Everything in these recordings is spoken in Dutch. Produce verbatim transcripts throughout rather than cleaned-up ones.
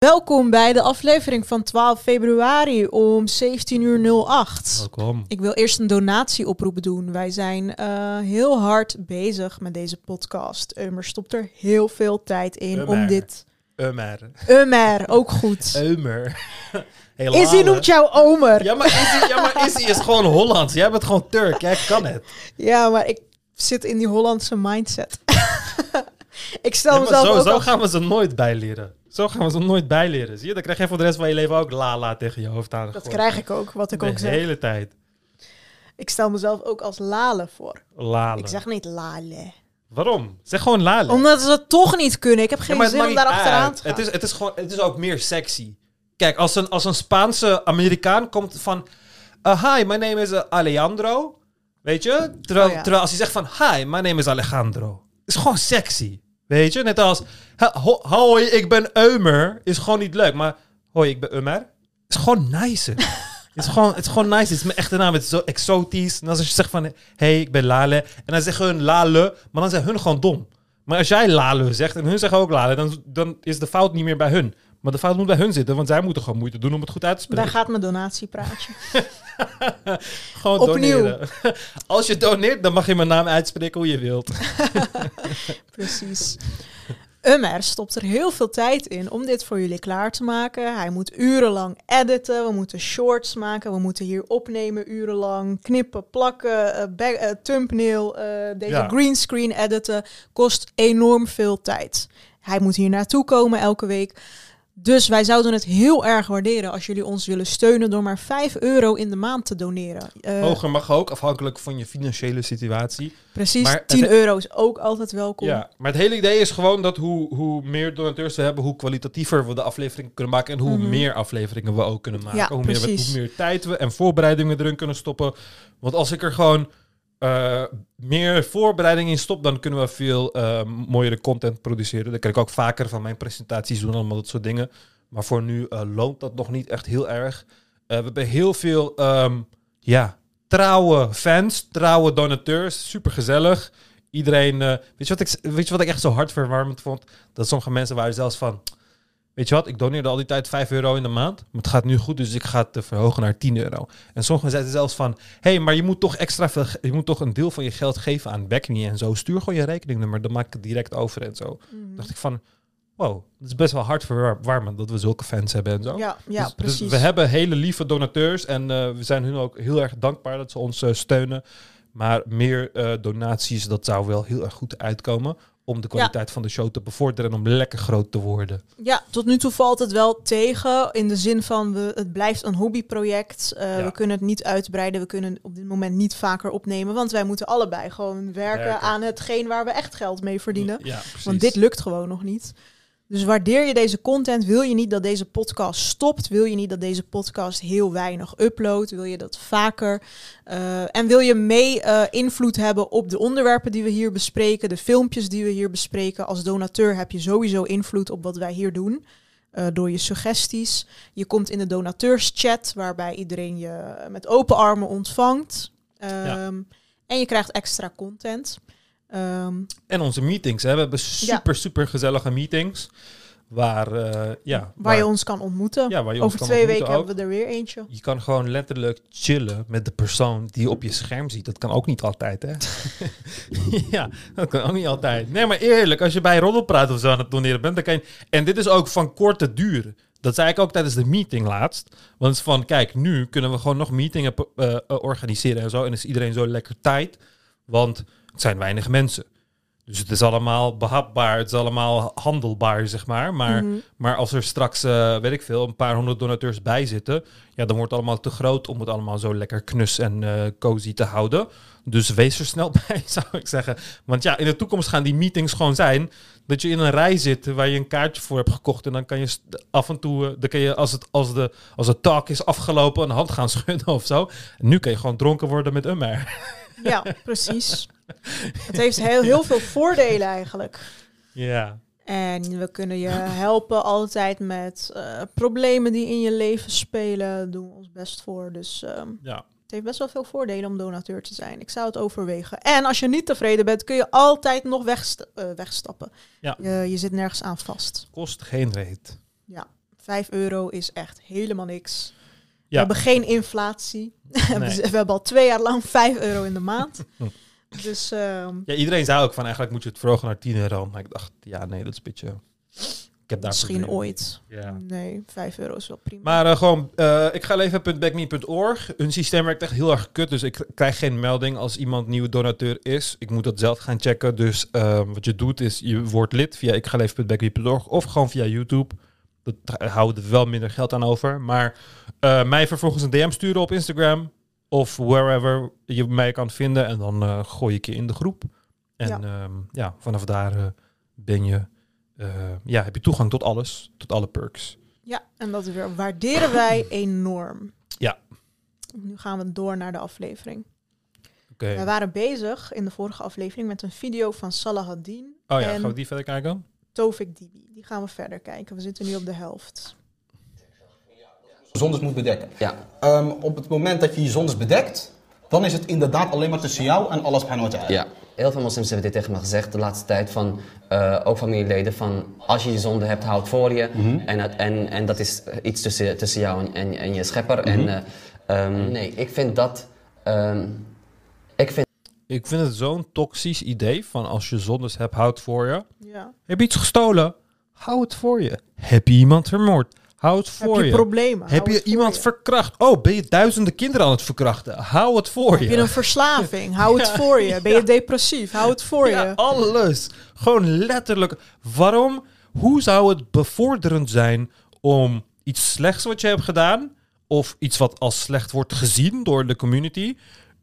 Welkom bij de aflevering van twaalf februari om zeventien uur nul acht. Welkom. Ik wil eerst een donatieoproep doen. Wij zijn uh, heel hard bezig met deze podcast. Umer stopt er heel veel tijd in Umer. om dit... Umer. Umer, ook goed. Umer. Hey, Izzy noemt jou Omer. Ja, maar Izzy, ja, maar Izzy is gewoon Hollands. Jij bent gewoon Turk. Jij kan het. Ja, maar ik zit in die Hollandse mindset. Ik stel Ja, maar mezelf zo, ook zo als... gaan we ze nooit bijleren. Zo gaan we ze nooit bijleren. Zie je, dan krijg je voor de rest van je leven ook lala tegen je hoofd aan. Dat krijg ik ook, wat ik de ook zeg. De hele tijd. Ik stel mezelf ook als Lale voor. Lale. Ik zeg niet Lale. Waarom? Zeg gewoon lale. Omdat ze het toch niet kunnen. Ik heb geen ja, maar het zin om maakt daar niet achteraan uit. te gaan. Het is, het, is gewoon, het is ook meer sexy. Kijk, als een, als een Spaanse Amerikaan komt van... Uh, hi, my name is uh, Alejandro. Weet je? Terwijl, Oh, ja. terwijl als hij zegt van... Hi, my name is Alejandro. Is gewoon sexy. Weet je? Net als... Ho, hoi, ik ben Umer. Is gewoon niet leuk. Maar hoi, ik ben Umer. Is gewoon nice. Het is gewoon, het is gewoon nice. Het is mijn echte naam. Het is zo exotisch. En als je zegt van... Hey, ik ben Lale. En dan zeggen hun Lale. Maar dan zijn hun gewoon dom. Maar als jij Lale zegt en hun zeggen ook Lale... Dan, dan is de fout niet meer bij hun. Maar de fout moet bij hun zitten. Want zij moeten gewoon moeite doen om het goed uit te spreken. Daar gaat mijn donatiepraatje. Gewoon Opnieuw. doneren. Als je doneert, dan mag je mijn naam uitspreken hoe je wilt. Precies. Umer stopt er heel veel tijd in om dit voor jullie klaar te maken. Hij moet urenlang editen, we moeten shorts maken, we moeten hier opnemen urenlang, knippen, plakken, uh, back, uh, thumbnail, uh, deze Ja. greenscreen editen. Kost enorm veel tijd. Hij moet hier naartoe komen elke week. Dus wij zouden het heel erg waarderen als jullie ons willen steunen door maar vijf euro in de maand te doneren. Uh, Hoger mag ook, afhankelijk van je financiële situatie. precies, maar het- tien euro is ook altijd welkom. Ja, maar het hele idee is gewoon dat hoe, hoe meer donateurs we hebben, hoe kwalitatiever we de aflevering kunnen maken en hoe Mhm. meer afleveringen we ook kunnen maken. Ja, hoe, meer, we- precies. hoe meer tijd we en voorbereidingen erin kunnen stoppen. Want als ik er gewoon uh, meer voorbereiding in stop, dan kunnen we veel uh, mooiere content produceren. Dat kan ik ook vaker van mijn presentaties doen, allemaal dat soort dingen. Maar voor nu uh, loont dat nog niet echt heel erg. Uh, we hebben heel veel um, ja, trouwe fans, trouwe donateurs. Super gezellig. Iedereen, uh, weet, je wat ik, weet je wat ik echt zo hartverwarmend vond? Dat sommige mensen waren zelfs van... Weet je wat, ik doneerde al die tijd vijf euro in de maand. Maar het gaat nu goed, dus ik ga het uh, verhogen naar tien euro. En sommigen zeiden zelfs van... Hé, hey, maar je moet toch extra veel... Je moet toch een deel van je geld geven aan Backme en zo. Stuur gewoon je rekeningnummer, dan maak ik het direct over en zo. Mhm. Dacht ik van... Wow, het is best wel hartverwarmend dat we zulke fans hebben en zo. Ja, ja, Dus- precies. Dus we hebben hele lieve donateurs en uh, we zijn hun ook heel erg dankbaar dat ze ons uh, steunen. Maar meer uh, donaties, dat zou wel heel erg goed uitkomen om de kwaliteit van de show te bevorderen en om lekker groot te worden. Ja, tot nu toe valt het wel tegen. In de zin van, we, het blijft een hobbyproject. Uh, Ja. We kunnen het niet uitbreiden. We kunnen op dit moment niet vaker opnemen. Want wij moeten allebei gewoon werken, Werken. aan hetgeen waar we echt geld mee verdienen. Ja, precies. Want dit lukt gewoon nog niet. Dus waardeer je deze content, wil je niet dat deze podcast stopt, wil je niet dat deze podcast heel weinig uploadt, wil je dat vaker uh, en wil je mee uh, invloed hebben op de onderwerpen die we hier bespreken, de filmpjes die we hier bespreken. Als donateur heb je sowieso invloed op wat wij hier doen, uh, door je suggesties. Je komt in de donateurschat, waarbij iedereen je met open armen ontvangt. Um, Ja. En je krijgt extra content. Um, En onze meetings, hè. We hebben super, super gezellige meetings. Waar, uh, ja, waar, waar je ons kan ontmoeten. Ja, waar je ons Over kan twee ontmoeten weken ook. hebben we er weer eentje. Je kan gewoon letterlijk chillen met de persoon die je op je scherm ziet. Dat kan ook niet altijd, hè? Ja, dat kan ook niet altijd. Nee, maar eerlijk, als je bij Roddelpraat of zo aan het doneren bent, dan kan je... En dit is ook van korte duur. Dat zei ik ook tijdens de meeting laatst. Want het is van, kijk, nu kunnen we gewoon nog meetingen uh, uh, organiseren en zo. En is iedereen zo lekker tijd. Want het zijn weinig mensen. Dus het is allemaal behapbaar, het is allemaal handelbaar, zeg maar. Maar, Mm-hmm. maar als er straks, uh, weet ik veel, een paar honderd donateurs bij zitten... ja, dan wordt het allemaal te groot om het allemaal zo lekker knus en uh, cozy te houden. Dus wees er snel bij, zou ik zeggen. Want ja, in de toekomst gaan die meetings gewoon zijn... dat je in een rij zit waar je een kaartje voor hebt gekocht... en dan kan je st- af en toe, uh, dan kan je als het, als, de, als het talk is afgelopen... een hand gaan schudden of zo. En nu kan je gewoon dronken worden met Umer. Ja, precies. Het heeft heel, heel veel voordelen eigenlijk. Ja. En we kunnen je helpen altijd met uh, problemen die in je leven spelen. Daar doen we ons best voor. Dus um, Ja. het heeft best wel veel voordelen om donateur te zijn. Ik zou het overwegen. En als je niet tevreden bent, kun je altijd nog wegst- uh, wegstappen. Ja. Je, je zit nergens aan vast. Kost geen reet. Ja, vijf euro is echt helemaal niks. Ja. We hebben geen inflatie. Nee. We hebben al twee jaar lang vijf euro in de maand. Dus um, Ja, iedereen zei ook van eigenlijk moet je het verhogen naar tien euro. Maar ik dacht, ja nee, dat is een beetje... Ik heb daar misschien problemen ooit. mee. Ja. Nee, vijf euro is wel prima. Maar uh, gewoon, uh, ik ga leven punt back me punt org. Hun systeem werkt echt heel erg kut. Dus ik krijg geen melding als iemand nieuwe donateur is. Ik moet dat zelf gaan checken. Dus uh, wat je doet is, je wordt lid via ik ga leven punt back me punt org of gewoon via YouTube. Dat houden we wel minder geld aan over. Maar uh, mij vervolgens een D M sturen op Instagram of wherever je mij kan vinden. En dan uh, gooi ik je in de groep. En ja, um, ja vanaf daar uh, ben je, uh, ja, heb je toegang tot alles, tot alle perks. Ja, en dat waarderen wij enorm. Ja. Nu gaan we door naar de aflevering. Okay. We waren bezig in de vorige aflevering met een video van Salahaddin. Oh ja, en gaan we die verder kijken? Tovik Dibi. Die gaan we verder kijken. We zitten nu op de helft. Zondes moet bedekken. Ja. Um, op het moment dat je je zondes bedekt, dan is het inderdaad alleen maar tussen jou en Allah subhanahu wa ta'ala. Ja. Heel veel moslims hebben dit tegen me gezegd de laatste tijd, van uh, ook familieleden, van als je je zonde hebt, houd voor je. Mm-hmm. en, en, en dat is iets tussen, tussen jou en, en, en je schepper. Mm-hmm. En uh, um, nee, ik vind dat... Um, ik vind Ik vind het zo'n toxisch idee van als je zondes hebt, houd voor je. Ja. Heb je iets gestolen? Hou het voor je. Heb je iemand vermoord? Hou het voor je. Heb je problemen? Heb je iemand je. verkracht? Oh, ben je duizenden kinderen aan het verkrachten? Hou het voor Heb je. Heb je een verslaving? Hou het ja, voor je. Ben je ja. depressief? Hou het voor ja, je. Alles. Gewoon letterlijk. Waarom? Hoe zou het bevorderend zijn om iets slechts wat je hebt gedaan, of iets wat als slecht wordt gezien door de community,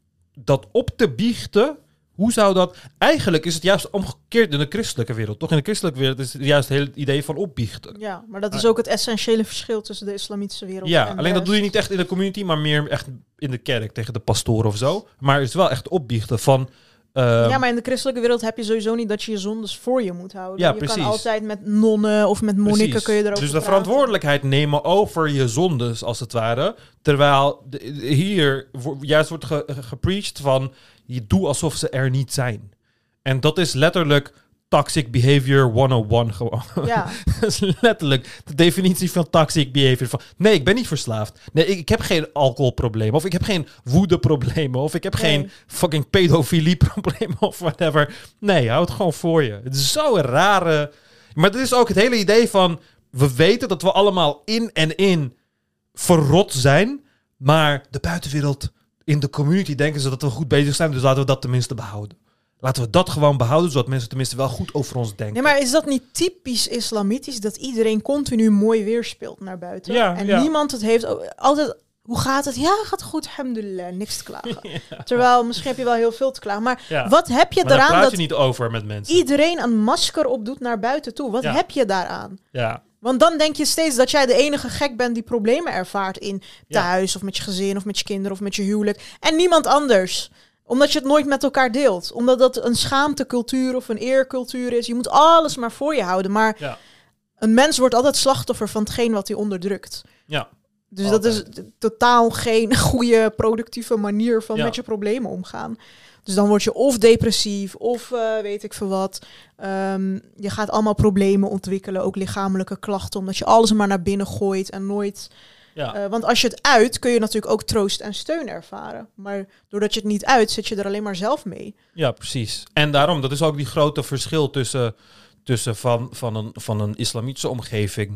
dat op te biechten? Hoe zou dat... Eigenlijk is het juist omgekeerd in de christelijke wereld. Toch in de christelijke wereld is het juist het hele idee van opbiechten. Ja, maar dat is ook het essentiële verschil tussen de islamitische wereld ja, en alleen dat doe je niet echt in de community, maar meer echt in de kerk tegen de pastoor of zo. Maar het is wel echt opbiechten van... Uh, ja, maar in de christelijke wereld heb je sowieso niet dat je je zondes voor je moet houden. Ja, je precies. kan altijd met nonnen of met monniken precies. kun je erover Dus de praten. verantwoordelijkheid nemen over je zondes, als het ware. Terwijl de, hier wo- juist wordt ge, gepreached van, je doet alsof ze er niet zijn. En dat is letterlijk toxic behavior honderdéén gewoon. Ja. Dat is letterlijk de definitie van toxic behavior. Van, nee, ik ben niet verslaafd. Nee, ik, ik heb geen alcoholproblemen. Of ik heb geen woedeproblemen. Of ik heb nee. geen fucking pedofilieproblemen. Of whatever. Nee, hou het gewoon voor je. Het is zo'n rare... Maar dit is ook het hele idee van... We weten dat we allemaal in en in verrot zijn. Maar de buitenwereld, in de community denken ze dat we goed bezig zijn. Dus laten we dat tenminste behouden. Laten we dat gewoon behouden, zodat mensen tenminste wel goed over ons denken. Nee, maar is dat niet typisch islamitisch, dat iedereen continu mooi weerspeelt naar buiten? Ja, en ja. niemand het heeft... Altijd, hoe gaat het? Ja, gaat goed, alhamdulillah, niks te klagen. Ja. Terwijl, misschien heb je wel heel veel te klagen. Maar ja. wat heb je maar eraan praat je dat niet over met mensen. Iedereen een masker opdoet naar buiten toe? Wat ja. heb je daaraan? Ja. Want dan denk je steeds dat jij de enige gek bent die problemen ervaart in thuis, ja. of met je gezin, of met je kinderen, of met je huwelijk. En niemand anders. Omdat je het nooit met elkaar deelt. Omdat dat een schaamtecultuur of een eercultuur is. Je moet alles maar voor je houden. Maar ja. een mens wordt altijd slachtoffer van hetgeen wat hij onderdrukt. Ja. Dus altijd. Dat is totaal geen goede, productieve manier van ja. met je problemen omgaan. Dus dan word je of depressief, of uh, weet ik veel wat. Um, je gaat allemaal problemen ontwikkelen, ook lichamelijke klachten. Omdat je alles maar naar binnen gooit en nooit... Ja. Uh, want als je het uit, kun je natuurlijk ook troost en steun ervaren. Maar doordat je het niet uit, zit je er alleen maar zelf mee. Ja, precies. En daarom, dat is ook die grote verschil tussen, tussen van, van, een, van een islamitische omgeving...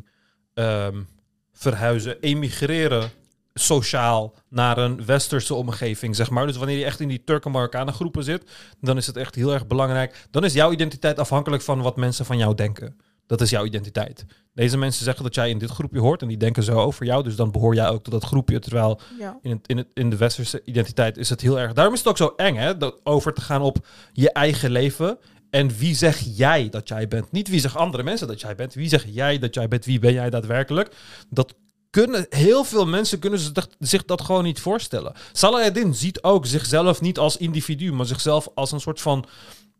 Um, verhuizen, emigreren sociaal naar een westerse omgeving, zeg maar. Dus wanneer je echt in die Turken-Marokkanen groepen zit, dan is het echt heel erg belangrijk. Dan is jouw identiteit afhankelijk van wat mensen van jou denken. Dat is jouw identiteit. Deze mensen zeggen dat jij in dit groepje hoort en die denken zo over jou, dus dan behoor jij ook tot dat groepje. Terwijl ja. in, het, in, het, in de westerse identiteit is het heel erg... Daarom is het ook zo eng, hè, dat over te gaan op je eigen leven. En wie zeg jij dat jij bent? Niet wie zeggen andere mensen dat jij bent. Wie zeg jij dat jij bent? Wie ben jij daadwerkelijk? Dat kunnen heel veel mensen kunnen zich dat gewoon niet voorstellen. Salahaddin ziet ook zichzelf niet als individu, maar zichzelf als een soort van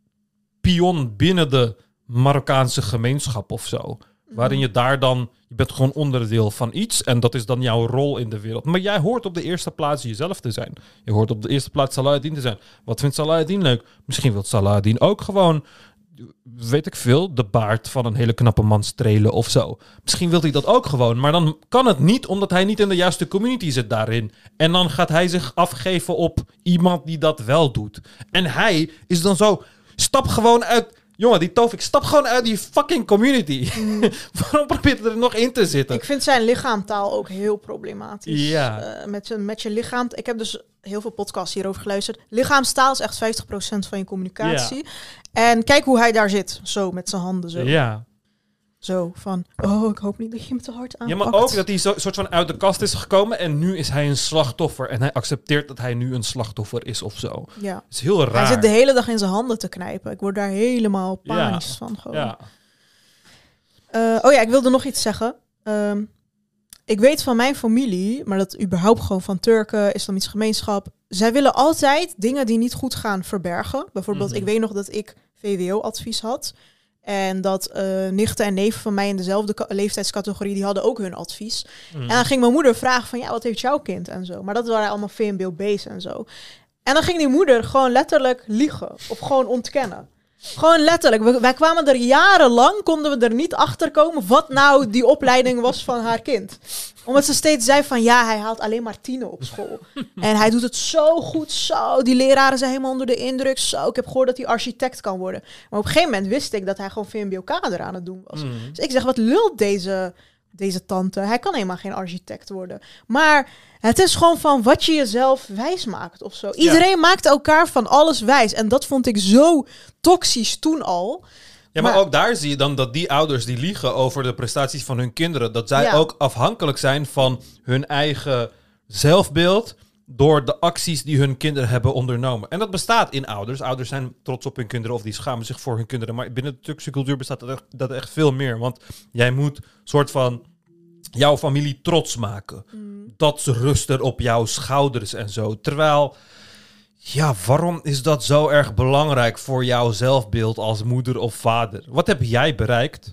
pion binnen de Marokkaanse gemeenschap of zo. Waarin je daar dan... Je bent gewoon onderdeel van iets en dat is dan jouw rol in de wereld. Maar jij hoort op de eerste plaats jezelf te zijn. Je hoort op de eerste plaats Salahaddin te zijn. Wat vindt Salahaddin leuk? Misschien wil Salahaddin ook gewoon weet ik veel, de baard van een hele knappe man strelen of zo. Misschien wil hij dat ook gewoon, maar dan kan het niet omdat hij niet in de juiste community zit daarin. En dan gaat hij zich afgeven op iemand die dat wel doet. En hij is dan zo, stap gewoon uit... Jongen, die Tovik, stap gewoon uit die fucking community. Mm. Waarom probeer je er nog in te zitten? Ik vind zijn lichaamtaal ook heel problematisch. Ja. Uh, met, je, met je lichaam... Ik heb dus heel veel podcasts hierover geluisterd. Lichaamstaal is echt vijftig procent van je communicatie. Ja. En kijk hoe hij daar zit. Zo, met zijn handen zo. Ja. Zo, van... Oh, ik hoop niet dat je hem te hard aanpakt. Ja, maar ook dat hij zo soort van uit de kast is gekomen... en nu is hij een slachtoffer. En hij accepteert dat hij nu een slachtoffer is of zo. Ja. Dat is heel raar. Hij zit de hele dag in zijn handen te knijpen. Ik word daar helemaal panisch ja. van. Gewoon. Ja. Uh, oh ja, ik wilde nog iets zeggen. Um, ik weet van mijn familie... maar dat überhaupt gewoon van Turken, islamitische gemeenschap... zij willen altijd dingen die niet goed gaan verbergen. Bijvoorbeeld, mm-hmm. ik weet nog dat ik V W O-advies had... En dat uh, nichten en neven van mij in dezelfde ka- leeftijdscategorie... die hadden ook hun advies. Mm. En dan ging mijn moeder vragen van... ja, wat heeft jouw kind en zo. Maar dat waren allemaal V M B O-B's en zo. En dan ging die moeder gewoon letterlijk liegen. Of gewoon ontkennen. Gewoon letterlijk. We, wij kwamen er jarenlang... konden we er niet achter komen... wat nou die opleiding was van haar kind. Omdat ze steeds zei van... ja, hij haalt alleen maar tienen op school. En hij doet het zo goed. Zo, die leraren zijn helemaal onder de indruk. Zo, ik heb gehoord dat hij architect kan worden. Maar op een gegeven moment wist ik... dat hij gewoon V M B O-kader aan het doen was. Mm. Dus ik zeg, wat lult deze, deze tante? Hij kan helemaal geen architect worden. Maar... het is gewoon van wat je jezelf wijs maakt of zo. Iedereen ja. maakt elkaar van alles wijs. En dat vond ik zo toxisch toen al. Ja, maar, maar ook daar zie je dan dat die ouders die liegen over de prestaties van hun kinderen... dat zij ja. ook afhankelijk zijn van hun eigen zelfbeeld... door de acties die hun kinderen hebben ondernomen. En dat bestaat in ouders. Ouders zijn trots op hun kinderen of die schamen zich voor hun kinderen. Maar binnen de Turkse cultuur bestaat dat echt, dat echt veel meer. Want jij moet soort van... jouw familie trots maken. Mm. Dat ze rusten op jouw schouders en zo. Terwijl, ja, waarom is dat zo erg belangrijk voor jouw zelfbeeld als moeder of vader? Wat heb jij bereikt?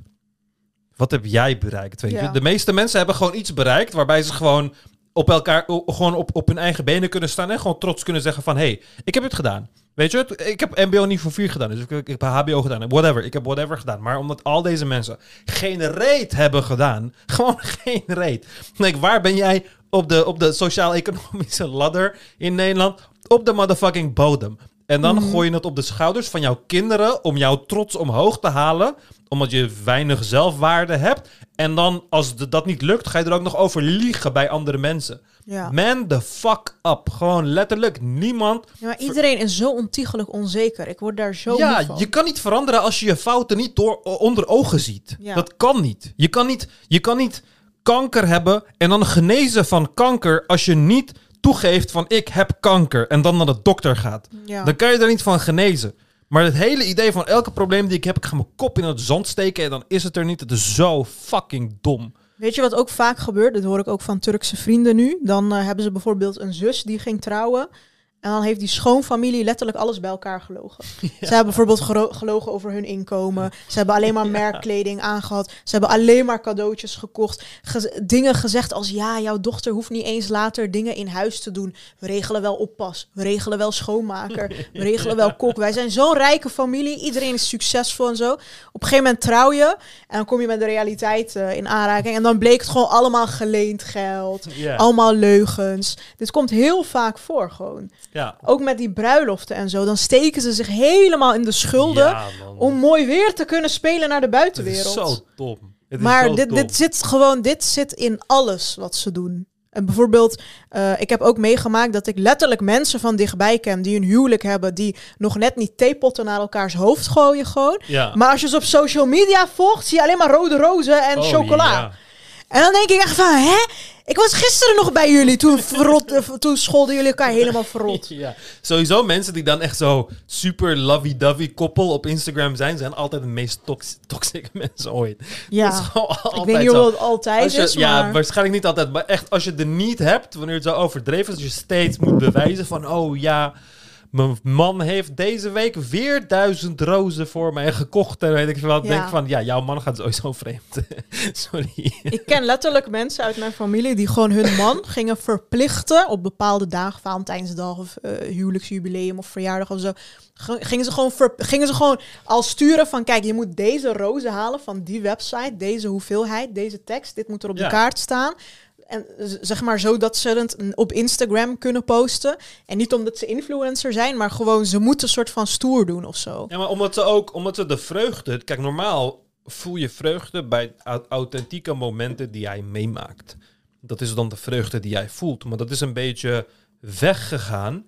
Wat heb jij bereikt? Weet ja. je? De meeste mensen hebben gewoon iets bereikt waarbij ze gewoon op elkaar, gewoon op, op hun eigen benen kunnen staan en gewoon trots kunnen zeggen van, hé, hey, ik heb het gedaan. Weet je, ik heb M B O niveau vier gedaan, dus ik, ik heb H B O gedaan, whatever, ik heb whatever gedaan. Maar omdat al deze mensen geen reet hebben gedaan, gewoon geen reet. Like, waar ben jij op de, op de sociaal-economische ladder in Nederland? Op de motherfucking bodem. En dan mm. gooi je het op de schouders van jouw kinderen om jouw trots omhoog te halen, omdat je weinig zelfwaarde hebt. En dan, als de, dat niet lukt, ga je er ook nog over liegen bij andere mensen. Ja. Man the fuck up. Gewoon letterlijk niemand... Ja, maar iedereen is zo ontiegelijk onzeker. Ik word daar zo ja, moe van. Je kan niet veranderen als je je fouten niet door, onder ogen ziet. Ja. Dat kan niet. Je kan niet. Je kan niet kanker hebben en dan genezen van kanker als je niet toegeeft van ik heb kanker en dan naar de dokter gaat. Ja. Dan kan je er niet van genezen. Maar het hele idee van elke probleem die ik heb, ik ga mijn kop in het zand steken en dan is het er niet. Het is zo fucking dom. Weet je wat ook vaak gebeurt? Dat hoor ik ook van Turkse vrienden nu. Dan uh, hebben ze bijvoorbeeld een zus die ging trouwen. En dan heeft die schoonfamilie letterlijk alles bij elkaar gelogen. Ja. Ze hebben bijvoorbeeld gero- gelogen over hun inkomen. Ze hebben alleen maar merkkleding aangehad. Ze hebben alleen maar cadeautjes gekocht. Ge- dingen gezegd als, ja, jouw dochter hoeft niet eens later dingen in huis te doen. We regelen wel oppas. We regelen wel schoonmaker. We regelen wel kok. Wij zijn zo'n rijke familie. Iedereen is succesvol en zo. Op een gegeven moment trouw je. En dan kom je met de realiteit uh, in aanraking. En dan bleek het gewoon allemaal geleend geld. Yeah. Allemaal leugens. Dit komt heel vaak voor gewoon. Ja. Ook met die bruiloften en zo. Dan steken ze zich helemaal in de schulden. Ja, om mooi weer te kunnen spelen naar de buitenwereld. Het is zo dom. Het is maar zo dit, dom. dit zit gewoon, dit zit in alles wat ze doen. En bijvoorbeeld, uh, ik heb ook meegemaakt dat ik letterlijk mensen van dichtbij ken die een huwelijk hebben, die nog net niet theepotten naar elkaars hoofd gooien gewoon. Ja. Maar als je ze op social media volgt, zie je alleen maar rode rozen en oh, chocola. Ja. En dan denk ik echt van, hè? Ik was gisteren nog bij jullie, toen, verrot, uh, toen scholden jullie elkaar helemaal verrot. Ja, sowieso mensen die dan echt zo super lovey-dovey koppel op Instagram zijn, zijn altijd de meest tox- toxic mensen ooit. Ja, dat is altijd ik weet niet of het altijd je, is, ja, maar... waarschijnlijk niet altijd, maar echt als je er niet hebt, wanneer het zo overdreven is, als je steeds moet bewijzen van, oh ja, mijn man heeft deze week weer duizend rozen voor mij gekocht. En weet ik veel wat. Ja. Denk van, ja, jouw man gaat sowieso vreemd. Sorry. Ik ken letterlijk mensen uit mijn familie die gewoon hun man gingen verplichten op bepaalde dagen, Valentijnsdag of uh, huwelijksjubileum of verjaardag of zo. G- gingen ze gewoon ver- gingen ze gewoon al sturen van, kijk, je moet deze rozen halen van die website, deze hoeveelheid, deze tekst, dit moet er op Ja. de kaart staan. En z- zeg maar zo dat ze het op Instagram kunnen posten. En niet omdat ze influencer zijn, maar gewoon ze moeten een soort van stoer doen of zo. Ja, maar omdat ze ook, omdat ze de vreugde... Kijk, normaal voel je vreugde bij au- authentieke momenten die jij meemaakt. Dat is dan de vreugde die jij voelt. Maar dat is een beetje weggegaan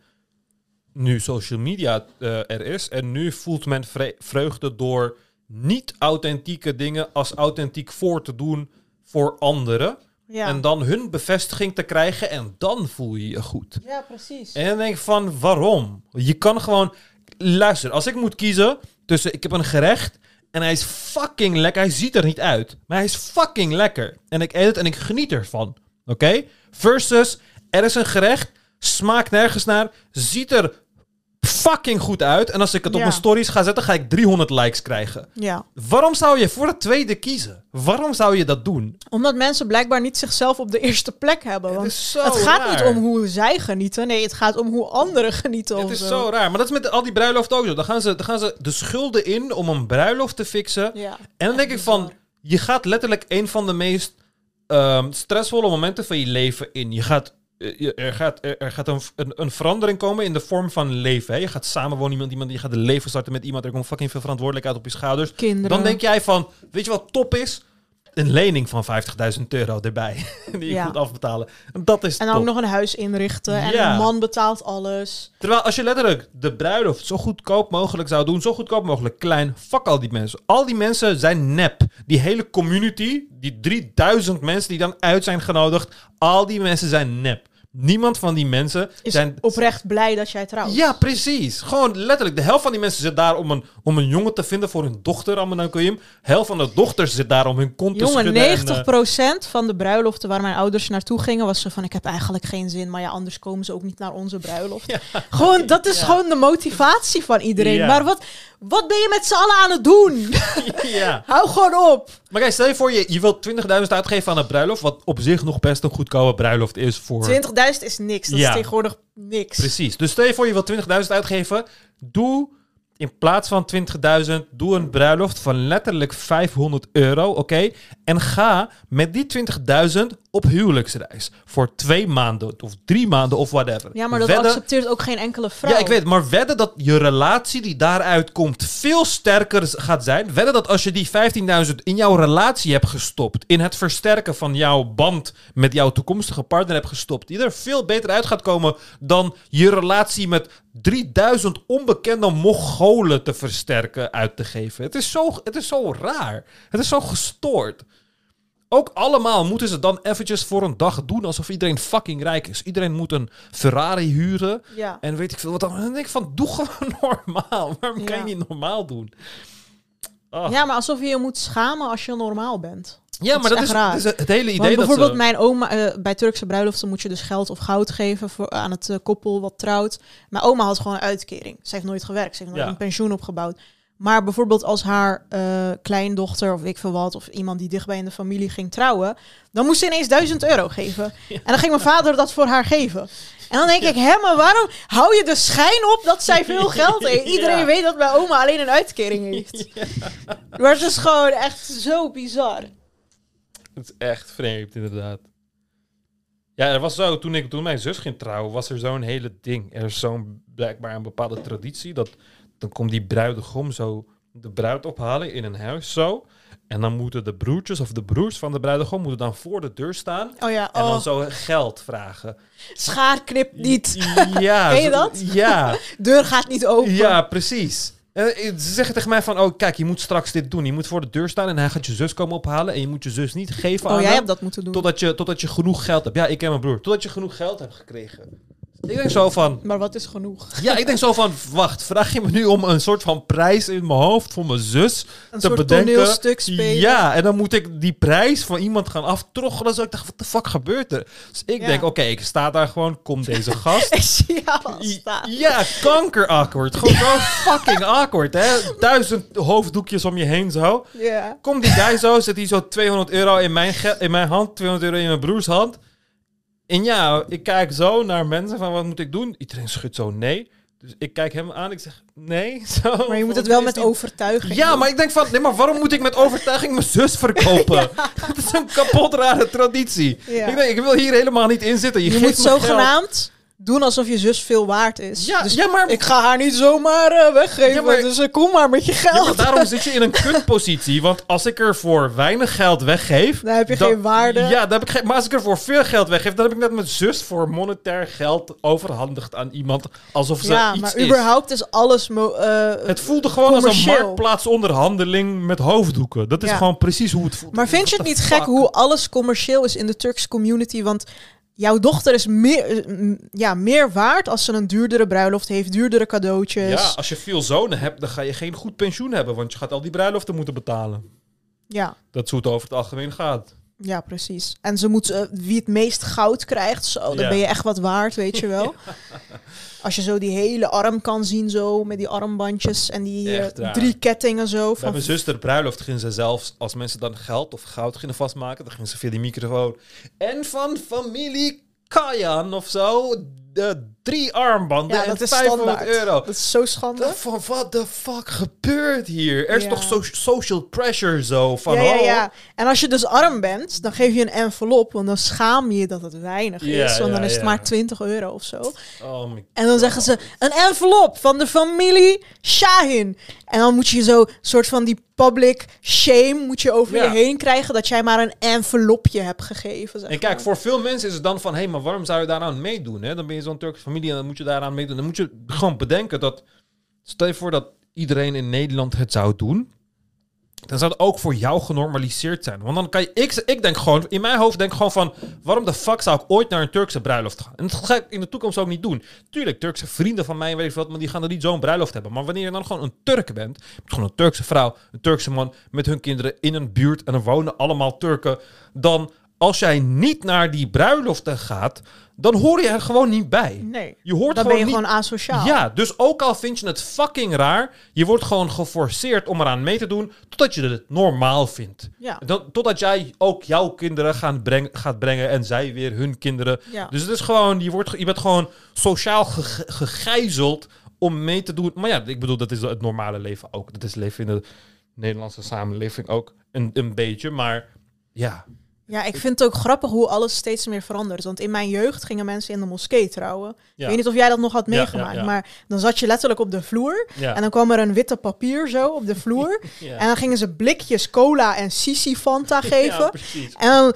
nu social media uh, er is. En nu voelt men vre- vreugde door niet authentieke dingen als authentiek voor te doen voor anderen. Ja, En dan hun bevestiging te krijgen en dan voel je je goed. ja precies. En dan denk ik van, waarom? Je kan gewoon... Luister, als ik moet kiezen tussen... Ik heb een gerecht en hij is fucking lekker. Hij ziet er niet uit, maar hij is fucking lekker. En ik eet het en ik geniet ervan. Oké? Okay? Versus, er is een gerecht, smaakt nergens naar, ziet er fucking goed uit. En als ik het op Ja. mijn stories ga zetten, ga ik driehonderd likes krijgen. Ja. Waarom zou je voor het tweede kiezen? Waarom zou je dat doen? Omdat mensen blijkbaar niet zichzelf op de eerste plek hebben. Het Want is zo het gaat raar. niet om hoe zij genieten. Nee, het gaat om hoe anderen genieten. Het of is zo. zo raar. Maar dat is met al die bruiloften ook zo. Dan gaan ze, dan gaan ze de schulden in om een bruiloft te fixen. Ja. En dan denk ik van, bizar. je gaat letterlijk een van de meest um, stressvolle momenten van je leven in. Je gaat, uh, je- er gaat, er, er gaat een, een, een verandering komen in de vorm van leven. Hè? Je gaat samenwonen iemand, iemand, je gaat een leven starten met iemand. Er komt fucking veel verantwoordelijkheid op je schouders. Kinderen. Dan denk jij van, weet je wat top is? Een lening van vijftigduizend euro erbij. Die Ja. je moet afbetalen. En dat is En dan top. ook nog een huis inrichten. En Ja. een man betaalt alles. Terwijl als je letterlijk de bruiloft zo goedkoop mogelijk zou doen, zo goedkoop mogelijk klein, fuck al die mensen. Al die mensen zijn nep. Die hele community, die drieduizend mensen die dan uit zijn genodigd, al die mensen zijn nep. Niemand van die mensen Is zijn... oprecht blij dat jij trouwt. Ja, precies. Gewoon letterlijk. De helft van die mensen zit daar om een, om een jongen te vinden voor hun dochter, Ramadan Koyim. De helft van de dochters zit daar om hun kont te Jongen, schudden. en, negentig eh, procent van de bruiloften waar mijn ouders naartoe gingen, was ze van, ik heb eigenlijk geen zin, maar ja, anders komen ze ook niet naar onze bruiloft. Gewoon, dat is Ja. gewoon de motivatie van iedereen. Ja. Maar wat, wat ben je met z'n allen aan het doen? ja. Hou gewoon op. Maar kijk, stel je voor, je, je wilt twintigduizend uitgeven aan een bruiloft, wat op zich nog best een goedkope bruiloft is voor... twintigduizend is niks. Dat Ja. is tegenwoordig niks. Precies. Dus stel je voor, je wilt twintigduizend uitgeven. Doe in plaats van twintigduizend, doe een bruiloft van letterlijk vijfhonderd euro, oké? Okay? En ga met die twintigduizend op huwelijksreis. Voor twee maanden of drie maanden of whatever. Ja, maar dat Wedden- accepteert ook geen enkele vrouw. Ja, ik weet, maar wedden dat je relatie die daaruit komt veel sterker gaat zijn. Wedden dat als je die vijftienduizend in jouw relatie hebt gestopt, in het versterken van jouw band met jouw toekomstige partner hebt gestopt, die er veel beter uit gaat komen dan je relatie met drieduizend onbekende Mongolen te versterken, uit te geven. Het is zo, het is zo raar. Het is zo gestoord. Ook allemaal moeten ze dan eventjes voor een dag doen alsof iedereen fucking rijk is. Iedereen moet een Ferrari huren. Ja. En weet ik veel wat dan. En dan denk ik van, doe gewoon normaal. Waarom kan je Ja. niet normaal doen? Oh. Ja, maar alsof je je moet schamen als je normaal bent. Ja, dat maar is dat echt is, raar. dat is het hele idee Want dat bijvoorbeeld ze... mijn oma, eh, bij Turkse bruiloften moet je dus geld of goud geven voor, aan het eh, koppel wat trouwt. Mijn oma had gewoon een uitkering. Ze heeft nooit gewerkt, ze heeft nooit Ja. een pensioen opgebouwd. Maar bijvoorbeeld als haar eh, kleindochter of ik veel wat, of iemand die dichtbij in de familie ging trouwen, dan moest ze ineens duizend euro geven. En dan ging mijn vader dat voor haar geven. En dan denk ik, hè, maar waarom hou je de schijn op dat zij veel geld heeft? Iedereen Ja. weet dat mijn oma alleen een uitkering heeft. Maar het is gewoon echt zo bizar. Het is echt vreemd, inderdaad. Ja, er was zo, toen, ik, toen mijn zus ging trouwen, was er zo'n hele ding. Er is zo'n blijkbaar een bepaalde traditie, dat dan komt die bruidegom zo de bruid ophalen in een huis, zo. En dan moeten de broertjes of de broers van de bruidegom moeten dan voor de deur staan Oh ja, en dan oh, zo geld vragen. schaar knipt niet. Ja. Ken je zo- dat? Ja. Deur gaat niet open. Ja, precies. En ze zeggen tegen mij van, oh kijk, je moet straks dit doen. Je moet voor de deur staan en hij gaat je zus komen ophalen. En je moet je zus niet geven Oh, aan jij hem hebt dat moeten doen. totdat je, totdat je genoeg geld hebt. Ja, ik en mijn broer. Totdat je genoeg geld hebt gekregen. Ik denk zo van... Maar wat is genoeg? Ja, ik denk zo van... Wacht, vraag je me nu om een soort van prijs in mijn hoofd voor mijn zus Een te soort bedenken? toneelstuk spelen. Ja, en dan moet ik die prijs van iemand gaan aftroggelen. Dus ik dacht, wat de fuck gebeurt er? Dus ik Ja. denk, oké, ik sta daar gewoon. Kom deze gast. Ik zie jou al staan. Ja, kanker awkward. Gewoon zo fucking awkward, hè? Duizend hoofddoekjes om je heen zo. Ja. Komt die guy zo, zet hij zo tweehonderd euro in mijn, ge- in mijn hand, tweehonderd euro in mijn broers hand. En ja, ik kijk zo naar mensen van, wat moet ik doen? Iedereen schudt zo nee. Dus ik kijk hem aan, ik zeg nee. Zo, Maar je moet het volgens wel mij met is die- overtuiging Ja, doen. maar ik denk van, nee, maar waarom moet ik met overtuiging mijn zus verkopen? Dat is een kapot rare traditie. Ja. Ik denk, ik wil hier helemaal niet in zitten. Je, Je geeft moet me geld. zogenaamd doen alsof je zus veel waard is. Ja, dus ja, maar- ik ga haar niet zomaar eh, weggeven, Ja, maar- dus eh, kom maar met je Ja, geld. maar daarom zit je in een kutpositie. Want als ik er voor weinig geld weggeef... Dan heb je dan- geen waarde. Ja, dan heb ik geen, maar als ik er voor veel geld weggeef... dan heb ik net mijn zus voor monetair geld overhandigd aan iemand. Alsof ze Ja, iets maar is. überhaupt is alles... Mo- eh, Het voelde gewoon als een commercieel. marktplaatsonderhandeling met hoofddoeken. Dat is Ja. gewoon precies hoe het voelt. Maar vind je het What niet the gek fuck? hoe alles commercieel is in de Turkse community? Want jouw dochter is meer, eh, m- ja, meer waard als ze een duurdere bruiloft heeft, duurdere cadeautjes. Ja, als je veel zonen hebt, dan ga je geen goed pensioen hebben. Want je gaat al die bruiloften moeten betalen. Ja, Dat is hoe het over het algemeen gaat. ja, precies. En ze moet, eh, wie het meest goud krijgt, zo, dan Ja. ben je echt wat waard, weet je wel. Als je zo die hele arm kan zien, zo, met die armbandjes en die eh, Echt waar. drie kettingen zo. Bij Van, mijn zuster bruiloft gingen ze zelfs, als mensen dan geld of goud gingen vastmaken, dan gingen ze via die microfoon. En van familie Kajan of zo, de drie armbanden ja, en dat is vijfhonderd standaard. euro. Dat is zo schande. Dat van, what the fuck gebeurt hier? Er is Ja. toch so- social pressure zo van, ja, ja, oh, ja. En als je dus arm bent, dan geef je een envelop, want dan schaam je je dat het weinig Ja, is. Want ja, dan is het ja. maar twintig euro of zo. oh my En dan zeggen ze, een envelop van de familie Shahin. En dan moet je zo soort van die public shame moet je over Ja. je heen krijgen dat jij maar een envelopje hebt gegeven. Zeg En kijk, maar. voor veel mensen is het dan van... hé, hey, maar waarom zou je daaraan meedoen? Hè? Dan ben je zo'n Turkse familie en dan moet je daaraan meedoen. Dan moet je gewoon bedenken dat... stel je voor dat iedereen in Nederland het zou doen... dan zou het ook voor jou genormaliseerd zijn. Want dan kan je... Ik, ik denk gewoon... In mijn hoofd denk ik gewoon van... waarom de fuck zou ik ooit naar een Turkse bruiloft gaan? En dat ga ik in de toekomst ook niet doen. Tuurlijk, Turkse vrienden van mij, weet ik wat... maar die gaan er niet zo'n bruiloft hebben. Maar wanneer je dan gewoon een Turk bent... gewoon een Turkse vrouw, een Turkse man... met hun kinderen in een buurt... en er wonen allemaal Turken... dan als jij niet naar die bruiloften gaat... dan hoor je er gewoon niet bij. Nee, Je hoort dan gewoon ben je niet... gewoon asociaal. Ja, dus ook al vind je het fucking raar... je wordt gewoon geforceerd om eraan mee te doen... totdat je het normaal vindt. Ja. Dan, totdat jij ook jouw kinderen gaan breng, gaat brengen... en zij weer hun kinderen. Ja. Dus het is gewoon... Je, wordt, ge- je bent gewoon sociaal ge- gegijzeld om mee te doen. Maar ja, ik bedoel, dat is het normale leven ook. Dat is leven in de Nederlandse samenleving ook een, een beetje. Maar ja... Ja, ik vind het ook grappig hoe alles steeds meer verandert. Want in mijn jeugd gingen mensen in de moskee trouwen. Ik Ja. weet niet of jij dat nog had Ja, meegemaakt. ja, ja. Maar dan zat je letterlijk op de vloer. Ja. En dan kwam er een witte papier zo op de vloer. Ja. En dan gingen ze blikjes cola en Sisi Fanta geven. Ja, precies. En dan,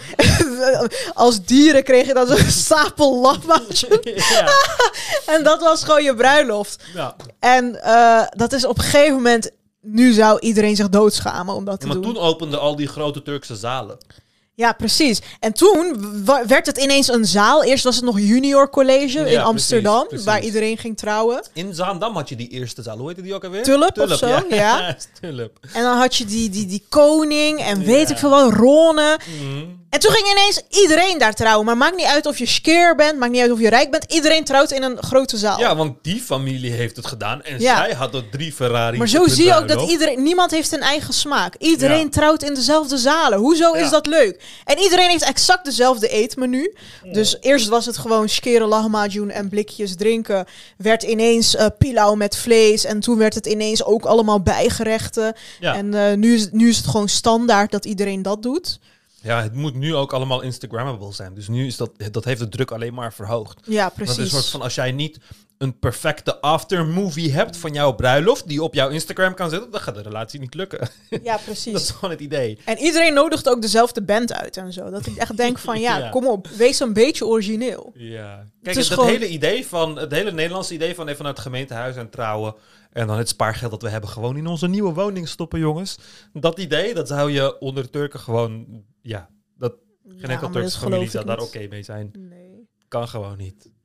als dieren kreeg je dan zo'n stapel lafmaatjes. ja. En dat was gewoon je bruiloft. Ja. En eh, dat is op een gegeven moment... Nu zou iedereen zich doodschamen om dat te Maar doen. toen openden al die grote Turkse zalen. Ja, precies. En toen wa- werd het ineens een zaal. Eerst was het nog Junior College in Ja, Amsterdam, precies, precies. waar iedereen ging trouwen. In Zaandam had je die eerste zaal. Hoe heette die ook alweer? Tulp of zo, ja. Tulp. En dan had je die, die, die koning en weet Ja. ik veel wat, Ronne. Mhm. En toen ging ineens iedereen daar trouwen. Maar maakt niet uit of je skeer bent, maakt niet uit of je rijk bent. Iedereen trouwt in een grote zaal. Ja, want die familie heeft het gedaan. En Ja. zij hadden drie Ferrari's. Maar op zo hun zie je ook dat bruiloft. iedereen... Niemand heeft een eigen smaak. Iedereen Ja. trouwt in dezelfde zalen. Hoezo is Ja. dat leuk? En iedereen heeft exact dezelfde eetmenu. Dus eerst was het gewoon skeren, lahmacun en blikjes drinken. Werd ineens eh pilau met vlees. En toen werd het ineens ook allemaal bijgerechten. Ja. En eh, nu, is, nu is het gewoon standaard dat iedereen dat doet. Ja, het moet nu ook allemaal Instagrammable zijn. Dus nu is dat... Dat heeft de druk alleen maar verhoogd. Ja, Dat precies. is een soort van... Als jij niet een perfecte aftermovie hebt van jouw bruiloft... die op jouw Instagram kan zetten... dan gaat de relatie niet lukken. Ja, Dat precies. is gewoon het idee. En iedereen nodigt ook dezelfde band uit en zo. Dat ik echt denk van, ja, Ja. kom op. Wees een beetje origineel. Ja. Kijk, is het, gewoon- hele idee van... Het hele Nederlandse idee van even naar het gemeentehuis en trouwen... en dan het spaargeld dat we hebben gewoon in onze nieuwe woning stoppen, jongens. Dat idee, dat zou je onder Turken gewoon... Ja, dat... Geen Ja, enkel maar Turkse dat familie geloof zou ik daar niet. oké mee zijn. Nee. Kan gewoon niet.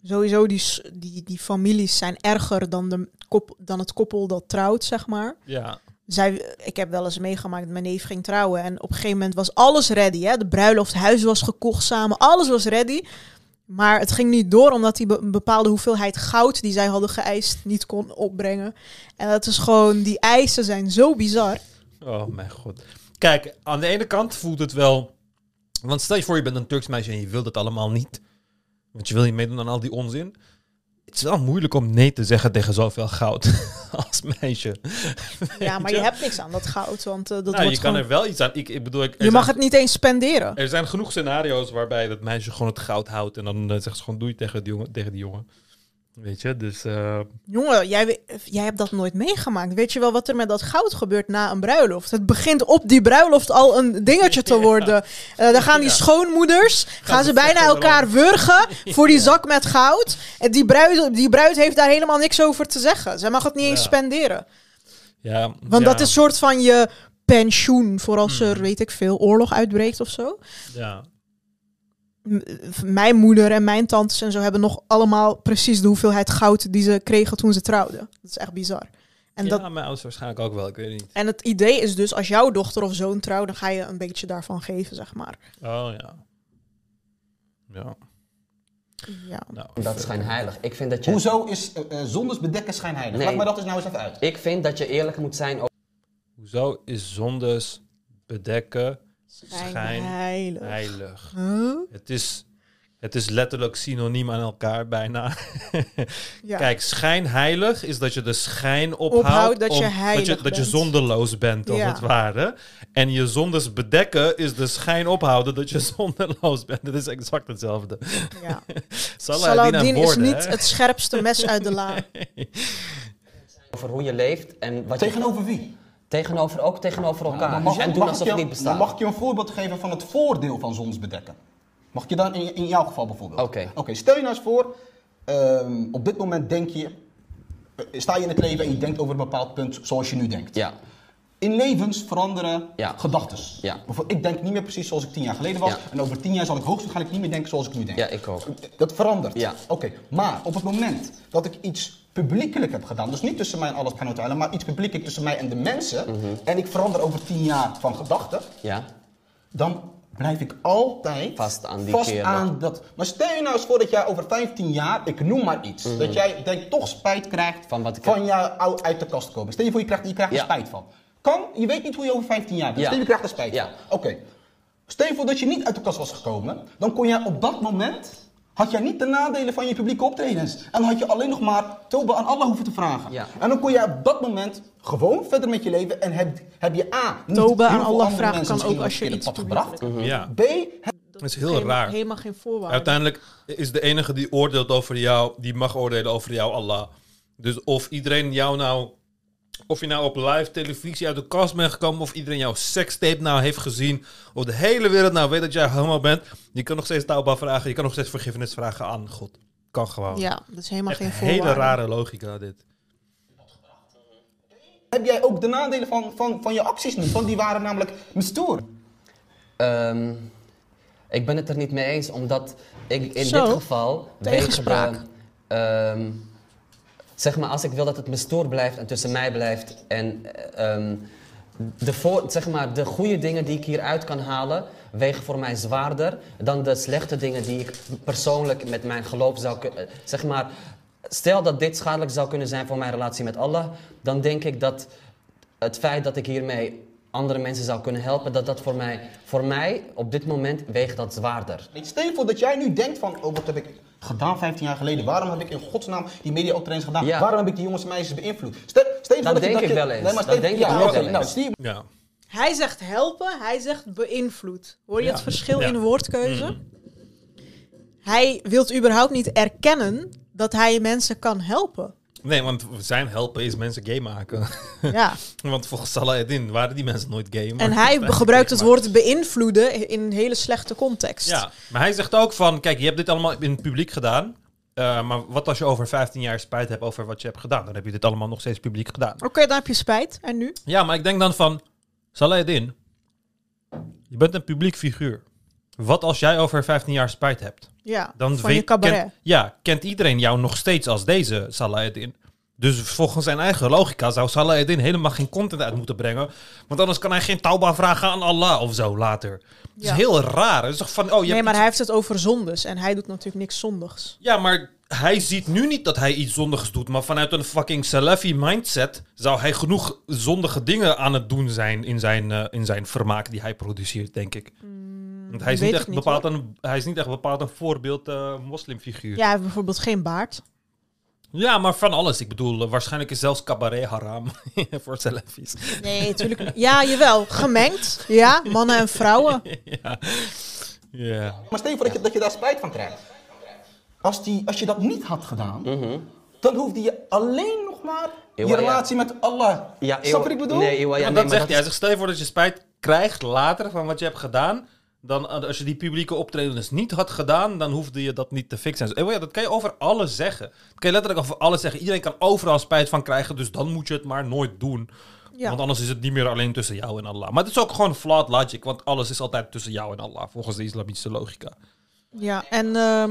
Sowieso, die, s- die, die families zijn erger dan, de kop, dan het koppel dat trouwt, zeg maar. Ja. Zij, ik heb wel eens meegemaakt dat mijn neef ging trouwen. En op een gegeven moment was alles ready. Hè? De bruiloft, huis was gekocht samen. Alles was ready. Maar het ging niet door omdat hij be- een bepaalde hoeveelheid goud die zij hadden geëist niet kon opbrengen. En dat is gewoon, die eisen zijn zo bizar. Oh mijn god. Kijk, aan de ene kant voelt het wel... Want stel je voor, je bent een Turks meisje en je wilt het allemaal niet. Want je wil niet meedoen aan al die onzin. Het is wel moeilijk om nee te zeggen tegen zoveel goud als meisje. Ja, maar je? je hebt niks aan dat goud. Want uh, dat Nou, je wordt kan gewoon... er wel iets aan... Ik, ik bedoel, ik, er Je mag zijn- het niet eens spenderen. Er zijn genoeg scenario's waarbij dat meisje gewoon het goud houdt. En dan uh, zegt ze gewoon doei tegen die jongen. Tegen die jongen. Weet je, dus... Uh, Jongen, jij, we- jij hebt dat nooit meegemaakt. Weet je wel wat er met dat goud gebeurt na een bruiloft? Het begint op die bruiloft al een dingetje te worden. Uh, dan gaan die Ja. schoonmoeders, gaan ze ze bijna vechten elkaar erom. wurgen voor die Ja. zak met goud. En die bruid, die bruid heeft daar helemaal niks over te zeggen. Zij mag het niet eens Ja. spenderen. ja, Want ja, Hmm. dat is soort van je pensioen voor als er, weet ik veel, oorlog uitbreekt of zo. Ja. M- Mijn moeder en mijn tantes en zo hebben nog allemaal precies de hoeveelheid goud die ze kregen toen ze trouwden. Dat is echt bizar. En, ja, dat, mijn ouders waarschijnlijk ook wel. Ik weet het niet. en het idee is dus, als jouw dochter of zoon trouwt, dan ga je een beetje daarvan geven, zeg maar. Oh ja. Ja. Ja. Nou, Dat is schijnheilig. Ik vind dat je, Hoezo is uh, uh, zondes bedekken schijnheilig? Nee. Leg maar dat eens nou eens even uit. ik vind dat je eerlijk moet zijn over Hoezo is zondes bedekken Schijnheilig. schijnheilig? Huh? Het is, het is letterlijk synoniem aan elkaar bijna. Ja. Kijk, schijnheilig is dat je de schijn ophoudt, Ophoudt dat je om- heilig dat je, dat je bent. zonderloos bent, als Ja. het ware. En je zondes bedekken is de schijn ophouden dat je zonderloos bent. Dat is exact hetzelfde. Ja. Saladin Saladin aan is woorden, niet hè? het scherpste mes uit de la. over hoe je leeft en wat je Tegenover wie? tegenover ook tegenover elkaar. Dan mag- en doen mag alsof ik het je- niet Dan bestaat. mag ik je een voorbeeld geven van het voordeel van zonsbedekken. Mag ik je dan in, in jouw geval bijvoorbeeld? Oké. Oké, stel je nou eens voor, ehm, op dit moment denk je, eh, sta je in het leven en je denkt over een bepaald punt zoals je nu denkt. Ja, In levens veranderen Ja. gedachten. Ja. Bijvoorbeeld, ik denk niet meer precies zoals ik tien jaar geleden was. Ja. En over tien jaar zal ik hoogstwaarschijnlijk niet meer denken zoals ik nu denk. ja, ik ook. Dat verandert. Ja. Oké, maar op het moment dat ik iets publiekelijk heb gedaan, dus niet tussen mij en Allah subhanahu wa ta'ala, maar iets publiekelijk tussen mij en de mensen, Mhm. en ik verander over tien jaar van gedachten, Ja, dan blijf ik altijd Vast aan die vast kerel. aan dat. Maar stel je nou eens voor dat jij over vijftien jaar, ik noem maar iets, dat jij denk toch spijt krijgt Mhm. Van wat ik van heb. jou ou- uit de kast komen. Stel je voor je krijgt, je krijgt Ja. er spijt van. Kan, je weet niet hoe je over vijftien jaar bent. Ja. Stel je krijgt er spijt Ja. van. Oké. Stel je voor dat je niet uit de kast was gekomen, dan kon jij op dat moment, had jij niet de nadelen van je publieke optredens. En dan had je alleen nog maar toba aan Allah hoeven te vragen. Ja. En dan kon jij op dat moment gewoon verder met je leven en heb, heb je A, niet Toba heel aan veel Allah andere vragen mensen kan ook misschien als je op het iets pad gebracht. publiekelijk- Ja. B, Dat is heel Helemaal- raar. Helemaal geen voorwaarde. Uiteindelijk is de enige die oordeelt over jou, die mag oordelen over jou, Allah. Dus of iedereen jou nou, of je nou op live televisie uit de kast bent gekomen, of iedereen jouw sekstape nou heeft gezien, of de hele wereld nou weet dat jij homo bent, je kan nog steeds tauba vragen, je kan nog steeds vergiffenis vragen aan God. Kan gewoon. Ja, dat is helemaal Echt geen een voorwaarde. hele rare logica dit. heb jij ook de nadelen van, van, van je acties niet, want die waren namelijk mistoer. Ehm, ik ben het er niet mee eens, omdat ik in Zo, dit geval... tegenspraak. wegen de, ehm, zeg maar, als ik wil dat het me stoer blijft en tussen mij blijft en ehm, de, voor, zeg maar, de goede dingen die ik hieruit kan halen, wegen voor mij zwaarder dan de slechte dingen die ik persoonlijk met mijn geloof zou kunnen... Zeg maar, stel dat dit schadelijk zou kunnen zijn voor mijn relatie met Allah, dan denk ik dat het feit dat ik hiermee andere mensen zou kunnen helpen, dat dat voor mij, voor mij op dit moment weegt dat zwaarder. Stel je voor dat jij nu denkt van, oh wat heb ik gedaan vijftien jaar geleden, waarom heb ik in godsnaam die media-optredens gedaan, Ja. waarom heb ik die jongens en meisjes beïnvloed? Stel, stel je Dat voor je, denk ik je, wel eens. Nee, maar Dat stel, denk ik ja, ook oké, wel nou, eens. stel je- Ja. Hij zegt helpen, hij zegt beïnvloed. Hoor je Ja. het verschil Ja. in de woordkeuze? Mm. Hij wil überhaupt niet erkennen dat hij mensen kan helpen. Nee, want zijn helpen is mensen gay maken. Ja. Want volgens Saladin waren die mensen nooit gay. maar En hij mensen gebruikt gay het woord beïnvloeden in een hele slechte context. Ja, maar hij zegt ook van, kijk, je hebt dit allemaal in het publiek gedaan. Uh, maar wat als je over vijftien jaar spijt hebt over wat je hebt gedaan? Dan heb je dit allemaal nog steeds publiek gedaan. Oké, dan heb je spijt. En nu? Ja, maar ik denk dan van, Saladin, je bent een publiek figuur. wat als jij over vijftien jaar spijt hebt? Ja, Dan van je weet, cabaret. kent, ja, kent iedereen jou nog steeds als deze Salah Eddin. Dus volgens zijn eigen logica zou Salah Eddin helemaal geen content uit moeten brengen. Want anders kan hij geen tauba vragen aan Allah of zo later. Het is Ja. heel raar. Het is toch van, oh, je Nee, hebt maar iets- hij heeft het over zondes. En hij doet natuurlijk niks zondigs. Ja, maar hij ziet nu niet dat hij iets zondigs doet. Maar vanuit een fucking Salafi mindset zou hij genoeg zondige dingen aan het doen zijn in zijn, uh, in zijn vermaak die hij produceert, denk ik. Want hij is, weet niet ik echt niet, bepaald een, hij is niet echt bepaald een voorbeeld uh, moslimfiguur. Ja, hij heeft bijvoorbeeld geen baard. Ja, maar van alles. Ik bedoel, uh, waarschijnlijk is zelfs cabaret haram voor Salafis. Nee, natuurlijk niet. Ja, jawel. Gemengd. Ja, mannen en vrouwen. ja. ja. Maar stel je voor dat je, dat je daar spijt van krijgt. Als, die, als je dat niet had gedaan, dan hoefde je alleen nog maar je Ewa, ja. relatie met Allah. Ja, Snap je wat ik bedoel? Nee, Ewa, ja, Want nee, dat maar zegt hij. Hij zegt, stel je voor dat je spijt krijgt later van wat je hebt gedaan. Dan uh, als je die publieke optredens niet had gedaan, dan hoefde je dat niet te fixen. En zo. Ja, dat kan je over alles zeggen. Dat kan je letterlijk over alles zeggen. Iedereen kan overal spijt van krijgen, dus dan moet je het maar nooit doen. Ja. Want anders is het niet meer alleen tussen jou en Allah. Maar het is ook gewoon flawed logic, want alles is altijd tussen jou en Allah, volgens de islamitische logica. Ja, en ehm,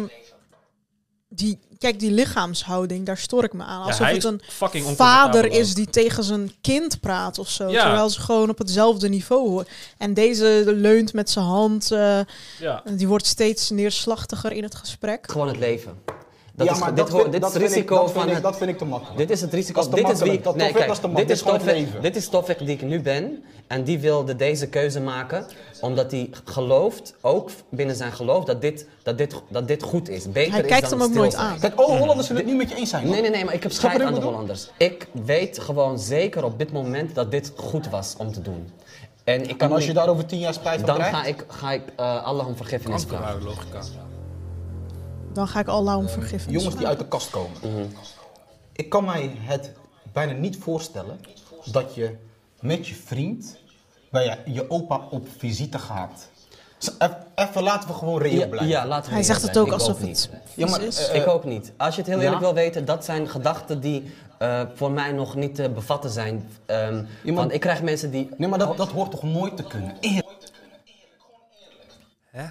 die, kijk, die lichaamshouding, daar stoor ik me aan. Ja, Alsof hij het is een fucking vader oncomfortabel is ook. die tegen zijn kind praat of zo. Ja. Terwijl ze gewoon op hetzelfde niveau horen. En deze leunt met zijn hand. eh, Ja. die wordt steeds neerslachtiger in het gesprek. Gewoon het leven. Dat ja, is, maar dit, dat, hoort- vind, dit dat, is het vind ik, risico dat, vind van ik, het... dat vind ik te makkelijk. Dit is het risico. Dat is te dit is wie. makkelijk. Dat nee, tof- kijk, dat is te dit makkelijk. is Dit is gewoon het Tofik- leven. Dit is Tofik die ik nu ben. En die wilde deze keuze maken. Omdat hij gelooft, ook binnen zijn geloof, dat dit, dat dit, dat dit goed is. Beter Hij is kijkt dan hem ook stil nooit zijn. aan. Kijk, alle Hollanders zullen het niet met je eens zijn. Nee, hoor. nee, nee, maar ik heb Snap je scheid wat aan ik de bedoel? Hollanders. Ik weet gewoon zeker op dit moment dat dit goed was om te doen. En, ik kan En als je niet- daar over tien jaar spijt van dan krijgt? ga ik, ga ik uh, Allah om vergiffenis vragen. Rare logica. Dan ga ik Allah om vergiffenis Jongens die uit de kast komen. Ik kan mij het bijna niet voorstellen dat je met je vriend bij je, je opa op visite gaat. Z- eff- Even laten we gewoon reëel Ja, blijven. ja, laten we Hij zegt het blijven. ook Ik alsof niet. het Ja, maar, vies is. eh, Ik ook niet. Als je het heel ja? eerlijk wil weten, dat zijn gedachten die uh, voor mij nog niet te bevatten zijn. Um, maar- want ik krijg mensen die... Nee, maar dat, dat hoort toch nooit te kunnen? Eer- Hè?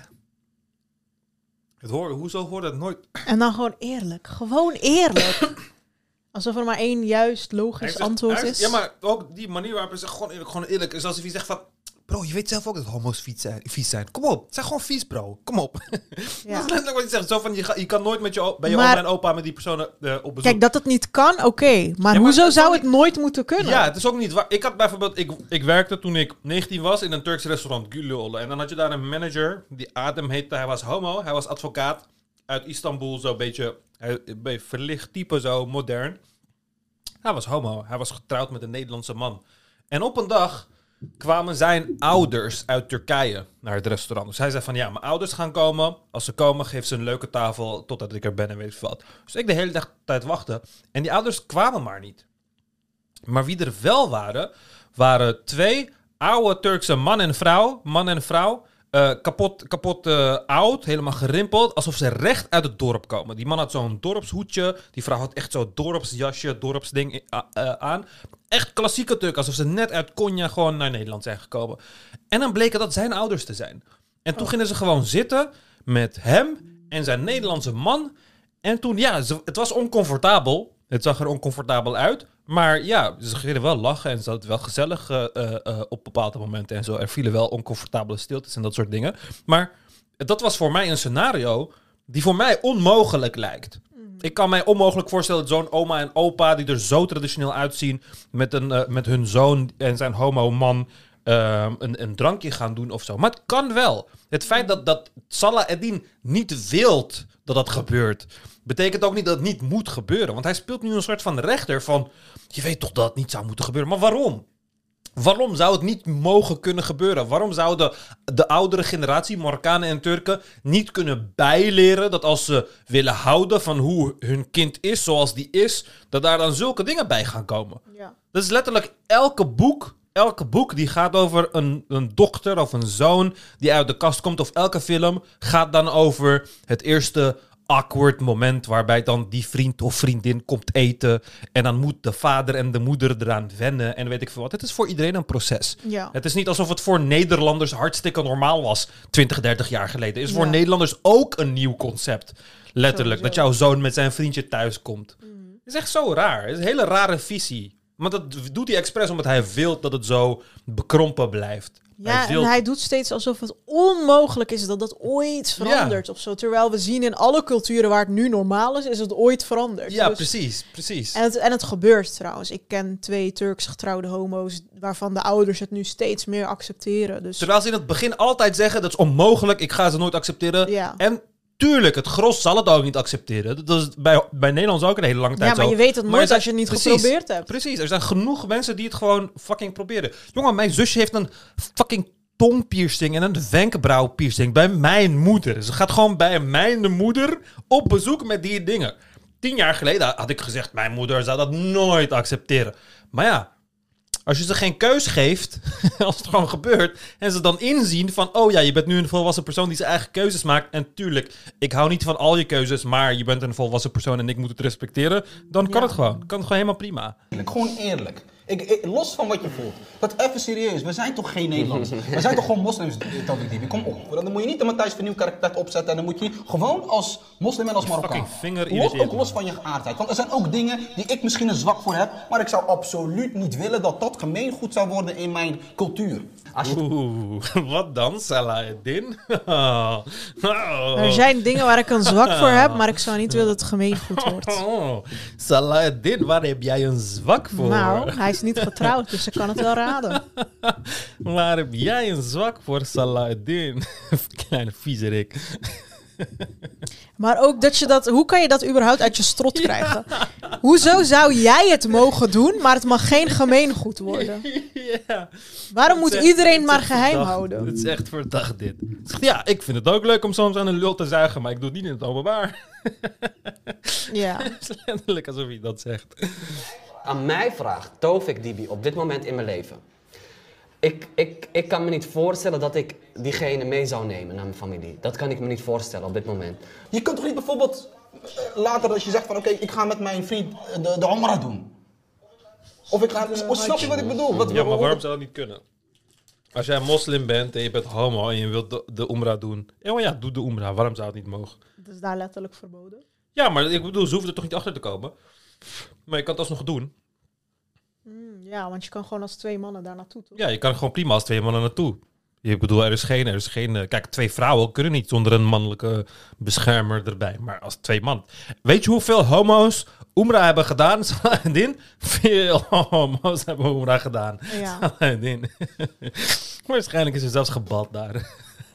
Het hoor, hoezo hoort het nooit? En dan gewoon eerlijk. Gewoon eerlijk. Alsof er maar één juist Hij logisch zegt- antwoord hij- is. Ja, maar ook die manier waarop hij zegt gewoon eerlijk, gewoon eerlijk. Is alsof hij zegt van, bro, je weet zelf ook dat homo's vies zijn. Vies zijn. Kom op, zeg gewoon vies, bro. Kom op. Ja. Dat is letterlijk wat hij zegt. Zo van, je, ga, je kan nooit met je, o- bij je Maar- oma en opa met die personen uh, op bezoek. Kijk, dat het niet kan, oké. Maar maar hoezo het zou kan het nooit moeten kunnen? Ja, het is ook niet waar. Ik had bijvoorbeeld, ik, ik werkte toen ik negentien was in een Turks restaurant, Gülül. En dan had je daar een manager, die Adem heette. Hij was homo, hij was advocaat uit Istanbul, zo'n beetje, hij, een beetje verlicht type, zo modern. Hij was homo, hij was getrouwd met een Nederlandse man. En op een dag kwamen zijn ouders uit Turkije naar het restaurant. Dus hij zei van, ja, mijn ouders gaan komen. Als ze komen, geef ze een leuke tafel totdat ik er ben en weet ik wat. Dus ik de hele dag tijd wachten. En die ouders kwamen maar niet. Maar wie er wel waren, waren twee oude Turkse man en vrouw. Man en vrouw. Uh, kapot kapot uh, oud, helemaal gerimpeld. Alsof ze recht uit het dorp komen. Die man had zo'n dorpshoedje. Die vrouw had echt zo'n dorpsjasje, dorpsding uh, uh, aan. Echt klassieke Turk. Alsof ze net uit Konya gewoon naar Nederland zijn gekomen. En dan bleken dat zijn ouders te zijn. En toen Oh. gingen ze gewoon zitten met hem en zijn Nederlandse man. En toen, ja, ze, het was oncomfortabel. Het zag er oncomfortabel uit. Maar ja, ze gingen wel lachen en ze hadden het wel gezellig uh, uh, uh, op bepaalde momenten en zo. Er vielen wel oncomfortabele stiltes en dat soort dingen. Maar dat was voor mij een scenario die voor mij onmogelijk lijkt. Mm. Ik kan mij onmogelijk voorstellen dat zo'n oma en opa die er zo traditioneel uitzien met, een, uh, met hun zoon en zijn homo-man uh, een, een drankje gaan doen of zo. Maar het kan wel. Het feit dat, dat Salah Eddin niet wilt dat dat gebeurt, betekent ook niet dat het niet moet gebeuren. Want hij speelt nu een soort van rechter van, je weet toch dat het niet zou moeten gebeuren. Maar waarom? Waarom zou het niet mogen kunnen gebeuren? Waarom zou de, de oudere generatie, Marokkanen en Turken, niet kunnen bijleren dat als ze willen houden van hoe hun kind is, zoals die is, dat daar dan zulke dingen bij gaan komen? Ja. Dat is letterlijk elke boek. Elke boek die gaat over een, een dochter of een zoon die uit de kast komt. Of elke film gaat dan over het eerste awkward moment waarbij dan die vriend of vriendin komt eten en dan moet de vader en de moeder eraan wennen en weet ik veel wat. Het is voor iedereen een proces. Ja. Het is niet alsof het voor Nederlanders hartstikke normaal was twintig, dertig jaar geleden. Het is voor Ja. Nederlanders ook een nieuw concept. Letterlijk, Sowieso. dat jouw zoon met zijn vriendje thuis komt. Mm. Het is echt zo raar. Het is een hele rare visie. Maar dat doet hij expres omdat hij wil dat het zo bekrompen blijft. Ja, wil... en hij doet steeds alsof het onmogelijk is dat dat ooit verandert of zo. Terwijl we zien in alle culturen waar het nu normaal is, is het ooit veranderd. Ja, Dus- precies, precies. En het, en het gebeurt trouwens. Ik ken twee Turks getrouwde homo's waarvan de ouders het nu steeds meer accepteren. Dus Terwijl ze in het begin altijd zeggen, dat is onmogelijk, ik ga ze nooit accepteren. ja. En tuurlijk, het gros zal het ook niet accepteren. Dat is bij, bij Nederlands ook een hele lange tijd ja, maar zo. je weet het Maar nooit er zijn- als je het niet precies, geprobeerd hebt. Precies, er zijn genoeg mensen die het gewoon fucking proberen. Jongen, mijn zusje heeft een fucking tongpiercing en een wenkbrauwpiercing bij mijn moeder. Ze gaat gewoon bij mijn moeder op bezoek met die dingen. Tien jaar geleden had ik gezegd, mijn moeder zou dat nooit accepteren. Maar ja, als je ze geen keus geeft, als het gewoon gebeurt, en ze dan inzien van, oh ja, je bent nu een volwassen persoon die zijn eigen keuzes maakt, en tuurlijk, ik hou niet van al je keuzes, maar je bent een volwassen persoon en ik moet het respecteren, dan kan Ja. het gewoon. Kan het gewoon helemaal prima. Eerlijk, gewoon eerlijk. Ik, ik- los van wat je voelt. Dat even serieus. We zijn toch geen Nederlanders? We zijn toch gewoon moslims, Tawfiq Dibi. Kom op. Dan moet je niet de Matthijs van Nieuwkerk opzetten. En dan moet je gewoon als moslim en als Marokkaan. fucking vinger Los, irriteert ook me. los van je geaardheid. Want er zijn ook dingen die ik misschien een zwak voor heb. Maar ik zou absoluut niet willen dat dat gemeengoed zou worden in mijn cultuur. Als je, Oeh, wat dan, Salahuddin? Oh. Er zijn dingen waar ik een zwak voor heb, maar ik zou niet willen dat het gemeengoed wordt. Oh, Salahuddin, waar heb jij een zwak voor? Nou, hij is niet getrouwd, dus ik kan het wel raden. Waar heb jij een zwak voor, Salahuddin? Kleine viezerik. Maar ook dat je dat... Hoe kan je dat überhaupt uit je strot krijgen? Hoezo zou jij het mogen doen, maar het mag geen gemeengoed worden? Ja. Waarom Het moet is echt- iedereen het is maar echt geheim verdacht. houden? Het is echt verdacht, dit. Ja, ik vind het ook leuk om soms aan een lul te zuigen, maar ik doe het niet in het openbaar. Ja. Het is letterlijk alsof hij dat zegt. aan mij vraagt, Tawfiq Dibi, op dit moment in mijn leven. Ik, ik, ik kan me niet voorstellen dat ik diegene mee zou nemen naar mijn familie. Dat kan ik me niet voorstellen op dit moment. Je kunt toch niet bijvoorbeeld eh, later als je zegt van oké, ik ga met mijn vriend eh, de, de Umrah doen. Of ik ga... Oh, snap je wat ik bedoel? Wat, Ja, maar waarom zou dat niet kunnen? Als jij moslim bent en je bent homo en je wilt de, de umrah doen. Ja, maar ja, doe de umrah. Waarom zou het niet mogen? Dat is daar letterlijk verboden. Ja, maar ik bedoel, ze hoeven er toch niet achter te komen? Maar je kan het alsnog doen. Mm, ja, want je kan gewoon als twee mannen daar naartoe, toch? Ja, je kan gewoon prima als twee mannen naartoe. Ik bedoel, er is geen... Er is geen eh, kijk, twee vrouwen kunnen niet zonder een mannelijke beschermer erbij. Maar als twee man... Weet je hoeveel homo's umrah hebben gedaan? Salahuddin? Veel homo's hebben umrah gedaan. Ja. Salahuddin. Waarschijnlijk is er zelfs gebad daar.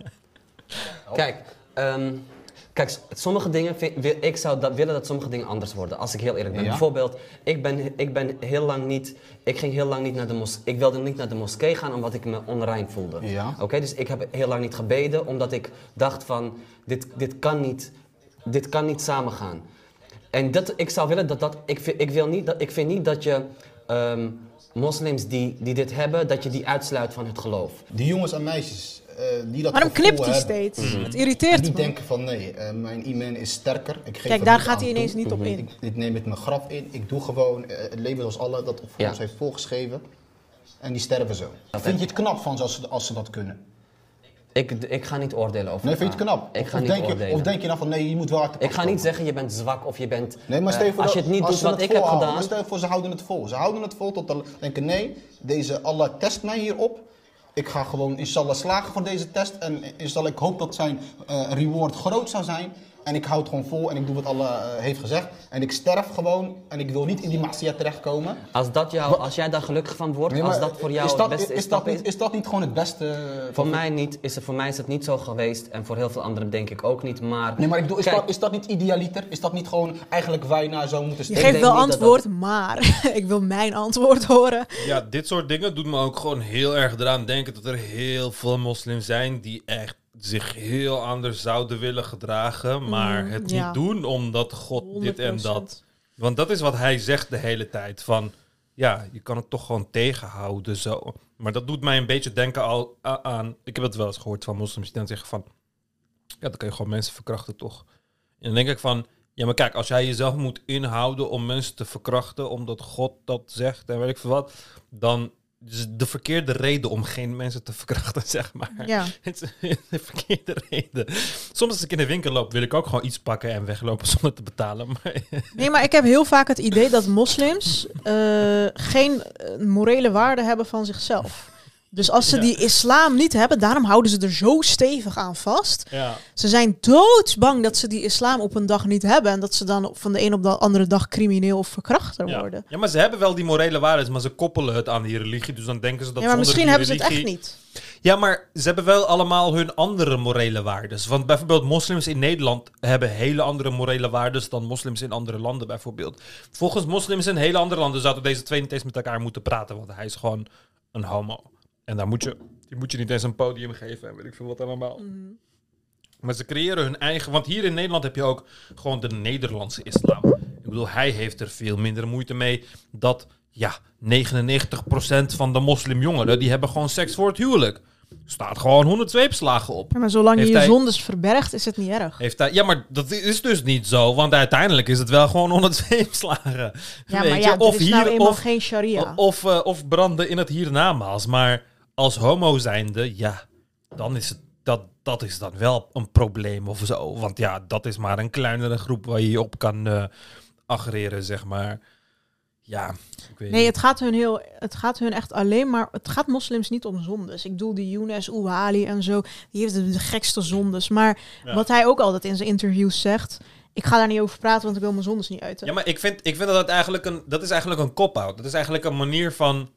Kijk, ehm, kijk, s- sommige dingen, vind- wil- ik zou dat, willen dat sommige dingen anders worden, als ik heel eerlijk ben. Ja. Bijvoorbeeld, ik ben, ik ben heel lang niet, ik ging heel lang niet naar de mos, ik wilde niet naar de moskee gaan omdat ik me onrein voelde. Ja. Oké, dus ik heb heel lang niet gebeden omdat ik dacht van, dit, dit kan niet, dit kan niet samengaan. En dat, ik zou willen dat dat, ik, vind- ik, wil niet, dat, ik vind niet dat je ehm, moslims die, die dit hebben, dat je die uitsluit van het geloof. Die jongens en meisjes eh, die dat Waarom gevoel knipt hij hebben, steeds? Het en irriteert die me. denken van nee, eh, mijn iman is sterker. Ik geef Kijk, er daar niet gaat aan hij ineens toe. niet op in. Ik, ik neem het mijn graf in. Ik doe gewoon eh, het leven zoals Allah dat voor Ja. ons heeft voorgeschreven. En die sterven zo. Vind je het knap van ze als, ze- als ze dat kunnen? Ik, ik ga niet oordelen over Nee, vind je het knap? Ik Of- ga of niet denk je, oordelen. Of denk je dan van nee, je moet wel uit de Ik kast ga niet komen? zeggen je bent zwak of je bent... Nee, maar stel je eh, voor als je dat- het niet als doet ze wat het ik heb volhouden, gedaan... Maar stel je voor, ze houden het vol. Ze houden het vol tot dan denken nee, deze Allah test mij hierop. Ik ga gewoon inshallah slagen voor deze test. En inshallah, ik hoop dat zijn eh, reward groot zou zijn. En ik hou het gewoon vol en ik doe wat Allah eh, heeft gezegd. En ik sterf gewoon en ik wil niet in die ma'siyah terechtkomen. Als, dat jou, als jij daar gelukkig van wordt, Nee, als maar dat voor jou is dat, het beste is, is, dat stap niet, is... is dat niet gewoon het beste? eh, Voor van- mij, niet, is het, voor mij is het niet zo geweest en voor heel veel anderen denk ik ook niet, maar... Nee, maar ik bedoel, is, Kijk, dat, is dat niet idealiter? Is dat niet gewoon eigenlijk waar je naar zou moeten Je stemmen? geeft denk wel niet dat antwoord, maar ik wil mijn antwoord horen. Ja, dit soort dingen doet me ook gewoon heel erg eraan denken dat er heel veel moslims zijn die echt zich heel anders zouden willen gedragen, maar Mm, het ja. niet doen omdat God dit en honderd procent. dat. Want dat is wat hij zegt de hele tijd. Van, ja, je kan het toch gewoon tegenhouden zo. Maar dat doet mij een beetje denken al a- aan... Ik heb het wel eens gehoord van moslims die dan zeggen van... Ja, dan kan je gewoon mensen verkrachten toch. dan denk ik van... Ja, maar kijk, als jij jezelf moet inhouden om mensen te verkrachten... omdat God dat zegt en weet ik veel wat... dan is het de verkeerde reden om geen mensen te verkrachten, zeg maar. Ja. Het is de verkeerde reden. Soms als ik in de winkel loop, wil ik ook gewoon iets pakken en weglopen zonder te betalen. Maar Nee, maar ik heb heel vaak het idee dat moslims uh, geen uh, morele waarde hebben van zichzelf. Dus als ze Ja. die islam niet hebben, daarom houden ze er zo stevig aan vast. ja. Ze zijn doodsbang dat ze die islam op een dag niet hebben. En dat ze dan van de een op de andere dag crimineel of verkrachter Ja. worden. ja, maar ze hebben wel die morele waarden, maar ze koppelen het aan die religie. Dus dan denken ze dat Ja, maar zonder misschien die hebben ze het religie... echt niet. Ja, maar ze hebben wel allemaal hun andere morele waarden. Want bijvoorbeeld moslims in Nederland hebben hele andere morele waarden dan moslims in andere landen bijvoorbeeld. Volgens moslims in hele andere landen zouden deze twee niet eens met elkaar moeten praten, want hij is gewoon een homo. En daar moet je, die moet je niet eens een podium geven en weet ik veel wat allemaal. Mm. Maar ze creëren hun eigen... Want hier in Nederland heb je ook gewoon de Nederlandse islam. Ik bedoel, hij heeft er veel minder moeite mee dat... Ja, negenennegentig procent van de moslimjongeren... die hebben gewoon seks voor het huwelijk. Staat gewoon honderd zweepslagen op. Ja, maar zolang je Heeft je hij- zondes verbergt, is het niet erg. Heeft hij, ja, maar dat is dus niet zo. Want uiteindelijk is het wel gewoon honderd zweepslagen. Ja, Weet maar je? ja, er of is nou hier, eenmaal of, geen sharia. of, uh, of branden in het hiernamaals. Maar als homo zijnde, ja, dan is het... Dat, dat is dan wel een probleem of zo. Want ja, dat is maar een kleinere groep waar je je op kan uh, aggreren, zeg maar. Ja, ik weet Nee, niet. het gaat hun heel, het gaat hun echt alleen maar, het gaat moslims niet om zondes. Ik bedoel, die Younes Ouali en zo, die heeft de, de gekste zondes. Maar Ja. wat hij ook altijd in zijn interviews zegt, ik ga daar niet over praten, want ik wil mijn zondes niet uiten. Ja, maar ik vind, ik vind dat het eigenlijk een, dat is eigenlijk een cop-out. Dat is eigenlijk een manier van...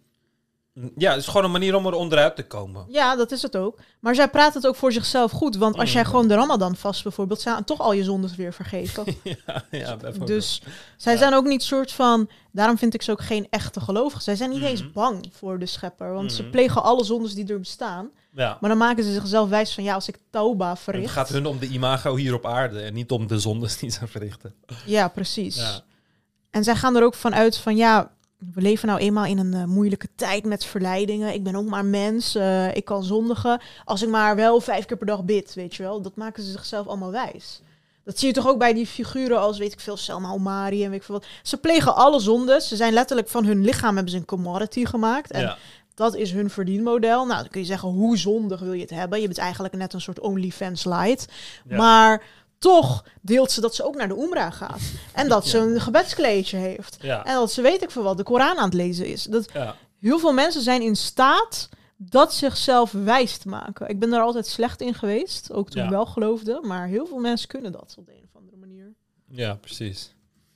Ja, het is gewoon een manier om er onderuit te komen. Ja, dat is het ook. Maar zij praat het ook voor zichzelf goed. Want als Mm. jij gewoon de Ramadan vast bijvoorbeeld, zijn toch al je zondes weer vergeven. ja, ja, bijvoorbeeld. Dus zij Ja. zijn ook niet soort van... Daarom vind ik ze ook geen echte gelovigen. Zij zijn niet Mhm. eens bang voor de schepper. Want ze Mhm. plegen alle zondes die er bestaan. ja. Maar dan maken ze zichzelf wijs van... Ja, als ik tauba verricht... Het gaat hun om de imago hier op aarde en niet om de zondes die ze verrichten. Ja, precies. Ja. En zij gaan er ook van uit van... Ja, we leven nou eenmaal in een uh, moeilijke tijd met verleidingen. Ik ben ook maar mens. Uh, ik kan zondigen. Als ik maar wel vijf keer per dag bid, weet je wel. Dat maken ze zichzelf allemaal wijs. Dat zie je toch ook bij die figuren als, weet ik veel, Selma Omari en weet ik veel wat. Ze plegen alle zondes. Ze zijn letterlijk van hun lichaam hebben ze een commodity gemaakt. En Ja. dat is hun verdienmodel. Nou, dan kun je zeggen, hoe zondig wil je het hebben? Je bent eigenlijk net een soort OnlyFans light. Ja. Maar toch deelt ze dat ze ook naar de Umrah gaat. En dat ze Ja. een gebedskleedje heeft. Ja. En dat ze weet ik veel wat, de Koran aan het lezen is. Dat Ja. heel veel mensen zijn in staat dat zichzelf wijs te maken. Ik ben daar altijd slecht in geweest, ook toen Ja. ik wel geloofde. Maar heel veel mensen kunnen dat op de een of andere manier. ja, precies.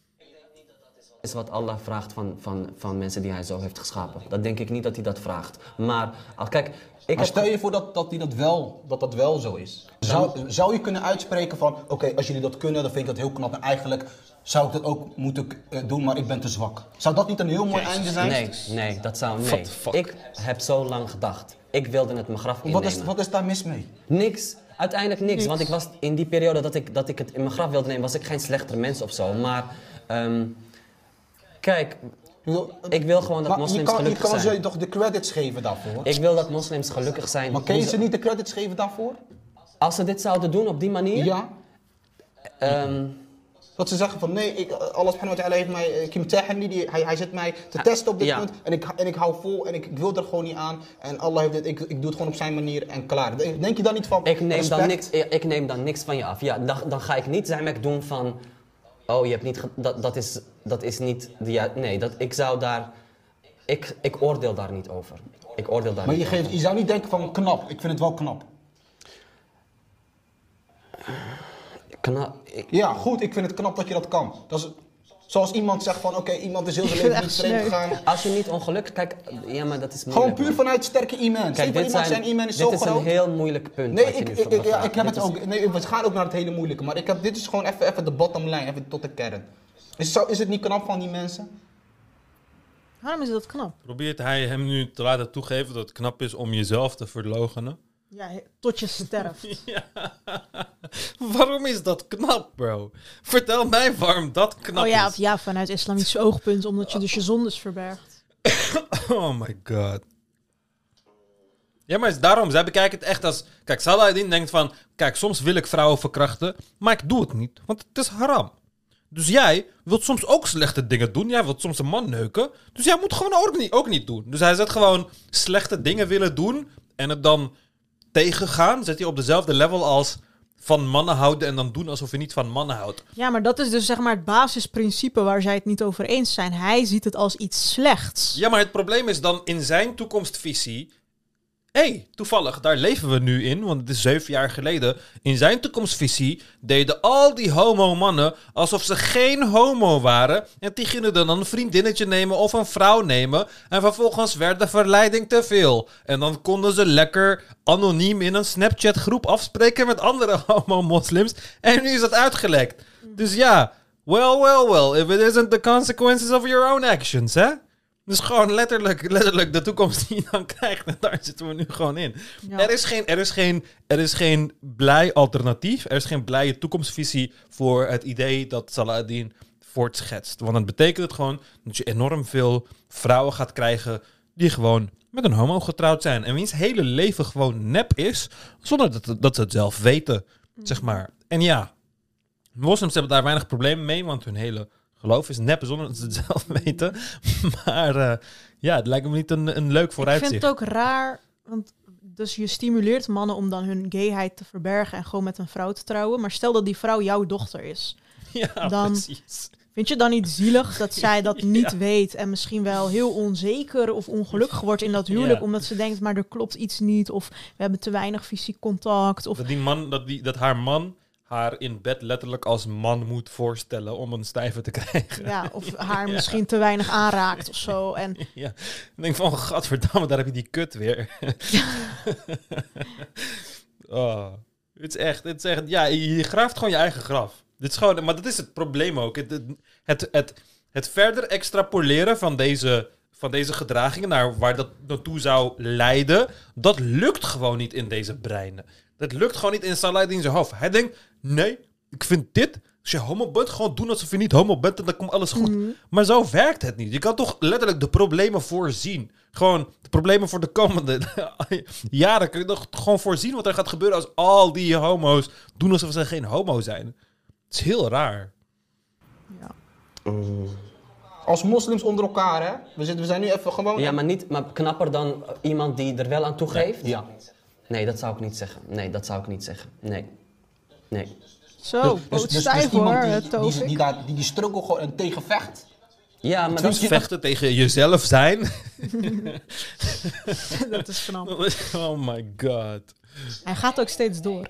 Is wat Allah vraagt van, van, van mensen die hij zo heeft geschapen. Dat denk ik niet dat hij dat vraagt. Maar al, kijk, ik Maar heb... stel je voor dat dat, die dat, wel, dat dat wel zo is. Zou, zou je kunnen uitspreken van... Oké, als jullie dat kunnen, dan vind ik dat heel knap. En eigenlijk zou ik dat ook moeten uh, doen, maar ik ben te zwak. Zou dat niet een heel mooi Jezus. einde zijn? Nee, nee, dat zou... What Nee. the fuck? Ik heb zo lang gedacht. Ik wilde het mijn graf innemen. Wat is, wat is daar mis mee? Niks. Uiteindelijk niks. Niks. Want ik was in die periode dat ik, dat ik het in mijn graf wilde nemen, was ik geen slechtere mens of zo. Maar... ehm, kijk, ik wil gewoon dat Maar moslims je kan, je gelukkig kan zijn. ze toch de credits geven daarvoor? Ik wil dat moslims gelukkig zijn. Maar kun je Hoe ze niet de credits geven daarvoor? Als ze dit zouden doen op die manier... Ja. ehm, Dat ze zeggen van nee, ik, Allah subhanahu wa ta'ala heeft mij, ik imtihani, die hij, hij zet mij te testen op dit Ja. punt. En ik, en ik hou vol en ik, ik wil er gewoon niet aan. En Allah heeft dit, ik, ik doe het gewoon op zijn manier en klaar. Denk je dan niet van ik, neem respect? dan niks, ik neem dan niks van je af. Ja, dan, dan ga ik niet zijn doen van... Oh, je hebt niet... ge- Dat, dat, is, dat is niet... De, ja, nee, dat, ik zou daar... Ik, ik oordeel daar niet over. Ik oordeel daar Maar niet je, geeft, over. je zou niet denken van knap, ik vind het wel knap. Kna- ik- Ja, goed, ik vind het knap dat je dat kan. Dat is, zoals iemand zegt van oké, iemand is heel zijn Ik vind leven het niet echt vreemd sneu. gegaan. Als je niet ongelukkig... Kijk, ja, maar dat is Gewoon moeilijk, puur man. vanuit sterke iman. Stel Kijk, voor dit, iemand zijn, zijn iman is dit zo is groot. een heel moeilijk punt Nee, wat je ik, nu ik, ik, ja, bevraagt. ik heb Dit het is- ook. Nee, we gaan ook naar het hele moeilijke. Maar ik heb, dit is gewoon even, even de bottom line, even tot de kern. Is, zo, is het niet knap van die mensen? Waarom is dat knap? Probeert hij hem nu te laten toegeven dat het knap is om jezelf te verloochenen? Ja, he- tot je sterft. Ja. Waarom is dat knap, bro? Vertel mij waarom dat knap Oh ja, is. of ja, vanuit islamitisch oogpunt, omdat je dus je zondes verbergt. Oh my god. Ja, maar daarom, zij bekijken het echt als... Kijk, Saladin denkt van... Kijk, soms wil ik vrouwen verkrachten, maar ik doe het niet, want het is haram. Dus jij wilt soms ook slechte dingen doen. Jij wilt soms een man neuken. Dus jij moet gewoon ook niet, ook niet doen. Dus hij zet gewoon slechte dingen willen doen en het dan tegengaan. Zet hij op dezelfde level als van mannen houden en dan doen alsof je niet van mannen houdt. Ja, maar dat is dus zeg maar het basisprincipe waar zij het niet over eens zijn. Hij ziet het als iets slechts. Ja, maar het probleem is dan in zijn toekomstvisie... Hé, hey, toevallig, daar leven we nu in, want het is zeven jaar geleden. In zijn toekomstvisie deden al die homo-mannen alsof ze geen homo waren. En die gingen dan een vriendinnetje nemen of een vrouw nemen. En vervolgens werd de verleiding te veel. En dan konden ze lekker anoniem in een Snapchat-groep afspreken met andere homo-moslims. En nu is dat uitgelekt. Dus ja, well, well, well, if it isn't the consequences of your own actions, hè? Dus gewoon letterlijk, letterlijk de toekomst die je dan krijgt. En daar zitten we nu gewoon in. Ja. Er, is geen, er, is geen, er is geen blij alternatief. Er is geen blije toekomstvisie voor het idee dat Saladin voortschetst. Want dan betekent het gewoon dat je enorm veel vrouwen gaat krijgen die gewoon met een homo getrouwd zijn. En wiens hele leven gewoon nep is, zonder dat, dat ze het zelf weten, zeg maar. En ja, moslims hebben daar weinig problemen mee, want hun hele... geloof is nep zonder dat ze het zelf weten. Maar uh, ja, het lijkt me niet een, een leuk vooruitzicht. Ik vind het ook raar, want dus je stimuleert mannen om dan hun gayheid te verbergen en gewoon met een vrouw te trouwen. Maar stel dat die vrouw jouw dochter is. Ja, dan precies. Vind je dan niet zielig dat zij dat niet Ja. weet en misschien wel heel onzeker of ongelukkig wordt in dat huwelijk, Ja. omdat ze denkt, maar er klopt iets niet of we hebben te weinig fysiek contact. Of Dat, die man, dat, die, dat haar man haar in bed letterlijk als man moet voorstellen om een stijve te krijgen. ja, of haar misschien te weinig aanraakt of zo. En Ja, ik denk van, gadverdamme, daar heb je die kut weer. Oh, het is echt, het is echt, ja, je graaft gewoon je eigen graf. Dit is gewoon, maar dat is het probleem ook. Het, het, het, het, het verder extrapoleren van deze, van deze gedragingen naar waar dat naartoe zou leiden, dat lukt gewoon niet in deze breinen. Dat lukt gewoon niet in Saladin zijn hoofd. Hij denkt, nee, ik vind dit, als je homo bent, gewoon doen alsof je niet homo bent en dan komt alles goed. Mhm. Maar zo werkt het niet. Je kan toch letterlijk de problemen voorzien. Gewoon de problemen voor de komende jaren kun je toch gewoon voorzien wat er gaat gebeuren als al die homo's doen alsof ze geen homo zijn. Het is heel raar. ja. Als moslims onder elkaar, hè? We, zitten, we zijn nu even gewoon... Ja, maar, niet, maar knapper dan iemand die er wel aan toegeeft? Ja. Nee, dat zou ik niet zeggen. Nee, dat zou ik niet zeggen. Nee. Nee. Zo, poot stijf hoor, iemand eh, die, die, Tovik. die, daar, die die struggle gewoon en tegen vecht. Ja, maar dat Dus vechten tegen jezelf zijn. Dat is knap. Oh my god. Hij gaat ook steeds door.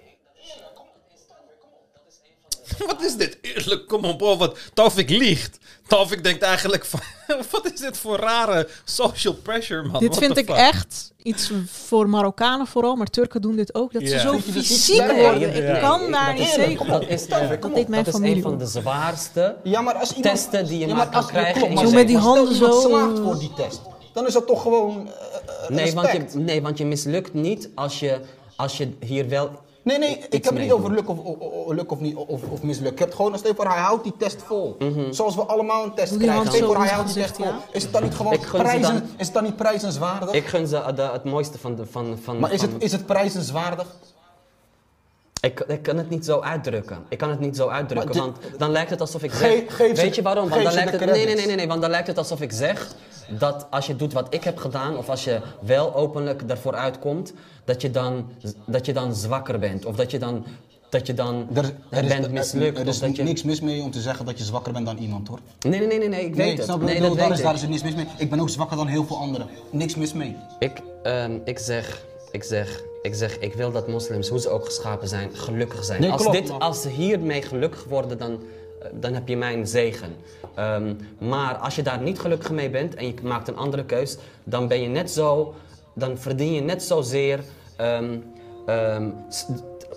Wat is dit? Eerlijk, kom op, oh, wat Taufik liegt. Taufik denkt eigenlijk van, wat is dit voor rare social pressure, man? Dit What vind the ik fuck? echt iets voor Marokkanen vooral, maar Turken doen dit ook. Dat Ja. ze zo Vind je dit niet fysiek sterk? worden. Nee, Ik nee, kan nee, daar dat niet is- tegen. Dat is, eh, Dat deed mijn dat is familie een van ook. de zwaarste Ja, maar als iemand... testen die je ja, maar kan als- ja, krijgen. klopt, in maar je Zo stel- met die maar stel handen iemand zo, slaagt eh. voor die test. Dan is dat toch gewoon uh, Nee want, respect. je, nee, want je mislukt niet als je, als je hier wel... Nee, nee, ik heb het niet meedoet. over luk of, of, of, luk of, niet, of, of misluk. Ik heb het gewoon, stel je voor, hij houdt die test vol. Zoals we allemaal een test Doe die krijgen. hand Stel je zo voor, hij in houdt die het test vol. gezicht, Is het dan niet gewoon Ik gun ze prijzen, dan- is het dan niet prijzenswaardig? Ik gun ze de, het mooiste van... De, van, van maar is van, het, is het prijzenswaardig? Ik, ik kan het niet zo uitdrukken. Ik kan het niet zo uitdrukken, Maar dit- want dan lijkt het alsof ik zeg... Ge- geef ze- weet je waarom? Want geef dan ze lijkt de het, nee, nee, credits. nee, nee, nee, want dan lijkt het alsof ik zeg dat als je doet wat ik heb gedaan, of als je wel openlijk ervoor uitkomt, dat je dan, dat je dan zwakker bent. Of dat je dan, dat je dan Er, er is, bent mislukt. er of is dat je... niks mis mee om te zeggen dat je zwakker bent dan iemand, hoor. Nee, nee, nee, nee, nee, ik weet Nee, het. snap je? Nee, Ik dat bedoel, daar, weet is, daar ik. is er niks mis mee. Ik ben ook zwakker dan heel veel anderen. Niks mis mee. Ik, ehm, ik zeg, ik zeg, ik zeg, ik wil dat moslims, hoe ze ook geschapen zijn, gelukkig zijn. Nee, als, klopt, dit, maar- als ze hiermee gelukkig worden, dan, eh, dan heb je mijn zegen. Ehm, maar als je daar niet gelukkig mee bent en je maakt een andere keus, dan ben je net zo, dan verdien je net zozeer. ehm ehm, s-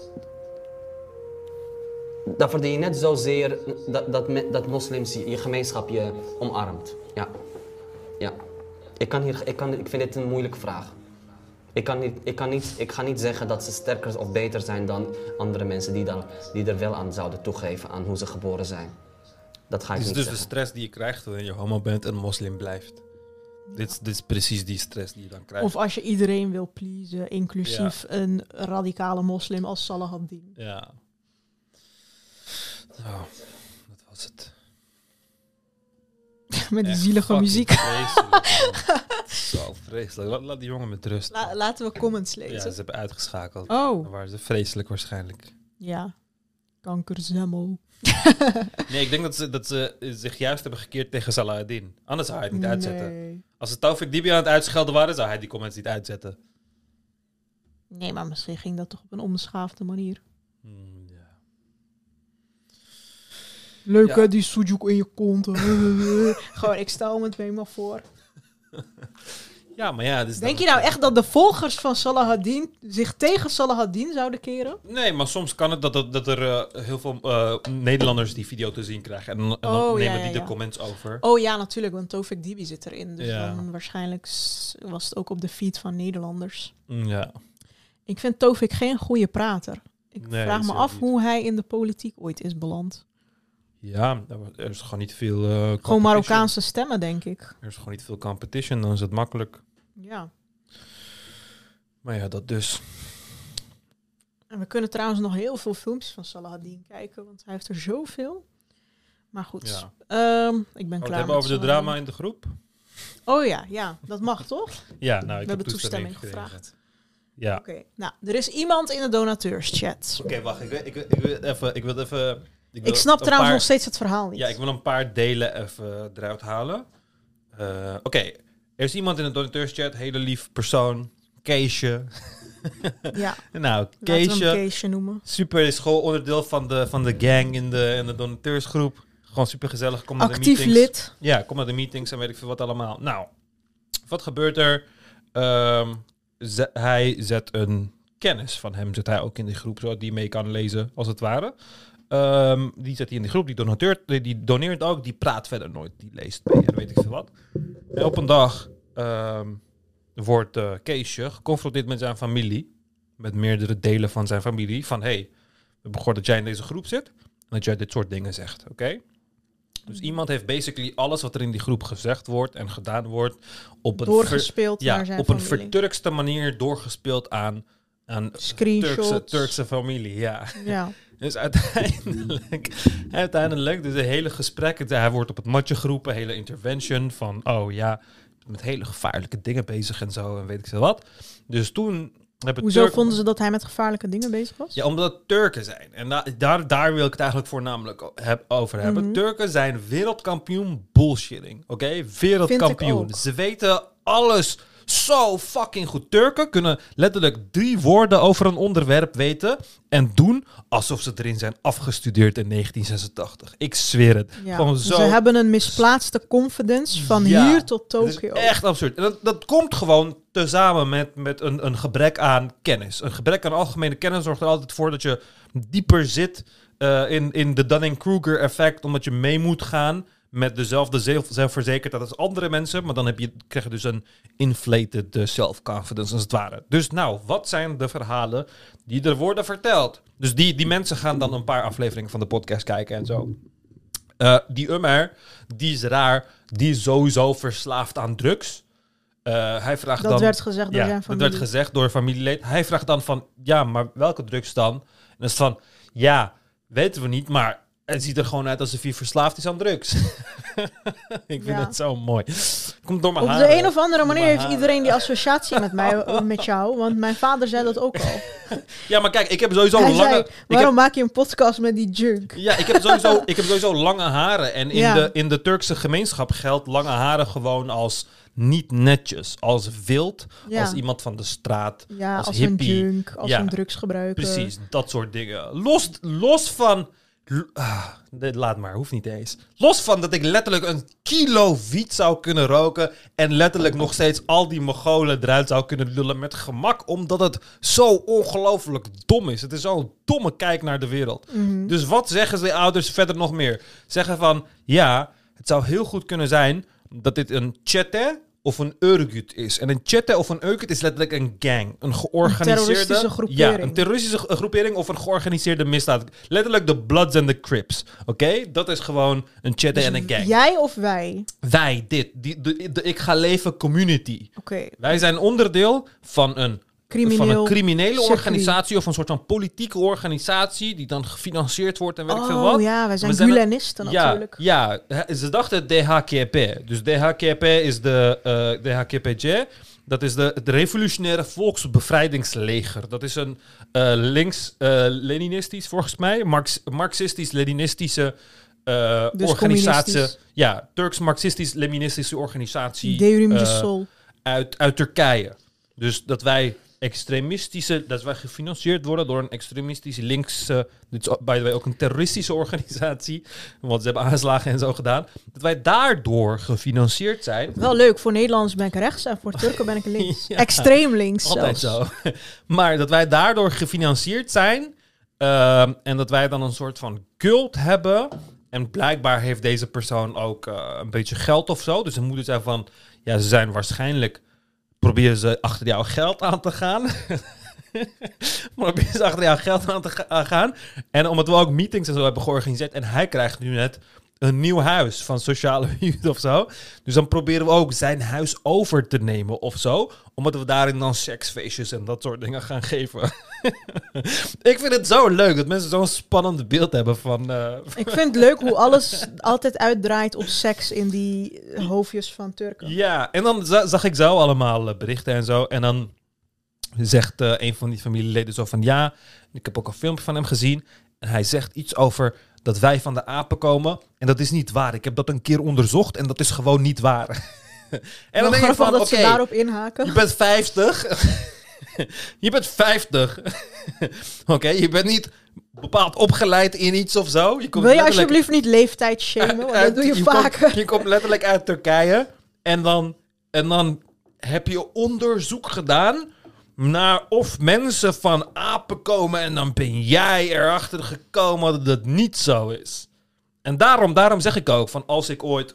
dan verdien je net zozeer dat, dat, me- dat moslims je, je gemeenschap je omarmt. Ja. Ja. Ik, kan hier, ik, kan, ik vind dit een moeilijke vraag. Ik, kan niet, ik, kan niet, ik ga niet zeggen dat ze sterker of beter zijn dan andere mensen die, dan, die er wel aan zouden toegeven aan hoe ze geboren zijn. Dat ga ik Het is niet dus de zeggen. stress die je krijgt wanneer je homo bent en moslim blijft. Dit, is- dit is precies die stress die je dan krijgt. Of als je iedereen wil pleasen, inclusief een radicale moslim als Salah ad-Din. Ja. Oh, dat was het. Met die Echt zielige fucking muziek. Vreselijk, man. Zo vreselijk. Laat, laat die jongen met rust. La- laten we comments ja, lezen. ze hebben uitgeschakeld. Oh, Dan waren ze vreselijk waarschijnlijk. ja. Kankerzemmel. Nee, ik denk dat ze, dat ze zich juist hebben gekeerd tegen Salah ad-Din. Anders zou hij het niet uitzetten. Nee. Als ze Taufik Dibi aan het uitschelden waren, zou hij die comments niet uitzetten. nee, maar misschien ging dat toch op een onbeschaafde manier. Hmm, ja. Leuk Ja. hè, die sujuk in je kont. Gewoon, ik stel me het me maar voor. ja, maar ja... Dus Denk dan- je nou echt dat de volgers van Salah ad-Din zich tegen Salah ad-Din zouden keren? Nee, maar soms kan het dat, dat, dat er eh, heel veel eh, Nederlanders die video te zien krijgen. En, dan- en dan Oh, ja, nemen ja, die de ja. comments over. Oh ja, natuurlijk, want Taufik Dibi zit erin. Dus Ja. dan waarschijnlijk s- was het ook op de feed van Nederlanders. Mm, Ja. Ik vind Taufik geen goede prater. Ik Nee, vraag is me hij af niet. hoe hij in de politiek ooit is beland. Ja, er is gewoon niet veel eh, competition. Gewoon Marokkaanse stemmen, denk ik. Er is gewoon niet veel competition, dan is het makkelijk. Ja. Maar ja, dat dus. En we kunnen trouwens nog heel veel filmpjes van Salah ad-Din kijken, want hij heeft er zoveel. Maar goed, Ja. Ehm, ik ben We klaar het hebben met over de Salah drama ad-Din. in de groep. Oh ja, ja, dat mag toch? Ja, nou, ik We heb hebben toestemming gekregen. gevraagd. Ja. Oké, nou, er is iemand in de donateurschat. Oké, wacht. Ik wil, ik, wil, ik wil even... Ik, wil even ik, wil Ik snap een trouwens paar- nog steeds het verhaal niet. Ja, ik wil een paar delen even eruit halen. Eh, Oké, er is iemand in de donateurschat, hele lief persoon. Keesje. Ja, Nou, laten we hem Keesje. Keesje noemen. Super, is gewoon onderdeel van de, van de gang in de, in de donateursgroep. Gewoon super gezellig. Kom naar de Actief meetings. lid. Ja, kom naar de meetings en weet ik veel wat allemaal. Nou, wat gebeurt er? Ehm, ze- hij zet een kennis van hem, zet hij ook in die groep, zodat die mee kan lezen, als het ware. Ehm, die zet hij in die groep, die doneert, die doneert ook, die praat verder nooit, die leest mee en weet ik veel wat. En op een dag ehm, wordt uh, Keesje geconfronteerd met zijn familie, met meerdere delen van zijn familie, van hey, we hebben gehoord dat jij in deze groep zit en dat jij dit soort dingen zegt, oké? Dus iemand heeft basically alles wat er in die groep gezegd wordt en gedaan wordt op een, ver- Doorgespeeld ja, naar zijn op een familie. verturkste manier doorgespeeld aan, aan Screenshots. Turkse, Turkse familie. Ja. Ja. Dus uiteindelijk, uiteindelijk, dus een hele gesprek, het- hij wordt op het matje geroepen, hele intervention van, oh ja, met hele gevaarlijke dingen bezig en zo en weet ik veel wat. Dus toen hebben Hoezo Turken- vonden ze dat hij met gevaarlijke dingen bezig was? ja, omdat het Turken zijn. En da- daar, daar wil ik het eigenlijk voornamelijk o- heb, over hebben. Mhm. Turken zijn wereldkampioen bullshitting. Oké? Wereldkampioen. ook. Ze weten alles zo fucking goed. Turken kunnen letterlijk drie woorden over een onderwerp weten en doen alsof ze erin zijn afgestudeerd in negentien zesentachtig. Ik zweer het. Ja. Gewoon zo. Ze hebben een misplaatste confidence van Ja, hier tot Het is Tokio. echt absurd. En dat, dat komt gewoon tezamen met, met een, een gebrek aan kennis. Een gebrek aan algemene kennis zorgt er altijd voor dat je dieper zit uh, in, in de Dunning-Kruger effect, omdat je mee moet gaan met dezelfde zelf, zelfverzekerdheid als andere mensen. Maar dan heb je, krijg je dus een inflated uh, self-confidence als het ware. Dus nou, wat zijn de verhalen die er worden verteld? Dus die, die mensen gaan dan een paar afleveringen van de podcast kijken en zo. Uh, die Umer, die is raar, die is sowieso verslaafd aan drugs. Uh, hij vraagt Dat dan, werd gezegd door ja, zijn dat familie. werd gezegd door familielid. Hij vraagt dan van, ja, maar welke drugs dan? En dan is het van, ja, weten we niet, maar het ziet er gewoon uit alsof hij verslaafd is aan drugs. Ik vind Ja. het zo mooi. Komt door mijn Op haren. de een of andere Door manier mijn heeft haren. iedereen die associatie met mij, met jou. Want mijn vader zei dat ook al. Ja, maar kijk, ik heb sowieso Hij lange... zei, ik waarom heb, maak je een podcast met die junk? ja, ik heb, sowieso, ik heb sowieso lange haren. En in, Ja. de, in de Turkse gemeenschap geldt lange haren gewoon als niet netjes. Als wild, Ja. als iemand van de straat. Ja, als als, hippie. een junk, als Ja. een drugsgebruiker. Precies, dat soort dingen. Los, los van... l- ah, dit- laat maar, hoeft niet eens. Los van dat ik letterlijk een kilo wiet zou kunnen roken... en letterlijk nog steeds al die Mongolen eruit zou kunnen lullen met gemak... omdat het zo ongelooflijk dom is. Het is zo'n domme kijk naar de wereld. Mhm. Dus wat zeggen de ouders verder nog meer? Zeggen van, ja, het zou heel goed kunnen zijn... dat dit een chete of een örgüt is. En een çete of een örgüt is letterlijk een gang. Een georganiseerde... Een terroristische groepering. Ja, een terroristische groepering of een georganiseerde misdaad. Letterlijk de Bloods en de Crips. Oké? Okay? Dat is gewoon een çete Dus en een gang. Jij of wij? Wij, dit. Die, de, de Ik Ga Leven community. Oké. Okay. Wij zijn onderdeel van een... Crimineel van een criminele circuit. organisatie of een soort van politieke organisatie die dan gefinancierd wordt en weet ik oh, veel wat. ja, wij zijn We Gulenisten ja, natuurlijk. Ja, ze dachten D H K P. Dus D H K P is de uh, D H K P J. Dat is de, de Revolutionaire Volksbevrijdingsleger. Dat is een uh, links-Leninistisch, uh, volgens mij, Marx, Marxistisch-Leninistische uh, dus organisatie. Ja, Turks-Marxistisch-Leninistische organisatie. Derim de uh, Sol. Uit, uit Turkije. Dus dat wij extremistische, dat wij gefinancierd worden door een extremistische linkse, dit is by the way ook een terroristische organisatie, want ze hebben aanslagen en zo gedaan, dat wij daardoor gefinancierd zijn. Wel leuk, voor Nederlanders ben ik rechts en voor Turken ben ik links. Ja, extreem links altijd zelfs. zo. Maar dat wij daardoor gefinancierd zijn uh, en dat wij dan een soort van cult hebben en blijkbaar heeft deze persoon ook uh, een beetje geld of zo, dus dan moet het zijn van, ja, ze zijn waarschijnlijk proberen ze achter jouw geld aan te gaan. proberen ze achter jouw geld aan te ga- gaan. En omdat we ook meetings en zo hebben georganiseerd. En hij krijgt nu net een nieuw huis van sociale huur of zo. Dus dan proberen we ook zijn huis over te nemen of zo. Omdat we daarin dan seksfeestjes en dat soort dingen gaan geven. Ik vind het zo leuk dat mensen zo'n spannend beeld hebben van... Uh, Ik vind het leuk hoe alles altijd uitdraait op seks in die hoofdjes van Turken. Ja, en dan za- zag ik zo allemaal uh, berichten en zo. En dan zegt uh, een van die familieleden zo van... Ja, ik heb ook een filmpje van hem gezien. En hij zegt iets over dat wij van de apen komen. En dat is niet waar. Ik heb dat een keer onderzocht en dat is gewoon niet waar. En dan denk ik van, dat oké, ze daarop inhaken. je bent vijftig. Je bent vijftig. Oké, okay, je bent niet bepaald opgeleid in iets of zo. Je komt Wil je alsjeblieft niet leeftijd shamen? Want dat doe je, je vaker. Komt, je komt letterlijk uit Turkije. En dan, en dan heb je onderzoek gedaan naar of mensen van apen komen. En dan ben jij erachter gekomen dat het niet zo is. En daarom, daarom zeg ik ook, van als ik ooit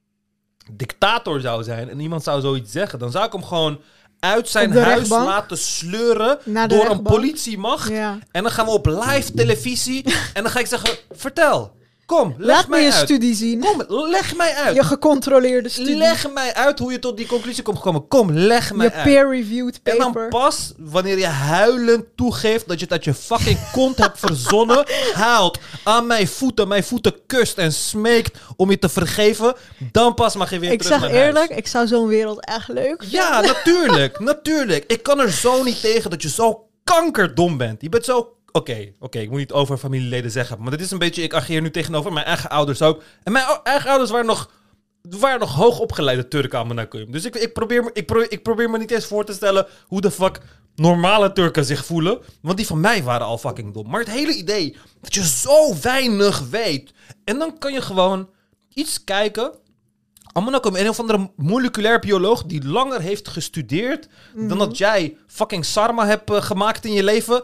dictator zou zijn en iemand zou zoiets zeggen, dan zou ik hem gewoon uit zijn huis rechtbank laten sleuren door rechtbank. Een politiemacht. Ja. En dan gaan we op live televisie en dan ga ik zeggen, vertel, kom, leg Laat mij me je uit. studie zien. Kom, leg mij uit. Je gecontroleerde studie. Leg mij uit hoe je tot die conclusie komt gekomen. Kom, leg mij je uit. Je peer-reviewed paper. En dan pas, wanneer je huilend toegeeft dat je het uit je fucking kont hebt verzonnen, huilt, aan mijn voeten, mijn voeten kust en smeekt om je te vergeven, dan pas mag je weer ik terug naar huis. Ik zeg eerlijk, huis. ik zou zo'n wereld echt leuk vinden. Ja, natuurlijk, natuurlijk. Ik kan er zo niet tegen dat je zo kankerdom bent. Je bent zo... Oké, okay, oké, okay, ik moet niet over familieleden zeggen. Maar dit is een beetje, ik ageer nu tegenover mijn eigen ouders ook. En mijn o- eigen ouders waren nog, waren nog hoogopgeleide Turken aan Monaco. Dus ik, ik, probeer, ik, probeer, ik probeer me niet eens voor te stellen hoe de fuck normale Turken zich voelen. Want die van mij waren al fucking dom. Maar het hele idee dat je zo weinig weet. En dan kan je gewoon iets kijken. Monaco, een of andere moleculair bioloog die langer heeft gestudeerd mm-hmm. dan dat jij fucking sarma hebt uh, gemaakt in je leven,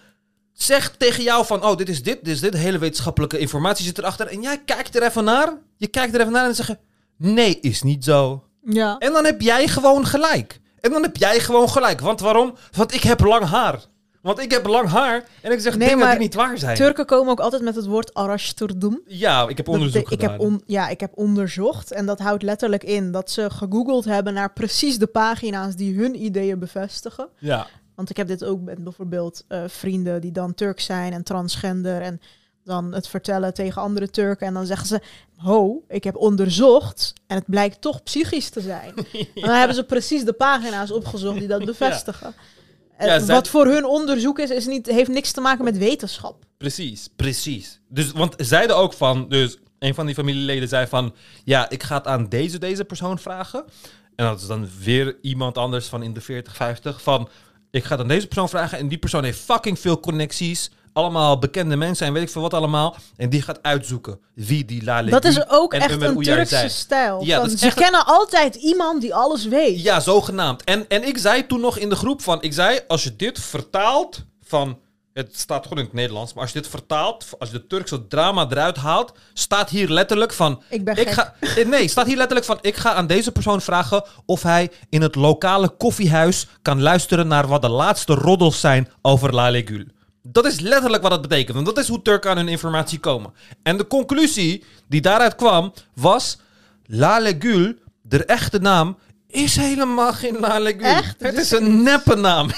zegt tegen jou van, oh, dit is dit, dit is dit, hele wetenschappelijke informatie zit erachter. En jij kijkt er even naar, je kijkt er even naar en zegt, nee, is niet zo. Ja. En dan heb jij gewoon gelijk. En dan heb jij gewoon gelijk. Want waarom? Want ik heb lang haar. Want ik heb lang haar en ik zeg nee, dingen die niet waar zijn. Turken komen ook altijd met het woord araştırdım. Ja, ik heb onderzoek dat, gedaan. Ik heb on, ja, ik heb onderzocht. En dat houdt letterlijk in dat ze gegoogeld hebben naar precies de pagina's die hun ideeën bevestigen. Ja. Want ik heb dit ook met bijvoorbeeld uh, vrienden die dan Turk zijn en transgender en dan het vertellen tegen andere Turken. En dan zeggen ze, ho, ik heb onderzocht en het blijkt toch psychisch te zijn. Ja. En dan hebben ze precies de pagina's opgezocht die dat bevestigen. Ja. Ja, zij... Wat voor hun onderzoek is, is niet, heeft niks te maken met wetenschap. Precies, precies. Dus, want zeiden ook van, dus een van die familieleden zei van, ja, ik ga het aan deze, deze persoon vragen. En dat is dan weer iemand anders van in de veertig, vijftig van, ik ga het aan deze persoon vragen en die persoon heeft fucking veel connecties. Allemaal bekende mensen en weet ik veel wat allemaal. En die gaat uitzoeken wie die Lale. Dat is ook echt een Turkse stijl. Ja, van, dat is ze echt... kennen altijd iemand die alles weet. Ja, zogenaamd. En, en ik zei toen nog in de groep van... Ik zei, als je dit vertaalt van... Het staat gewoon in het Nederlands. Maar als je dit vertaalt, als je de Turkse drama eruit haalt, staat hier letterlijk van... Ik ben ik gek. ga, Nee, staat hier letterlijk van... Ik ga aan deze persoon vragen of hij in het lokale koffiehuis kan luisteren naar wat de laatste roddels zijn over Lale Gül. Dat is letterlijk wat het betekent. Want dat is hoe Turken aan hun informatie komen. En de conclusie die daaruit kwam was... Lale Gül, de echte naam, is helemaal geen Lale Gül. Echt? Het is een neppe naam.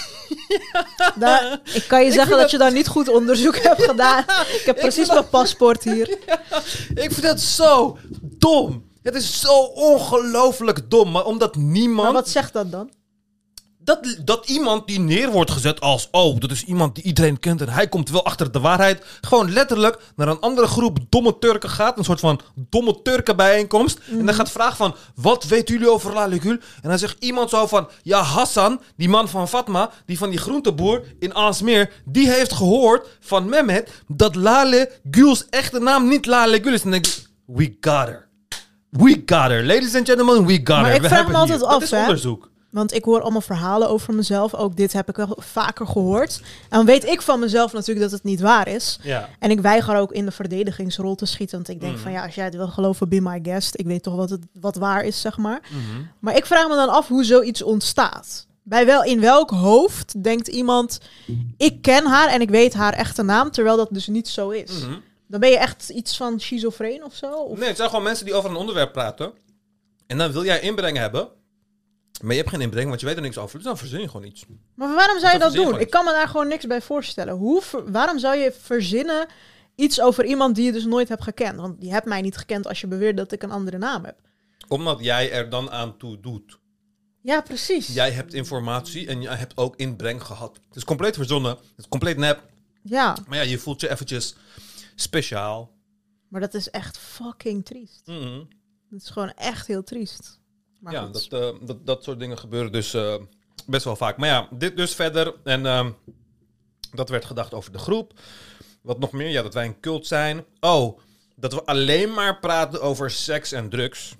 Daar, ik kan je Ik zeggen vind dat dat- je daar niet goed onderzoek hebt gedaan. Ik heb precies mijn paspoort hier. Ik vind dat zo dom. Het is zo ongelooflijk dom. Maar omdat niemand... Maar wat zegt dat dan? Dat, dat iemand die neer wordt gezet als... Oh, dat is iemand die iedereen kent en hij komt wel achter de waarheid. Gewoon letterlijk naar een andere groep domme Turken gaat. Een soort van domme Turkenbijeenkomst. Mm. En dan gaat vragen van... Wat weten jullie over Lale Gül? En dan zegt iemand zo van... Ja, Hassan, die man van Fatma... Die van die groenteboer in Aalsmeer... Die heeft gehoord van Mehmet... Dat Lale Gül's echte naam niet Lale Gül is. En dan denk ik... We got her. We got her. Ladies and gentlemen, we got Maar her. ik We vraag hebben me altijd hier. af, Dat is hè. onderzoek. Want ik hoor allemaal verhalen over mezelf. Ook dit heb ik wel vaker gehoord. En dan weet ik van mezelf natuurlijk dat het niet waar is. Ja. En ik weiger ook in de verdedigingsrol te schieten. Want ik denk Mhm. van ja, als jij het wil geloven, be my guest. Ik weet toch wat, het, wat waar is, zeg maar. Mhm. Maar ik vraag me dan af hoe zoiets ontstaat. Bij wel, in welk hoofd denkt iemand... Ik ken haar en ik weet haar echte naam. Terwijl dat dus niet zo is. Mhm. Dan ben je echt iets van schizofreen of zo? Of... Nee, het zijn gewoon mensen die over een onderwerp praten. En dan wil jij inbreng hebben. Maar je hebt geen inbreng, want je weet er niks over. Dus dan verzin je gewoon iets. Maar waarom zou je Dat dat verzin je doen? gewoon Ik kan me daar gewoon niks bij voorstellen. Hoe ver- waarom zou je verzinnen iets over iemand die je dus nooit hebt gekend? Want je hebt mij niet gekend als je beweert dat ik een andere naam heb. Omdat jij er dan aan toe doet. Ja, precies. Jij hebt informatie en jij hebt ook inbreng gehad. Het is compleet verzonnen. Het is compleet nep. Ja, Maar ja, je voelt je eventjes speciaal. maar dat is echt fucking triest. Mhm. Dat is gewoon echt heel triest. Maar Ja, goed. dat, uh, dat, dat soort dingen gebeuren dus uh, best wel vaak. Maar ja, dit dus verder. En uh, dat werd gedacht over de groep. Wat nog meer? Ja, dat wij een cult zijn. Oh, dat we alleen maar praten over seks en drugs.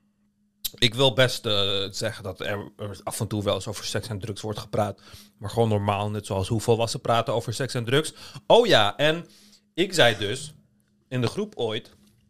Ik wil best uh, zeggen dat er, er af en toe wel eens over seks en drugs wordt gepraat. Maar gewoon normaal, net zoals hoe volwassenen praten over seks en drugs. Oh ja, en ik zei dus in de groep ooit...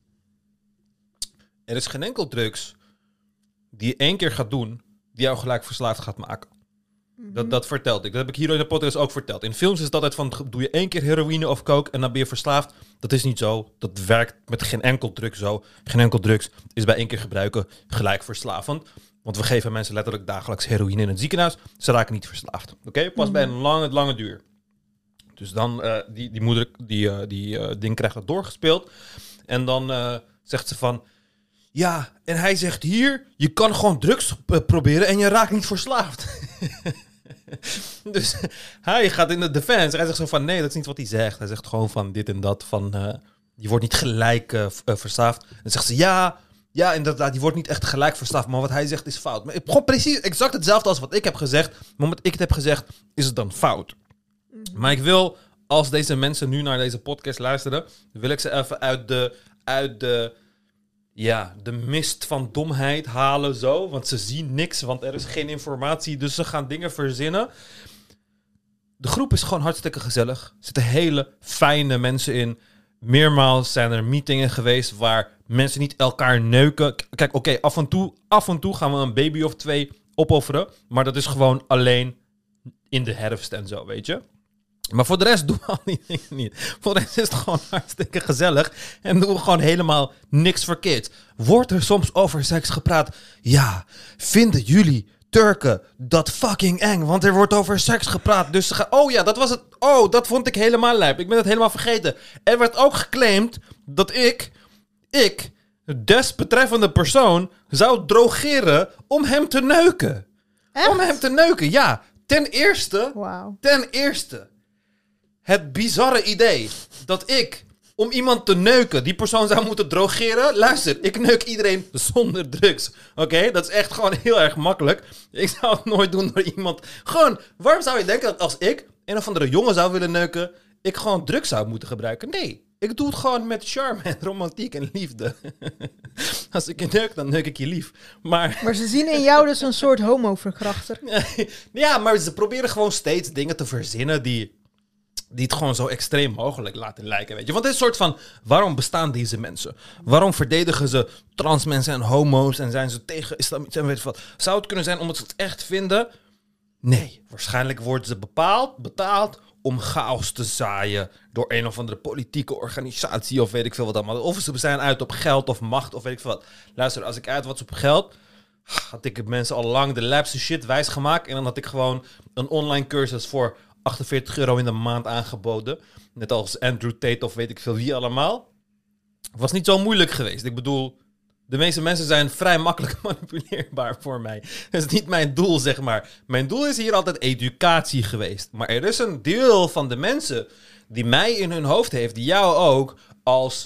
Er is geen enkel drugs die je één keer gaat doen, die jou gelijk verslaafd gaat maken. Mm-hmm. Dat, dat vertelde ik. Dat heb ik hier in de podcast ook verteld. In films is het altijd van, doe je één keer heroïne of coke en dan ben je verslaafd. Dat is niet zo. Dat werkt met geen enkel drug zo. Geen enkel drugs is bij één keer gebruiken gelijk verslavend. Want we geven mensen letterlijk dagelijks heroïne in het ziekenhuis. Ze raken niet verslaafd. Oké? Okay? Pas mm-hmm. bij een lange, lange duur. Dus dan, uh, die, die moeder, die, uh, die uh, ding krijgt dat doorgespeeld. En dan uh, zegt ze van... Ja, en hij zegt hier, je kan gewoon drugs uh, proberen en je raakt niet verslaafd. Dus hij gaat in de defense. Hij zegt zo van, nee, dat is niet wat hij zegt. Hij zegt gewoon van dit en dat, van uh, je wordt niet gelijk uh, uh, verslaafd. En dan zegt ze, ja, ja, inderdaad, je wordt niet echt gelijk verslaafd. Maar wat hij zegt is fout. Maar gewoon precies exact hetzelfde als wat ik heb gezegd. Maar wat ik het heb gezegd, is het dan fout. Mm-hmm. Maar ik wil, als deze mensen nu naar deze podcast luisteren, wil ik ze even uit de... Uit de Ja, de mist van domheid halen zo. Want ze zien niks, want er is geen informatie. Dus ze gaan dingen verzinnen. De groep is gewoon hartstikke gezellig. Er zitten hele fijne mensen in. Meermaals zijn er meetingen geweest waar mensen niet elkaar neuken. Kijk, oké, okay, af en toe, af en toe gaan we een baby of twee opofferen. Maar dat is gewoon alleen in de herfst en zo, weet je. Maar voor de rest doen we al die dingen niet. Voor de rest is het gewoon hartstikke gezellig. En doen we gewoon helemaal niks verkeerd. Wordt er soms over seks gepraat? Ja, vinden jullie Turken dat fucking eng? Want er wordt over seks gepraat. Dus ze gaan... Oh ja, dat was het. Oh, dat vond ik helemaal lijp. Ik ben het helemaal vergeten. Er werd ook geclaimd dat ik... Ik, desbetreffende persoon, zou drogeren om hem te neuken. Echt? Om hem te neuken, ja. Ten eerste... Wow. Ten eerste... Het bizarre idee dat ik, om iemand te neuken, die persoon zou moeten drogeren. Luister, ik neuk iedereen zonder drugs. Oké, okay? Dat is echt gewoon heel erg makkelijk. Ik zou het nooit doen door iemand... Gewoon, waarom zou je denken dat als ik een of andere jongen zou willen neuken, ik gewoon drugs zou moeten gebruiken? Nee, ik doe het gewoon met charme en romantiek en liefde. Als ik je neuk, dan neuk ik je lief. Maar, maar ze zien in jou dus een soort homo-verkrachter. Ja, maar ze proberen gewoon steeds dingen te verzinnen die... die het gewoon zo extreem mogelijk laten lijken, weet je. Want het is een soort van, waarom bestaan deze mensen? Waarom verdedigen ze trans mensen en homo's en zijn ze tegen islamitisme en weet je wat? Zou het kunnen zijn omdat ze het echt vinden? Nee, waarschijnlijk worden ze bepaald, betaald om chaos te zaaien door een of andere politieke organisatie of weet ik veel wat allemaal. Of ze zijn uit op geld of macht of weet ik veel wat. Luister, als ik uit was op geld, had ik mensen al lang de lapse shit wijsgemaakt en dan had ik gewoon een online cursus voor achtenveertig euro in de maand aangeboden. Net als Andrew Tate of weet ik veel wie allemaal. Het was niet zo moeilijk geweest. Ik bedoel, de meeste mensen zijn vrij makkelijk manipuleerbaar voor mij. Dat is niet mijn doel, zeg maar. Mijn doel is hier altijd educatie geweest. Maar er is een deel van de mensen die mij in hun hoofd heeft, die jou ook, als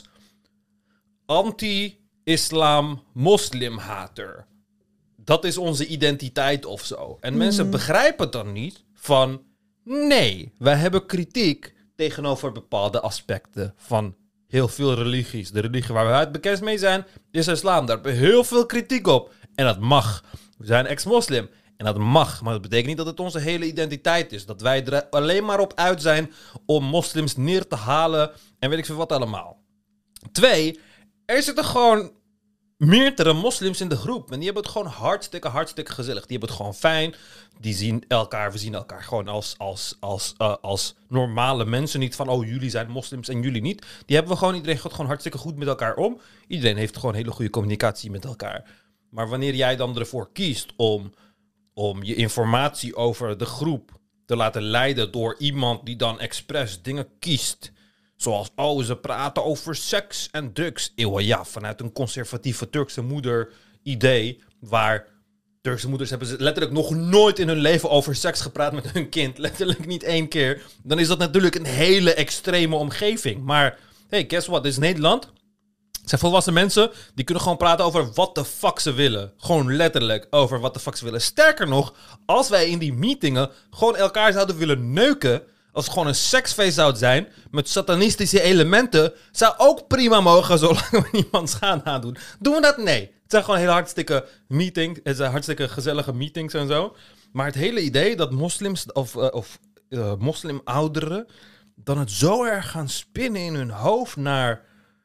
anti-islam moslimhater. Dat is onze identiteit of zo. En mm. mensen begrijpen dan niet van, nee, wij hebben kritiek tegenover bepaalde aspecten van heel veel religies. De religie waar we het bekend mee zijn, is islam. Daar hebben we heel veel kritiek op. En dat mag. We zijn ex-moslim. En dat mag. Maar dat betekent niet dat het onze hele identiteit is. Dat wij er alleen maar op uit zijn om moslims neer te halen. En weet ik veel wat allemaal. Twee, er zitten gewoon meerdere moslims in de groep. En die hebben het gewoon hartstikke, hartstikke gezellig. Die hebben het gewoon fijn. Die zien elkaar, we zien elkaar gewoon als, als, als, uh, als normale mensen. Niet van, oh, jullie zijn moslims en jullie niet. Die hebben we gewoon, iedereen gaat gewoon hartstikke goed met elkaar om. Iedereen heeft gewoon hele goede communicatie met elkaar. Maar wanneer jij dan ervoor kiest om, om je informatie over de groep te laten leiden door iemand die dan expres dingen kiest, zoals, oh, ze praten over seks en drugs. Eeuwen, ja, vanuit een conservatieve Turkse moeder idee, waar Turkse moeders hebben ze letterlijk nog nooit in hun leven over seks gepraat met hun kind. Letterlijk niet één keer. Dan is dat natuurlijk een hele extreme omgeving. Maar, hey, guess what? Dit is Nederland. Het zijn volwassen mensen, die kunnen gewoon praten over wat de fuck ze willen. Gewoon letterlijk over wat de fuck ze willen. Sterker nog, als wij in die meetingen gewoon elkaar zouden willen neuken, als het gewoon een seksfeest zou zijn met satanistische elementen, zou ook prima mogen, zolang we niemand schade aandoen. Doen we dat? Nee. Het zijn gewoon hele hartstikke meetings. Het zijn hartstikke gezellige meetings en zo. Maar het hele idee dat moslims of, uh, of uh, moslimouderen dan het zo erg gaan spinnen in hun hoofd naar,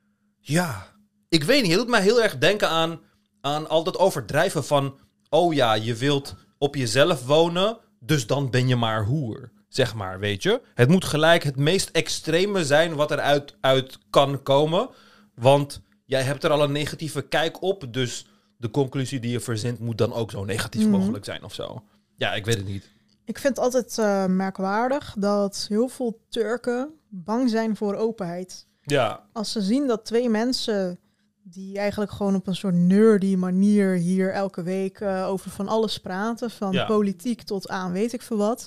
ja, ik weet niet. Het doet mij heel erg denken aan, aan al dat overdrijven van, oh ja, je wilt op jezelf wonen, dus dan ben je maar hoer. Zeg maar, weet je. Het moet gelijk het meest extreme zijn wat eruit uit kan komen. Want jij hebt er al een negatieve kijk op. Dus de conclusie die je verzint moet dan ook zo negatief mm-hmm. mogelijk zijn of zo. Ja, ik weet het niet. Ik vind het altijd uh, merkwaardig dat heel veel Turken bang zijn voor openheid. Ja. Als ze zien dat twee mensen die eigenlijk gewoon op een soort nerdy manier hier elke week uh, over van alles praten. Van ja. politiek tot aan weet ik veel wat.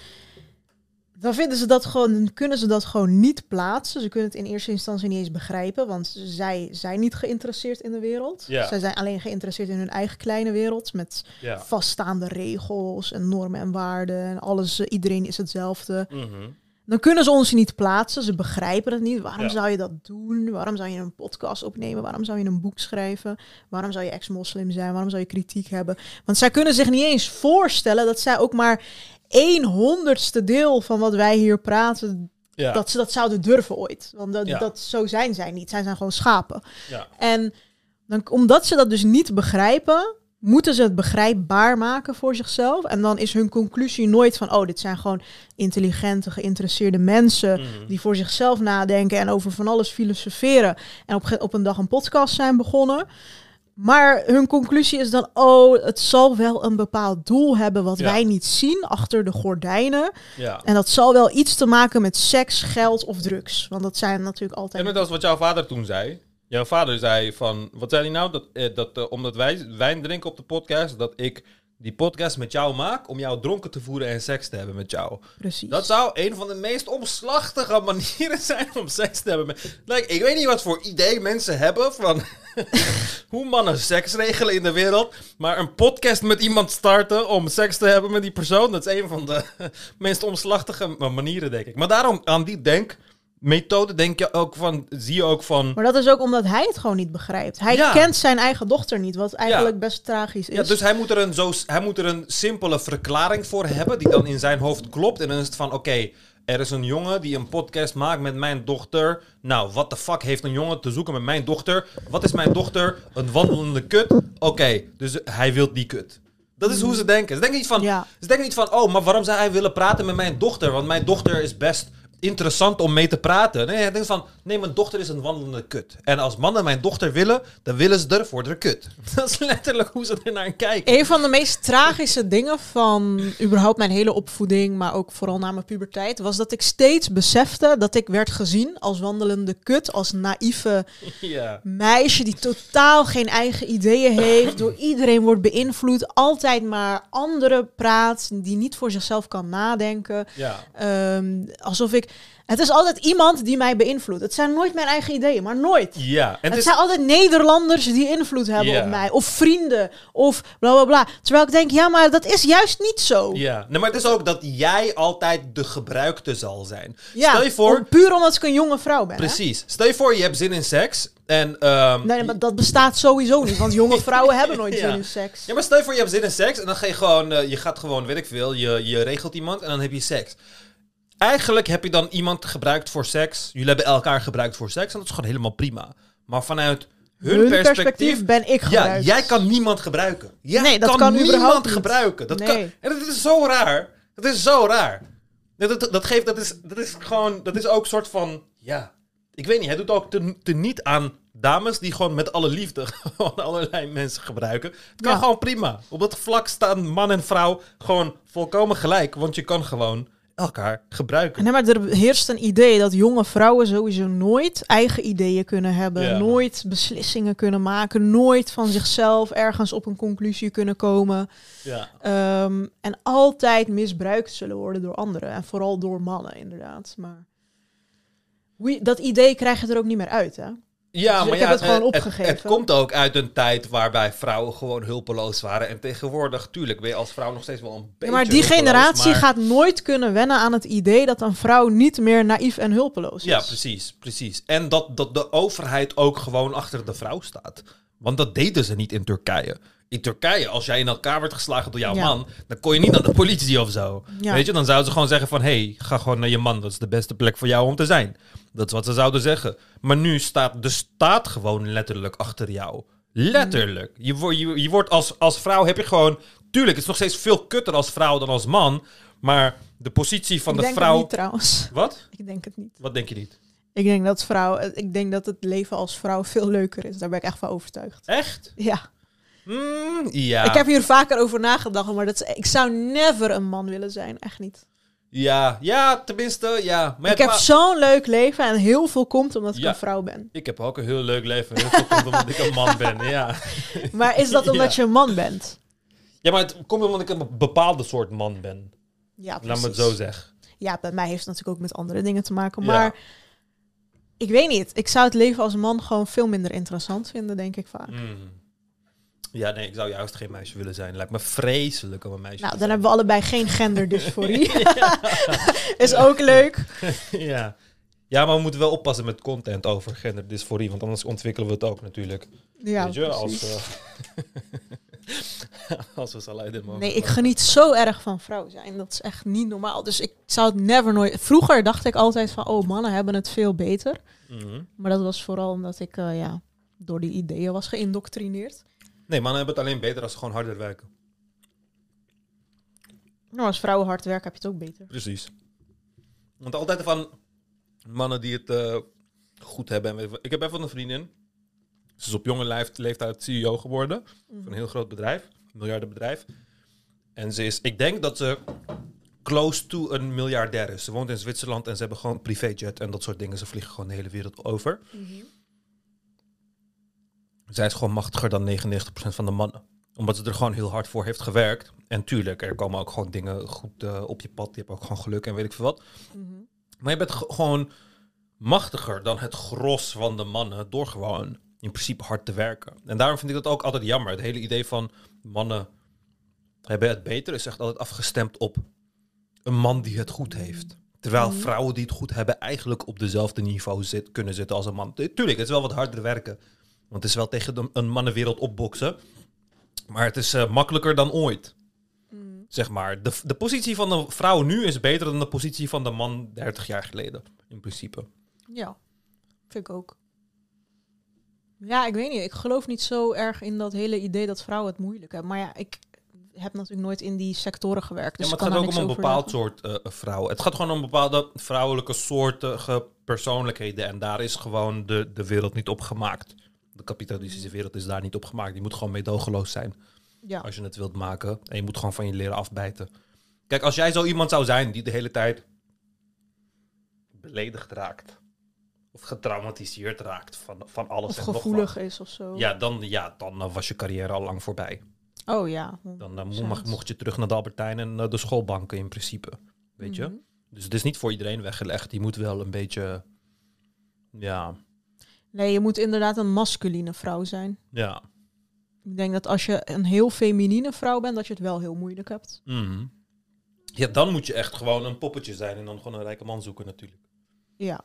Dan vinden ze dat gewoon, kunnen ze dat gewoon niet plaatsen. Ze kunnen het in eerste instantie niet eens begrijpen, want zij zijn niet geïnteresseerd in de wereld. Ja. Zij zijn alleen geïnteresseerd in hun eigen kleine wereld met ja. vaststaande regels en normen en waarden en alles. Iedereen is hetzelfde. Mm-hmm. Dan kunnen ze ons niet plaatsen. Ze begrijpen het niet. Waarom Ja. zou je dat doen? Waarom zou je een podcast opnemen? Waarom zou je een boek schrijven? Waarom zou je ex-moslim zijn? Waarom zou je kritiek hebben? Want zij kunnen zich niet eens voorstellen dat zij ook maar een honderdste deel van wat wij hier praten, Ja. dat ze dat zouden durven ooit. Want dat, Ja. dat, zo zijn zij niet. Zij zijn gewoon schapen. Ja. En dan, omdat ze dat dus niet begrijpen, moeten ze het begrijpbaar maken voor zichzelf. En dan is hun conclusie nooit van, oh, dit zijn gewoon intelligente, geïnteresseerde mensen Mm. die voor zichzelf nadenken en over van alles filosoferen en op, ge- op een dag een podcast zijn begonnen. Maar hun conclusie is dan, oh, het zal wel een bepaald doel hebben wat Ja. wij niet zien achter de gordijnen. Ja. En dat zal wel iets te maken met seks, geld of drugs. Want dat zijn natuurlijk altijd... En net als wat jouw vader toen zei. Jouw vader zei van, wat zei hij nou? Dat, eh, dat eh, omdat wij wijn drinken op de podcast, dat ik die podcast met jou maak om jou dronken te voeren en seks te hebben met jou. Precies. Dat zou een van de meest omslachtige manieren zijn om seks te hebben. Met, like, ik weet niet wat voor idee mensen hebben van hoe mannen seks regelen in de wereld. Maar een podcast met iemand starten om seks te hebben met die persoon, dat is een van de meest omslachtige manieren, denk ik. Maar daarom, aan die denkmethode denk je ook van, zie je ook van... Maar dat is ook omdat hij het gewoon niet begrijpt. Hij Ja. kent zijn eigen dochter niet, wat eigenlijk Ja. best tragisch is. Ja, dus hij moet, er een zo, hij moet er een simpele verklaring voor hebben die dan in zijn hoofd klopt. En dan is het van, oké, okay, er is een jongen die een podcast maakt met mijn dochter. Nou, what the fuck heeft een jongen te zoeken met mijn dochter? Wat is mijn dochter? Een wandelende kut? Oké, okay, dus hij wil die kut. Dat is hoe ze denken. Ze denken niet van, Ja. ze denken niet van, oh, maar waarom zou hij willen praten met mijn dochter? Want mijn dochter is best interessant om mee te praten. Nee, hij denkt van, nee, mijn dochter is een wandelende kut. En als mannen mijn dochter willen, dan willen ze er voor de kut. Dat is letterlijk hoe ze er naar kijken. Een van de meest tragische dingen van überhaupt mijn hele opvoeding, maar ook vooral na mijn puberteit, was dat ik steeds besefte dat ik werd gezien als wandelende kut, als naïeve Ja. meisje die totaal geen eigen ideeën heeft, door iedereen wordt beïnvloed, altijd maar anderen praat, die niet voor zichzelf kan nadenken. Ja. Um, alsof ik... Het is altijd iemand die mij beïnvloedt. Het zijn nooit mijn eigen ideeën, maar nooit. Ja. En Het, het is... zijn altijd Nederlanders die invloed hebben Ja. op mij. Of vrienden. Of bla bla bla. Terwijl ik denk, ja, maar dat is juist niet zo. Ja, nee, maar het is ook dat jij altijd de gebruikte zal zijn. Ja, Stel je voor... om- puur omdat ik een jonge vrouw ben. Hè? Precies. Stel je voor, je hebt zin in seks. En, ehm, Nee, maar dat bestaat sowieso niet. Want jonge vrouwen hebben nooit Ja. zin in seks. Ja, maar stel je voor, je hebt zin in seks. En dan ga je gewoon, eh, je gaat gewoon, weet ik veel, je, je regelt iemand en dan heb je seks. Eigenlijk heb je dan iemand gebruikt voor seks. Jullie hebben elkaar gebruikt voor seks. En dat is gewoon helemaal prima. Maar vanuit hun, Hun perspectief... perspectief ben ik Ja, gebruikt. jij kan niemand gebruiken. Jij Nee, dat kan, kan niemand überhaupt niet. gebruiken. Dat Nee. kan, en dat is zo raar. Dat is zo raar. Dat, dat, dat geeft, dat is, dat is gewoon, dat is ook een soort van, ja, ik weet niet. Hij doet ook te, te niet aan dames die gewoon met alle liefde gewoon allerlei mensen gebruiken. Het kan Ja. gewoon prima. Op dat vlak staan man en vrouw gewoon volkomen gelijk. Want je kan gewoon elkaar gebruiken. Nee, maar er heerst een idee dat jonge vrouwen sowieso nooit eigen ideeën kunnen hebben. Ja. Nooit beslissingen kunnen maken. Nooit van zichzelf ergens op een conclusie kunnen komen. Ja. Um, en altijd misbruikt zullen worden door anderen. En vooral door mannen, inderdaad. Maar hoe- dat idee krijg je er ook niet meer uit, hè? Ja, Dus maar ik ja, heb het gewoon het, opgegeven. het komt ook uit een tijd waarbij vrouwen gewoon hulpeloos waren. En tegenwoordig, tuurlijk, ben je als vrouw nog steeds wel een Ja, beetje maar die hulpeloos, generatie maar- gaat nooit kunnen wennen aan het idee dat een vrouw niet meer naïef en hulpeloos is. Ja, precies, precies. En dat, dat de overheid ook gewoon achter de vrouw staat. Want dat deden ze niet in Turkije. In Turkije, als jij in elkaar werd geslagen door jouw Ja. man, dan kon je niet naar de politie of zo. Ja. Weet je, dan zouden ze gewoon zeggen van, hé, hey, ga gewoon naar je man. Dat is de beste plek voor jou om te zijn. Dat is wat ze zouden zeggen. Maar nu staat de staat gewoon letterlijk achter jou. Letterlijk. Je, wo- je, je wordt als, als vrouw heb je gewoon... Tuurlijk, het is nog steeds veel kutter als vrouw dan als man. Maar de positie van Ik de denk vrouw... het niet trouwens. Wat? Ik denk het niet. Wat denk je niet? Ik denk dat vrouw, ik denk dat het leven als vrouw veel leuker is. Daar ben ik echt van overtuigd. Echt? Ja. Mm, ja. Ik heb hier vaker over nagedacht, maar dat is, ik zou never een man willen zijn. Echt niet. Ja, ja, tenminste, ja. Maar ik ja, heb maar- zo'n leuk leven en heel veel komt omdat ik Ja. een vrouw ben. Ik heb ook een heel leuk leven. Heel veel komt omdat ik een man ben, ja. Maar is dat omdat Ja. je een man bent? Ja, maar het komt omdat ik een bepaalde soort man ben. Ja, Laat precies. me het zo zeggen. Ja, bij mij heeft het natuurlijk ook met andere dingen te maken. Ja. Maar ik weet niet. Ik zou het leven als man gewoon veel minder interessant vinden, denk ik vaak. Mm. Ja, nee, ik zou juist geen meisje willen zijn. Lijkt me vreselijk om een meisje Nou, te dan zijn. hebben we allebei geen genderdysforie. Is ook leuk. ja. ja, maar we moeten wel oppassen met content over genderdysforie. Want anders ontwikkelen we het ook natuurlijk. Ja, Weet je, als, precies. eh, als we Saladin mogen. Nee, ik geniet zo erg van vrouw zijn. Dat is echt niet normaal. Dus ik zou het never nooit... Vroeger dacht ik altijd van, oh, mannen hebben het veel beter. Mhm. Maar dat was vooral omdat ik eh, ja, door die ideeën was geïndoctrineerd. Nee, mannen hebben het alleen beter als ze gewoon harder werken. Nou, als vrouwen hard werken heb je het ook beter. Precies. Want altijd van mannen die het eh, goed hebben. En weet ik wat. Ik heb even een vriendin. Ze is op jonge leeft- leeftijd C E O geworden. Van een heel groot bedrijf. Een miljardenbedrijf. En ze is, ik denk dat ze close to een miljardair is. Ze woont in Zwitserland en ze hebben gewoon een privéjet en dat soort dingen. Ze vliegen gewoon de hele wereld over. Zij is gewoon machtiger dan negenennegentig procent van de mannen. Omdat ze er gewoon heel hard voor heeft gewerkt. En tuurlijk, er komen ook gewoon dingen goed uh, op je pad. Je hebt ook gewoon geluk en weet ik veel wat. Mm-hmm. Maar je bent g- gewoon machtiger dan het gros van de mannen door gewoon in principe hard te werken. En daarom vind ik dat ook altijd jammer. Het hele idee van mannen hebben het beter is echt altijd afgestemd op een man die het goed heeft. Terwijl Mhm. vrouwen die het goed hebben eigenlijk op dezelfde niveau zit, kunnen zitten als een man. Tuurlijk, het is wel wat harder werken. Want het is wel tegen de, een mannenwereld opboksen. Maar het is uh, makkelijker dan ooit. Mm. Zeg maar. De, de positie van de vrouw nu is beter dan de positie van de man dertig jaar geleden. In principe. Ja, vind ik ook. Ja, ik weet niet. Ik geloof niet zo erg in dat hele idee dat vrouwen het moeilijk hebben. Maar ja, ik heb natuurlijk nooit in die sectoren gewerkt. Dus ja, maar ik het kan gaat ook daar om een niks over bepaald zeggen. soort uh, vrouwen. Het gaat gewoon om bepaalde vrouwelijke soortige persoonlijkheden. En daar is gewoon de, de wereld niet op gemaakt. De kapitalistische wereld is daar niet op gemaakt. Die moet gewoon meedogenloos zijn. Ja. Als je het wilt maken. En je moet gewoon van je leren afbijten. Kijk, als jij zo iemand zou zijn die de hele tijd beledigd raakt. Of getraumatiseerd raakt van, van alles Of en nog wat. gevoelig is of zo. Ja, dan, ja, dan uh, was je carrière al lang voorbij. Oh ja. Dan uh, mo- mag, mocht je terug naar de Albertijn en uh, de schoolbanken in principe. Weet je? Mhm. Dus het is niet voor iedereen weggelegd. Die moet wel een beetje... Ja, Nee, je moet inderdaad een masculine vrouw zijn. ja. Ik denk dat als je een heel feminine vrouw bent, dat je het wel heel moeilijk hebt. Mhm. Ja, dan moet je echt gewoon een poppetje zijn en dan gewoon een rijke man zoeken natuurlijk. Ja.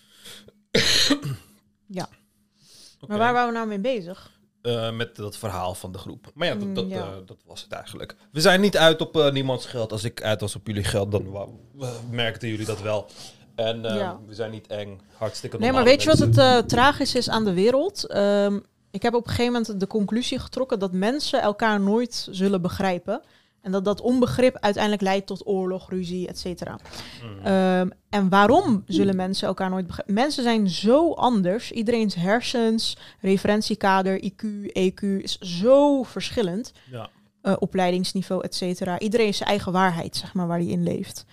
ja. Oké. Maar waar waren we nou mee bezig? Uh, met dat verhaal van de groep. Maar ja, dat, Mm, dat, ja. uh, dat was het eigenlijk. We zijn niet uit op uh, niemands geld. Als ik uit was op jullie geld, dan uh, merkten jullie dat wel. En uh, Ja. we zijn niet eng. Hartstikke Nee, maar normale weet je wat mensen. het uh, tragisch is aan de wereld? Um, ik heb op een gegeven moment de conclusie getrokken dat mensen elkaar nooit zullen begrijpen. En dat dat onbegrip uiteindelijk leidt tot oorlog, ruzie, et cetera. Mm. Um, en waarom zullen mensen elkaar nooit begrijpen? Mensen zijn zo anders. Iedereen's hersens, referentiekader, I Q, E Q is zo verschillend. Ja. Uh, opleidingsniveau, et cetera. Iedereen heeft zijn eigen waarheid, zeg maar, waar hij in leeft.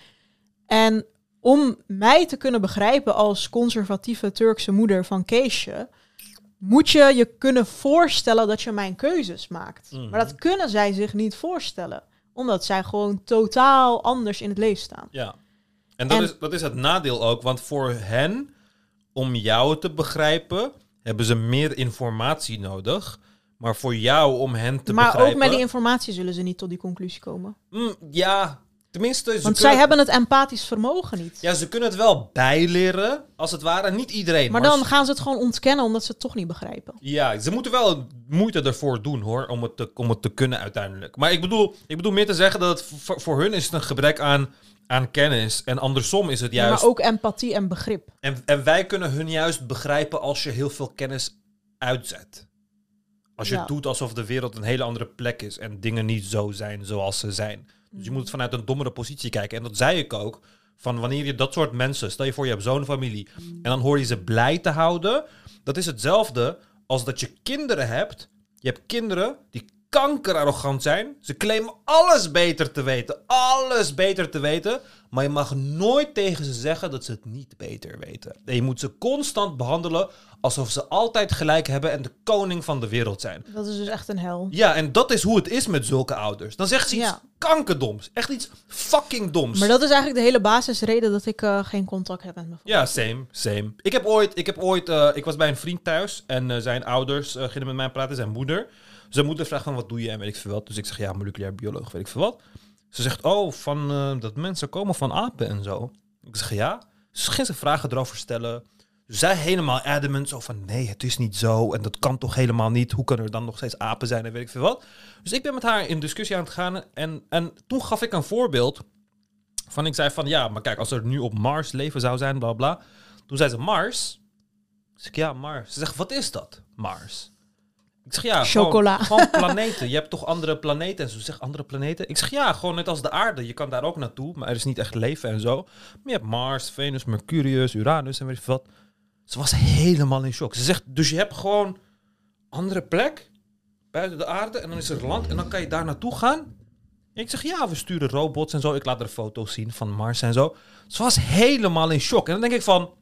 En om mij te kunnen begrijpen als conservatieve Turkse moeder van Keesje, moet je je kunnen voorstellen dat je mijn keuzes maakt. Mhm. Maar dat kunnen zij zich niet voorstellen. Omdat zij gewoon totaal anders in het leven staan. Ja. En dat, En- is, dat is het nadeel ook. Want voor hen, om jou te begrijpen, hebben ze meer informatie nodig. Maar voor jou, om hen te maar begrijpen... ook met die informatie zullen ze niet tot die conclusie komen. Mm, ja, tenminste... Ze Want kunnen- zij hebben het empathisch vermogen niet. Ja, ze kunnen het wel bijleren, als het ware. Niet iedereen. maar dan ze- gaan ze het gewoon ontkennen omdat ze het toch niet begrijpen. Ja, ze moeten wel moeite ervoor doen, hoor, om het te, om het te kunnen uiteindelijk. Maar ik bedoel, ik bedoel meer te zeggen dat het voor, voor hun is het een gebrek aan, aan kennis. En andersom is het Ja, juist... maar ook empathie en begrip. En, en wij kunnen hun juist begrijpen als je heel veel kennis uitzet. Als je Ja. het doet alsof de wereld een hele andere plek is en dingen niet zo zijn zoals ze zijn. Dus je moet het vanuit een dommere positie kijken. En dat zei ik ook, van wanneer je dat soort mensen... Stel je voor, je hebt zo'n familie en dan hoor je ze blij te houden. Dat is hetzelfde als dat je kinderen hebt. Je hebt kinderen die kankerarrogant zijn. Ze claimen alles beter te weten. Alles beter te weten. Maar je mag nooit tegen ze zeggen dat ze het niet beter weten. En je moet ze constant behandelen alsof ze altijd gelijk hebben en de koning van de wereld zijn. Dat is dus echt een hel. Ja, en dat is hoe het is met zulke ouders. Dan zeggen ze iets Ja. kankerdoms. Echt iets fucking doms. Maar dat is eigenlijk de hele basisreden dat ik uh, geen contact heb met mijn vader. Ja, same, same. Ik heb ooit, ik heb ooit, uh, ik was bij een vriend thuis en uh, zijn ouders uh, gingen met mij praten, zijn moeder. Zijn moeder vraagt van, wat doe je en weet ik veel wat. Dus ik zeg, ja, moleculair bioloog, weet ik veel wat. Ze zegt, oh, van uh, dat mensen komen van apen en zo. Ik zeg, ja. Ze ging ze vragen erover stellen. Zij helemaal adamant, zo van, nee, het is niet zo en dat kan toch helemaal niet. Hoe kunnen er dan nog steeds apen zijn en weet ik veel wat. Dus ik ben met haar in discussie aan het gaan en, en toen gaf ik een voorbeeld van, ik zei van, ja, maar kijk, als er nu op Mars leven zou zijn, bla bla. Toen zei ze, Mars? Dus ik, ja, Mars. Ze zegt, wat is dat, Mars? Ik zeg, ja, Chocola. Gewoon, gewoon planeten. Je hebt toch andere planeten? En ze zegt, andere planeten? Ik zeg, ja, gewoon net als de aarde. Je kan daar ook naartoe, maar er is niet echt leven en zo. Maar je hebt Mars, Venus, Mercurius, Uranus en weet je wat. Ze was helemaal in shock. Ze zegt, dus je hebt gewoon andere plek buiten de aarde en dan is er land en dan kan je daar naartoe gaan? Ik zeg, ja, we sturen robots en zo. Ik laat haar foto's zien van Mars en zo. Ze was helemaal in shock. En dan denk ik van,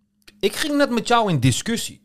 ik ging net met jou in discussie.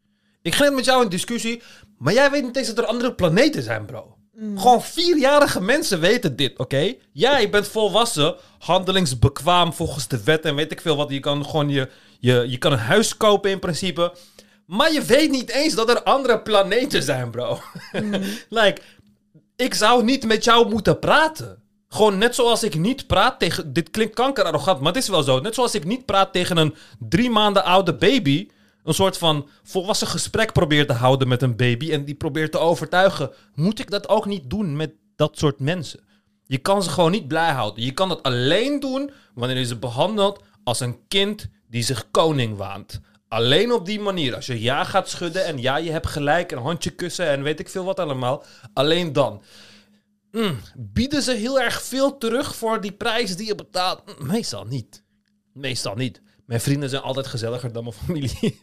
Ik ging net met jou in discussie, maar jij weet niet eens dat er andere planeten zijn, bro. Mm. Gewoon vierjarige mensen weten dit, oké? Okay? Ja, je bent volwassen, handelingsbekwaam volgens de wet en weet ik veel wat. Je kan gewoon je, je, je kan een huis kopen in principe. Maar je weet niet eens dat er andere planeten zijn, bro. Mm. Like, ik zou niet met jou moeten praten. Gewoon net zoals ik niet praat tegen... Dit klinkt kankerarrogant, maar het is wel zo. Net zoals ik niet praat tegen een drie maanden oude baby. Een soort van volwassen gesprek probeer te houden met een baby. En die probeert te overtuigen. Moet ik dat ook niet doen met dat soort mensen? Je kan ze gewoon niet blij houden. Je kan dat alleen doen wanneer je ze behandelt als een kind die zich koning waant. Alleen op die manier. Als je ja gaat schudden en ja, je hebt gelijk, een handje kussen en weet ik veel wat allemaal. Alleen dan. Mm, bieden ze heel erg veel terug voor die prijs die je betaalt? Mm, meestal niet. Meestal niet. Mijn vrienden zijn altijd gezelliger dan mijn familie.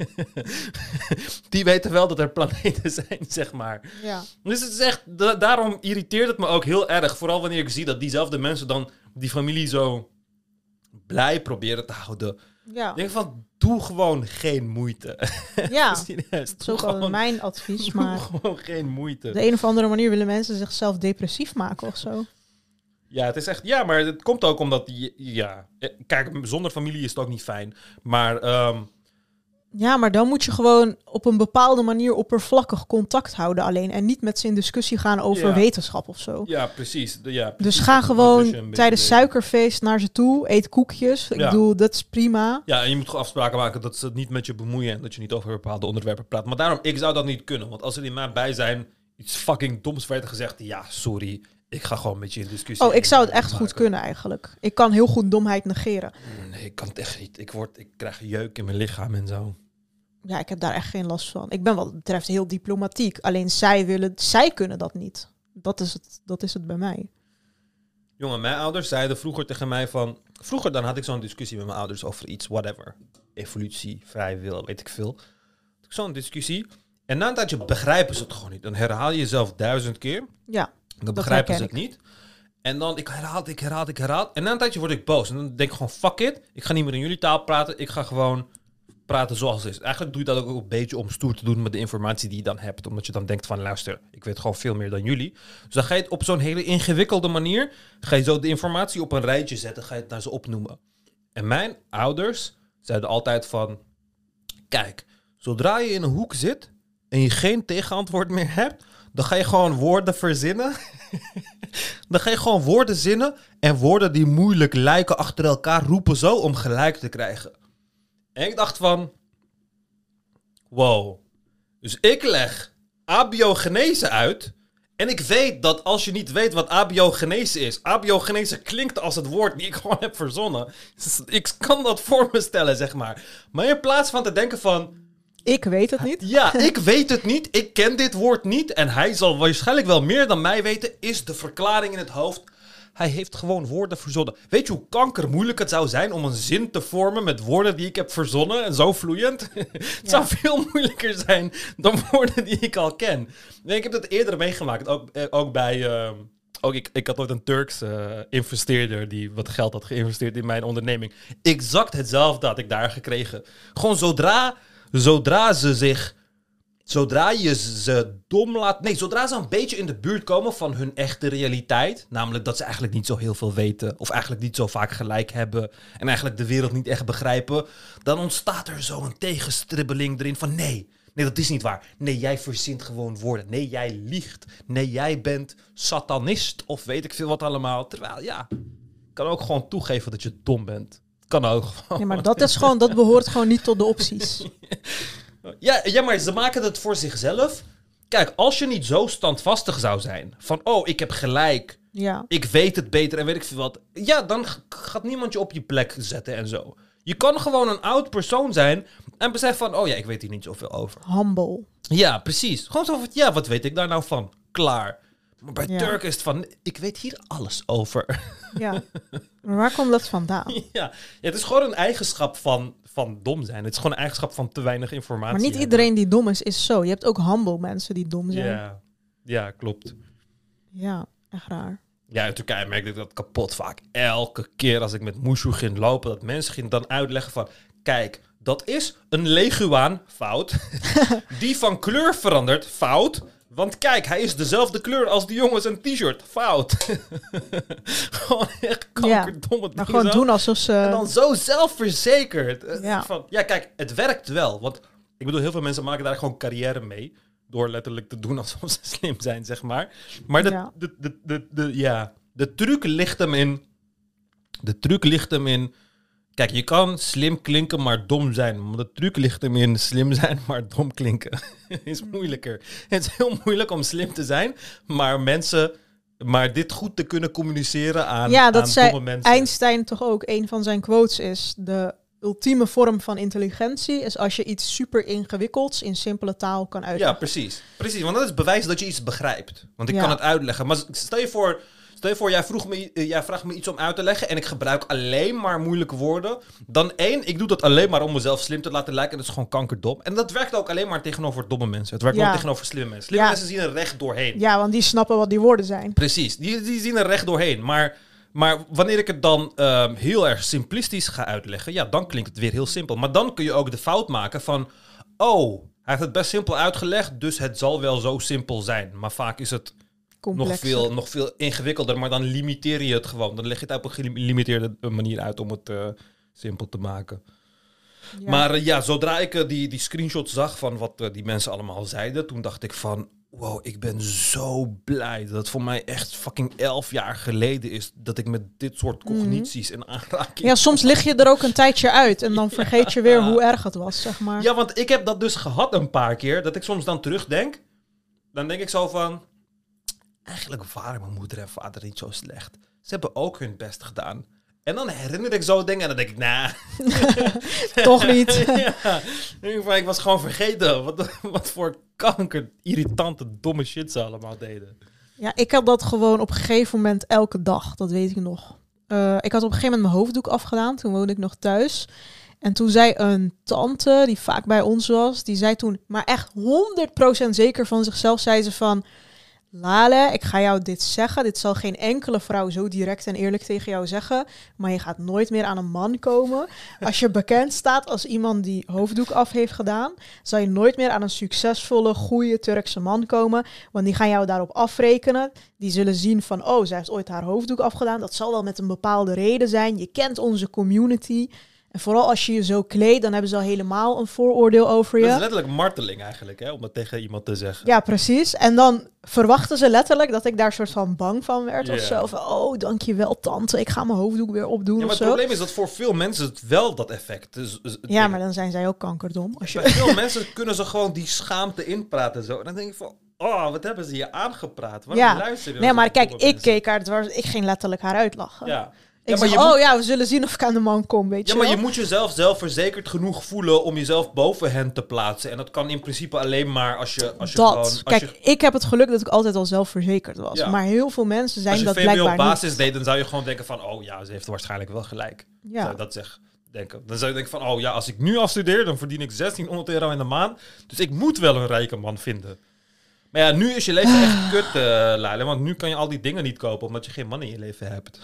Die weten wel dat er planeten zijn, zeg maar. Ja. Dus het is echt, da- daarom irriteert het me ook heel erg. Vooral wanneer ik zie dat diezelfde mensen dan die familie zo blij proberen te houden. Ja. Ik denk van, doe gewoon geen moeite. Ja. Serieus, Dat is doe ook al gewoon, mijn advies, doe maar gewoon geen moeite. op de een of andere manier willen mensen zichzelf depressief maken of zo. Ja, het is echt... Ja, maar het komt ook omdat... die- Ja, kijk, zonder familie is het ook niet fijn. Maar... ehm, Ja, maar dan moet je gewoon op een bepaalde manier oppervlakkig contact houden alleen. En niet met ze in discussie gaan over Ja. wetenschap of zo. ja, precies. De- Ja, Dus precies. ga Dat is gewoon een beetje tijdens de- suikerfeest naar ze toe. Eet koekjes. Ik Ja. bedoel, dat is prima. Ja, en je moet gewoon afspraken maken dat ze het niet met je bemoeien en dat je niet over bepaalde onderwerpen praat. Maar daarom, ik zou dat niet kunnen. Want als er in mijn bij zijn iets fucking doms werd gezegd, ja, sorry, ik ga gewoon met je in discussie. Oh, ik zou het echt maken. goed kunnen eigenlijk. Ik kan heel goed domheid negeren. Nee, ik kan het echt niet. Ik, word, ik krijg jeuk in mijn lichaam en zo. Ja, ik heb daar echt geen last van. Ik ben wat dat betreft heel diplomatiek. Alleen zij willen, zij kunnen dat niet. Dat is het, dat is het bij mij. Jongen, mijn ouders zeiden vroeger tegen mij van... Vroeger dan had ik zo'n discussie met mijn ouders over iets, whatever. Evolutie, vrije wil, weet ik veel. Had ik zo'n discussie. En na een tijdje begrijpen ze het gewoon niet. Dan herhaal je jezelf duizend keer. Ja, Dan begrijpen ze herken het niet. En dan, ik herhaal, ik herhaal, ik herhaal. En na een tijdje word ik boos. En dan denk ik gewoon, fuck it. Ik ga niet meer in jullie taal praten. Ik ga gewoon praten zoals het is. Eigenlijk doe je dat ook een beetje om stoer te doen met de informatie die je dan hebt. Omdat je dan denkt van, luister, ik weet gewoon veel meer dan jullie. Dus dan ga je het op zo'n hele ingewikkelde manier, ga je zo de informatie op een rijtje zetten, ga je het naar ze opnoemen. En mijn ouders zeiden altijd van, kijk, zodra je in een hoek zit en je geen tegenantwoord meer hebt, dan ga je gewoon woorden verzinnen. Dan ga je gewoon woorden zinnen en woorden die moeilijk lijken achter elkaar roepen zo om gelijk te krijgen. En ik dacht van, wow. Dus ik leg abiogenese uit en ik weet dat als je niet weet wat abiogenese is, abiogenese klinkt als het woord die ik gewoon heb verzonnen. Dus ik kan dat voor me stellen, zeg maar. Maar in plaats van te denken van, ik weet het niet. ja, ik weet het niet. Ik ken dit woord niet. En hij zal waarschijnlijk wel meer dan mij weten. Is de verklaring in het hoofd. Hij heeft gewoon woorden verzonnen. Weet je hoe kankermoeilijk het zou zijn om een zin te vormen met woorden die ik heb verzonnen en zo vloeiend? Het Ja. zou veel moeilijker zijn dan woorden die ik al ken. Nee, ik heb dat eerder meegemaakt. Ook, eh, ook bij... eh, ook ik, ik had ooit een Turks eh, investeerder die wat geld had geïnvesteerd in mijn onderneming. Exact hetzelfde had ik daar gekregen. Gewoon zodra... Zodra ze zich... Zodra je ze dom laat... Nee, zodra ze een beetje in de buurt komen van hun echte realiteit. Namelijk dat ze eigenlijk niet zo heel veel weten. Of eigenlijk niet zo vaak gelijk hebben. En eigenlijk de wereld niet echt begrijpen. Dan ontstaat er zo een tegenstribbeling erin van... Nee, nee, dat is niet waar. Nee, jij verzint gewoon woorden. Nee, jij liegt. Nee, jij bent satanist. Of weet ik veel wat allemaal. Terwijl, ja... Ik kan ook gewoon toegeven dat je dom bent. Kan ook gewoon. Ja, maar dat is gewoon, dat behoort gewoon niet tot de opties. Ja, ja, maar ze maken het voor zichzelf. Kijk, als je niet zo standvastig zou zijn... van, oh, ik heb gelijk, Ja. ik weet het beter en weet ik veel wat... ja, dan g- gaat niemand je op je plek zetten en zo. Je kan gewoon een oud persoon zijn... en beseffen van, oh ja, ik weet hier niet zoveel over. Humble. Ja, precies. Gewoon zo van, ja, wat weet ik daar nou van? Klaar. Maar bij Ja. Turk is het van, ik weet hier alles over. Ja. Maar waar komt dat vandaan? ja. ja, het is gewoon een eigenschap van, van dom zijn. Het is gewoon een eigenschap van te weinig informatie Maar niet hebben. iedereen die dom is, is zo. Je hebt ook humble mensen die dom zijn. Ja, ja, klopt. Ja, echt raar. Ja, in Turkije merkte ik dat kapot vaak. Elke keer als ik met Mushu ging lopen, dat mensen gingen dan uitleggen van... Kijk, dat is een leguaan, fout. Die van kleur verandert, fout. Want kijk, hij is dezelfde kleur als die jongens een t-shirt, fout. Gewoon echt kankerdomme Maar dingen gewoon zo. doen alsof ze... En dan zo zelfverzekerd. Eh, Ja. Van, ja, kijk, het werkt wel. Want ik bedoel, heel veel mensen maken daar gewoon carrière mee. Door letterlijk te doen alsof ze slim zijn, zeg maar. Maar de, Ja. de, de, de, de, ja, de truc ligt hem in... De truc ligt hem in... Kijk, je kan slim klinken, maar dom zijn. Maar de truc ligt hem in slim zijn, maar dom klinken. is moeilijker. Het is heel moeilijk om slim te zijn, maar mensen Maar dit goed te kunnen communiceren aan, Ja, dat aan zei domme mensen. Einstein toch ook. Een van zijn quotes is: de ultieme vorm van intelligentie is als je iets super ingewikkelds in simpele taal kan Ja, uitleggen. precies. Precies, want dat is bewijs dat je iets begrijpt. Want ik Ja. kan het uitleggen. Maar stel je voor, stel je voor jij, vroeg me, uh, jij vraagt me iets om uit te leggen en ik gebruik alleen maar moeilijke woorden. Dan één, ik doe dat alleen maar om mezelf slim te laten lijken. En dat is gewoon kankerdom. En dat werkt ook alleen maar tegenover domme mensen. Het werkt Ja. nooit tegenover slimme mensen. Slimme Ja. mensen zien er recht doorheen. Ja, want die snappen wat die woorden zijn. Precies, die, die zien er recht doorheen. Maar, maar wanneer ik het dan um, heel erg simplistisch ga uitleggen, ja, dan klinkt het weer heel simpel. Maar dan kun je ook de fout maken van, oh, hij heeft het best simpel uitgelegd, dus het zal wel zo simpel zijn. Maar vaak is het nog Complexer. veel, nog veel ingewikkelder, maar dan limiteer je het gewoon. Dan leg je het op een gelimiteerde manier uit om het uh, simpel te maken. Ja. Maar uh, ja, zodra ik uh, die, die screenshot zag van wat uh, die mensen allemaal zeiden, toen dacht ik van, wow, ik ben zo blij dat het voor mij echt fucking elf jaar geleden is dat ik met dit soort cognities en aanrakingen... Ja, soms lig je er ook een tijdje uit en dan vergeet je weer hoe erg het was, zeg maar. Ja, want ik heb dat dus gehad een paar keer, dat ik soms dan terugdenk. Dan denk ik zo van, eigenlijk waren mijn moeder en vader niet zo slecht. Ze hebben ook hun best gedaan. En dan herinner ik zo dingen en dan denk ik, nah. Toch niet. Ja, ik was gewoon vergeten wat, wat voor kanker, irritante, domme shit ze allemaal deden. Ja, ik had dat gewoon op een gegeven moment elke dag, dat weet ik nog. Uh, ik had op een gegeven moment mijn hoofddoek afgedaan, toen woonde ik nog thuis. En toen zei een tante, die vaak bij ons was, die zei toen, maar echt honderd procent zeker van zichzelf, zei ze van, Lale, ik ga jou dit zeggen. Dit zal geen enkele vrouw zo direct en eerlijk tegen jou zeggen. Maar je gaat nooit meer aan een man komen. Als je bekend staat als iemand die hoofddoek af heeft gedaan, zal je nooit meer aan een succesvolle, goede Turkse man komen. Want die gaan jou daarop afrekenen. Die zullen zien van, oh, zij heeft ooit haar hoofddoek afgedaan. Dat zal wel met een bepaalde reden zijn. Je kent onze community. En vooral als je je zo kleedt, dan hebben ze al helemaal een vooroordeel over je. Dat is letterlijk marteling eigenlijk, hè, om dat tegen iemand te zeggen. Ja, precies. En dan verwachten ze letterlijk dat ik daar soort van bang van werd. Yeah. Of zo van, oh, dankjewel tante, ik ga mijn hoofddoek weer opdoen Ja, maar of het zo. probleem is dat voor veel mensen het wel dat effect is. Dus Ja, maar dan zijn zij ook kankerdom. Als je... Bij veel mensen kunnen ze gewoon die schaamte inpraten zo. En dan denk ik van, oh, wat hebben ze hier aangepraat? Waarom Ja, luister je nee, maar kijk, naar ik mensen? keek haar, het was, ik ging letterlijk haar uitlachen. Ja. Ik Ja, maar zeg, je oh moet- ja, we zullen zien of ik aan de man kom, weet Ja, je maar je wel. moet jezelf zelfverzekerd genoeg voelen om jezelf boven hen te plaatsen. En dat kan in principe alleen maar als je, als je dat. gewoon... Als Kijk, je, ik heb het geluk dat ik altijd al zelfverzekerd was. Ja. Maar heel veel mensen zijn als je dat V W O blijkbaar basis niet. deed, dan zou je gewoon denken van, oh ja, ze heeft waarschijnlijk wel gelijk. Ja. Zou je dat zeg, denken. Dan zou je denken van, oh ja, als ik nu afstudeer, dan verdien ik zestienhonderd euro in de maand. Dus ik moet wel een rijke man vinden. Maar ja, nu is je leven echt kut, uh, Laila. Want nu kan je al die dingen niet kopen, omdat je geen man in je leven hebt.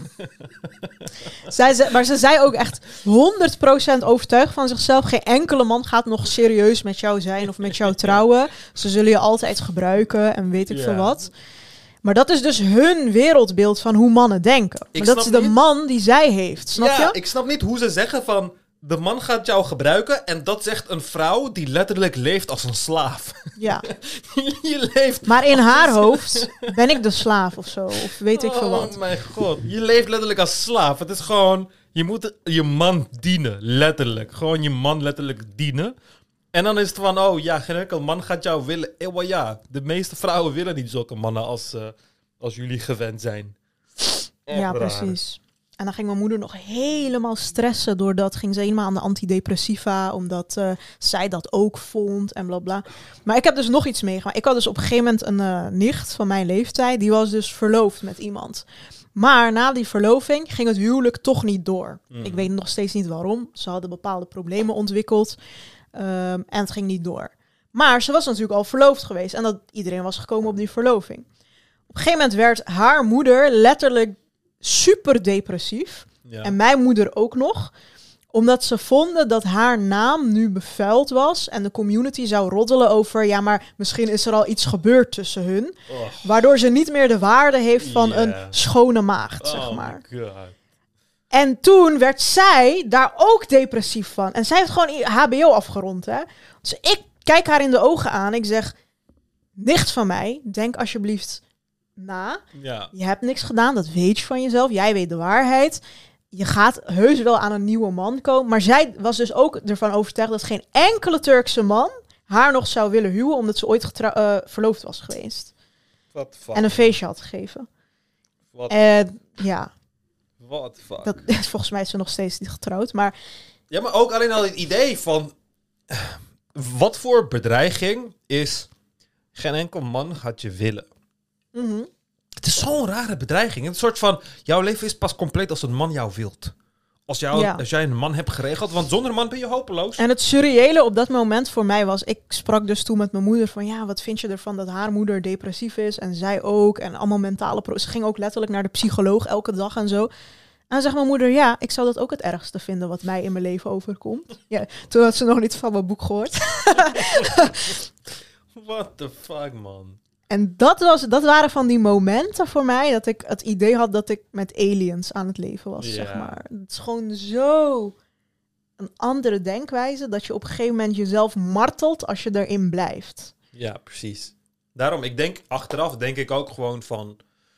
Zij, ze, maar ze zei ook echt honderd procent overtuigd van zichzelf. Geen enkele man gaat nog serieus met jou zijn of met jou trouwen. Ze zullen je altijd gebruiken en weet ik Ja. veel wat. Maar dat is dus hun wereldbeeld van hoe mannen denken. Ik Maar dat is snap de niet- man die zij heeft, snap ja, je? ik snap niet hoe ze zeggen van, de man gaat jou gebruiken. En dat zegt een vrouw die letterlijk leeft als een slaaf. Ja. je leeft... Maar in haar hoofd ben ik de slaaf of zo. Of weet ik veel wat. Oh mijn god, je leeft letterlijk als slaaf. Het is gewoon, je moet je man dienen, letterlijk. Gewoon je man letterlijk dienen. En dan is het van, oh ja, geen enkel man gaat jou willen. Eh, well, ja, de meeste vrouwen willen niet zulke mannen als, uh, als jullie gewend zijn. Echt Ja, raar. precies. En dan ging mijn moeder nog helemaal stressen doordat ging ze helemaal aan de antidepressiva, omdat uh, zij dat ook vond en bla bla. Maar ik heb dus nog iets meegemaakt. Ik had dus op een gegeven moment een uh, nicht van mijn leeftijd, die was dus verloofd met iemand. Maar na die verloving ging het huwelijk toch niet door. Mm. Ik weet nog steeds niet waarom. Ze hadden bepaalde problemen ontwikkeld um, en het ging niet door. Maar ze was natuurlijk al verloofd geweest en dat iedereen was gekomen op die verloving. Op een gegeven moment werd haar moeder letterlijk super depressief. Ja. En mijn moeder ook nog. Omdat ze vonden dat haar naam nu bevuild was. En de community zou roddelen over, ja, maar misschien is er al iets gebeurd tussen hun. Oh. Waardoor ze niet meer de waarde heeft van Yeah. een schone maagd, zeg Oh maar. my god. En toen werd zij daar ook depressief van. En zij heeft gewoon H B O afgerond, hè. Dus ik kijk haar in de ogen aan. Ik zeg, nicht van mij, denk alsjeblieft na. Ja. Je hebt niks gedaan, dat weet je van jezelf. Jij weet de waarheid. Je gaat heus wel aan een nieuwe man komen. Maar zij was dus ook ervan overtuigd dat geen enkele Turkse man haar nog zou willen huwen, omdat ze ooit getrou- uh, verloofd was geweest. What the fuck? En een feestje had gegeven. What, En ja, what the fuck? dat, volgens mij is ze nog steeds niet getrouwd. Maar Ja, maar ook alleen al het idee van... Wat voor bedreiging is... Geen enkel man gaat je willen. mhm. Het is zo'n rare bedreiging. Een soort van... Jouw leven is pas compleet als een man jou wilt. Als, jou, Ja. als jij een man hebt geregeld. Want zonder een man ben je hopeloos. En het surreële op dat moment voor mij was... Ik sprak dus toen met mijn moeder van... Ja, wat vind je ervan dat haar moeder depressief is? En zij ook. En allemaal mentale... Pro- Ze ging ook letterlijk naar de psycholoog elke dag en zo. En dan zegt mijn moeder... Ja, ik zou dat ook het ergste vinden wat mij in mijn leven overkomt. Ja, toen had ze nog niet van mijn boek gehoord. What the fuck, man. En dat, was, dat waren van die momenten voor mij... dat ik het idee had dat ik met aliens aan het leven was, Ja. zeg maar. Het is gewoon zo... een andere denkwijze... dat je op een gegeven moment jezelf martelt... als je erin blijft. Ja, precies. Daarom, ik denk... Achteraf denk ik ook gewoon van...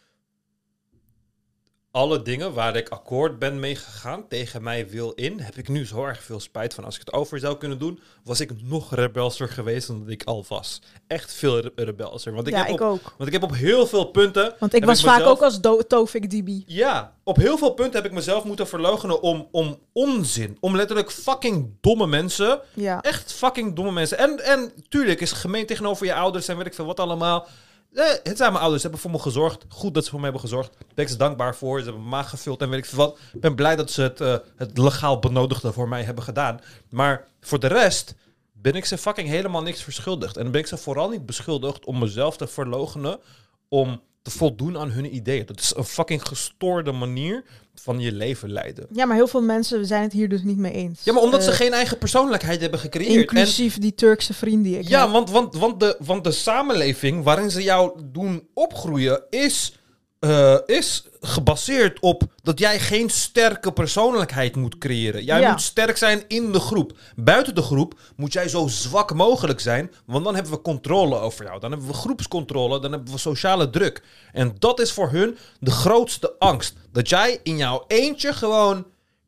Alle dingen waar ik akkoord ben mee gegaan, tegen mij wil in, heb ik nu zo erg veel spijt van. Als ik het over zou kunnen doen, was ik nog rebelser geweest dan dat ik al was. Echt veel re- rebelser. Want ik, Ja, heb ik op, ook. want ik heb op heel veel punten... Want ik heb was vaak mezelf- ook als Do- Tofik Dibi. Ja, op heel veel punten heb ik mezelf moeten verloochenen om, om onzin. Om letterlijk fucking domme mensen. Ja. Echt fucking domme mensen. En, en tuurlijk is gemeen tegenover je ouders en weet ik veel wat allemaal. Eh, het zijn mijn ouders, ze hebben voor me gezorgd. Goed dat ze voor me hebben gezorgd. Daar ben ik ze dankbaar voor. Ze hebben me maag gevuld en weet ik veel wat. Ik ben blij dat ze het, eh, het legaal benodigde voor mij hebben gedaan. Maar voor de rest ben ik ze fucking helemaal niks verschuldigd. En ben ik ze vooral niet beschuldigd om mezelf te verloochenen om te voldoen aan hun ideeën. Dat is een fucking gestoorde manier van je leven leiden. ja, maar heel veel mensen zijn het hier dus niet mee eens. Ja, maar omdat ze Eh, geen eigen persoonlijkheid hebben gecreëerd. En Inclusief die Turkse vriend die ik ja, heb. want, want, want, de, want de samenleving waarin ze jou doen opgroeien is, eh, is gebaseerd op dat jij geen sterke persoonlijkheid moet creëren. Jij Ja. moet sterk zijn in de groep. Buiten de groep moet jij zo zwak mogelijk zijn, want dan hebben we controle over jou. Dan hebben we groepscontrole, dan hebben we sociale druk. En dat is voor hun de grootste angst. Dat jij in jouw eentje gewoon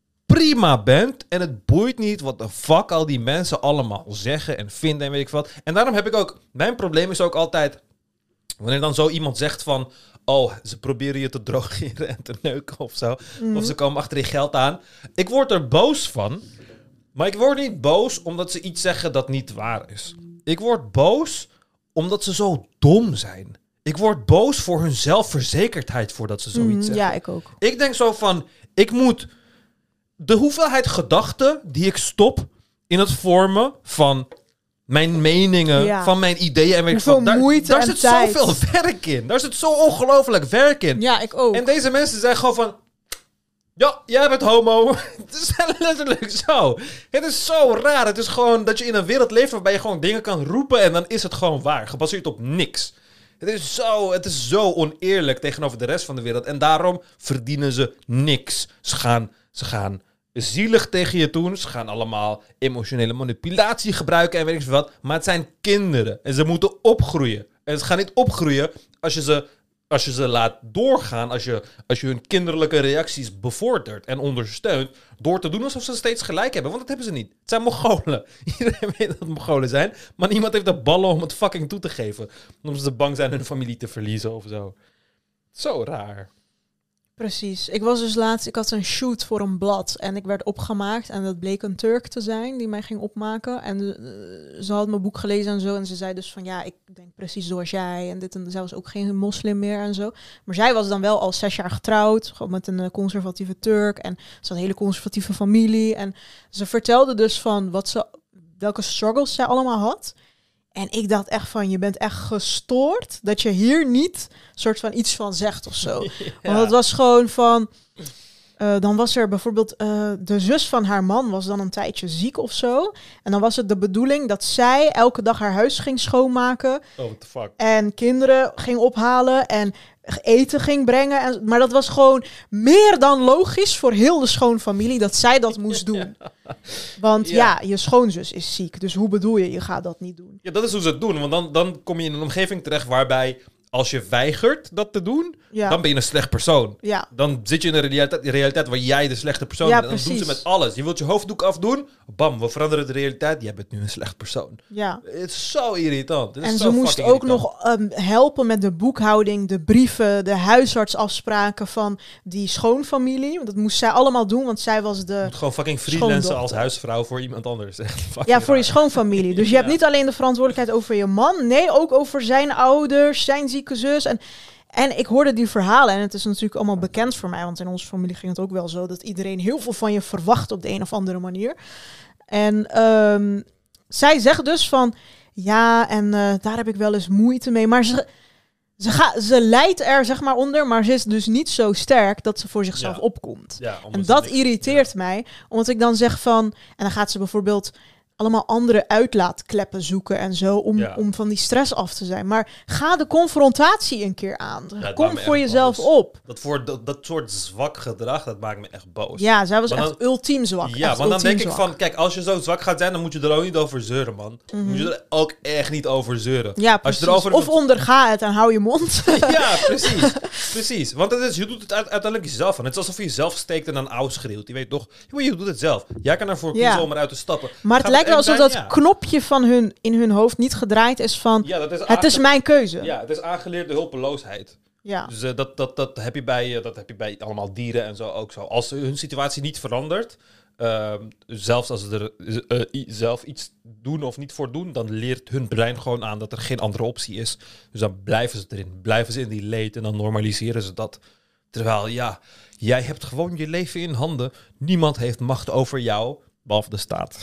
prima bent en het boeit niet wat de fuck al die mensen allemaal zeggen en vinden en weet ik wat. En daarom heb ik ook, mijn probleem is ook altijd, wanneer dan zo iemand zegt van, oh, ze proberen je te drogeren en te neuken of zo, of ze komen achter je geld aan. Ik word er boos van, maar ik word niet boos omdat ze iets zeggen dat niet waar is. Ik word boos omdat ze zo dom zijn. Ik word boos voor hun zelfverzekerdheid voordat ze zoiets Mm, zeggen. ja, ik ook. Ik denk zo van, ik moet de hoeveelheid gedachten die ik stop in het vormen van mijn meningen, Ja. van mijn ideeën en weet ik Hoeveel wat, daar, moeite daar en zit tijd. zoveel werk in. Daar zit zo ongelooflijk werk in. Ja, ik ook. En deze mensen zeggen gewoon van, ja, jij bent homo. Het is letterlijk zo. Het is zo raar. Het is gewoon dat je in een wereld leeft waarbij je gewoon dingen kan roepen en dan is het gewoon waar. Gebaseerd op niks. Het is zo, het is zo oneerlijk tegenover de rest van de wereld. En daarom verdienen ze niks. Ze gaan, ze gaan zielig tegen je doen. Ze gaan allemaal emotionele manipulatie gebruiken en weet ik veel wat. Maar het zijn kinderen. En ze moeten opgroeien. En ze gaan niet opgroeien als je ze, als je ze laat doorgaan. Als je, als je hun kinderlijke reacties bevordert en ondersteunt. Door te doen alsof ze steeds gelijk hebben. Want dat hebben ze niet. Het zijn Mongolen. Iedereen weet dat het Mongolen zijn. Maar niemand heeft de ballen om het fucking toe te geven. Omdat ze bang zijn hun familie te verliezen of zo. Zo raar. Precies. Ik was dus laatst, ik had een shoot voor een blad en ik werd opgemaakt en dat bleek een Turk te zijn die mij ging opmaken. En uh, ze had mijn boek gelezen en zo en ze zei dus van ja, ik denk precies zoals jij en dit en zij was ook geen moslim meer en zo. Maar zij was dan wel al zes jaar getrouwd, gewoon met een uh, conservatieve Turk en ze had een hele conservatieve familie en ze vertelde dus van wat ze, welke struggles zij allemaal had. En ik dacht echt van, je bent echt gestoord dat je hier niet soort van iets van zegt of zo. Want het was gewoon van, uh, dan was er bijvoorbeeld uh, de zus van haar man was dan een tijdje ziek of zo. En dan was het de bedoeling dat zij elke dag haar huis ging schoonmaken Oh, what the fuck. en kinderen ging ophalen en eten ging brengen. En, maar dat was gewoon meer dan logisch voor heel de schoonfamilie dat zij dat moest doen. Want Ja. ja, je schoonzus is ziek. Dus hoe bedoel je, je gaat dat niet doen? Ja, dat is hoe ze het doen. Want dan, dan kom je in een omgeving terecht waarbij als je weigert dat te doen, Ja. dan ben je een slecht persoon. Ja. Dan zit je in een realiteit, realiteit waar jij de slechte persoon Ja, bent. En dan doen ze precies. met alles. Je wilt je hoofddoek afdoen, bam, we veranderen de realiteit. Jij bent nu een slecht persoon. Ja. Het is zo irritant. Het is En zo ze moest fucking ook irritant. nog um, helpen met de boekhouding, de brieven, de huisartsafspraken van die schoonfamilie. Want dat moest zij allemaal doen, want zij was Je de... moet gewoon fucking freelancen schoondochter. als huisvrouw voor iemand anders. Echt fucking Ja, voor je raar. schoonfamilie. Dus je hebt Ja. niet alleen de verantwoordelijkheid over je man, nee, ook over zijn ouders, zijn zieke zus. En, en ik hoorde die verhalen en het is natuurlijk allemaal bekend voor mij, want in onze familie ging het ook wel zo, dat iedereen heel veel van je verwacht op de een of andere manier. En um, zij zegt dus van, ja, en uh, daar heb ik wel eens moeite mee, maar ze... Ze, ga, ze lijdt er zeg maar onder, maar ze is dus niet zo sterk dat ze voor zichzelf Ja. opkomt. Ja, omdat En ze dat niks- irriteert ja. mij, omdat ik dan zeg van... En dan gaat ze bijvoorbeeld allemaal andere uitlaatkleppen zoeken en zo... om, Ja. om van die stress af te zijn. Maar ga de confrontatie een keer aan. Ja, het Kom maakt me voor echt jezelf boos. op. Dat, voor, dat, dat soort zwak gedrag, dat maakt me echt boos. Ja, zij was Maar echt dan- ultiem zwak. Ja, echt want dan ultiem denk ik zwak. van, kijk, als je zo zwak gaat zijn, dan moet je er ook niet over zeuren, man. Dan moet je er ook echt niet over zeuren. Ja, Als precies. je erover Of onderga het en hou je mond. Ja, precies. Precies. Want het is, je doet het uit- uiteindelijk jezelf aan. Het is alsof je jezelf steekt en dan auw schreeuwt. Je weet toch, je doet het zelf. Jij kan ervoor Ja. kiezen om eruit te stappen. Maar het Gaat lijkt wel echt alsof zijn? dat Ja. knopje van hun in hun hoofd niet gedraaid is van... Ja, dat is het is aange- mijn keuze. Ja, het is aangeleerde hulpeloosheid. Ja. Dus eh, dat, dat, dat, heb je bij, eh, dat heb je bij allemaal dieren en zo ook zo. Als hun situatie niet verandert, ehm, zelfs als ze er eh, eh, i- zelf iets doen of niet voor doen, dan leert hun brein gewoon aan dat er geen andere optie is. Dus dan blijven ze erin, blijven ze in die leed en dan normaliseren ze dat. Terwijl, ja, jij hebt gewoon je leven in handen. Niemand heeft macht over jou, behalve de staat.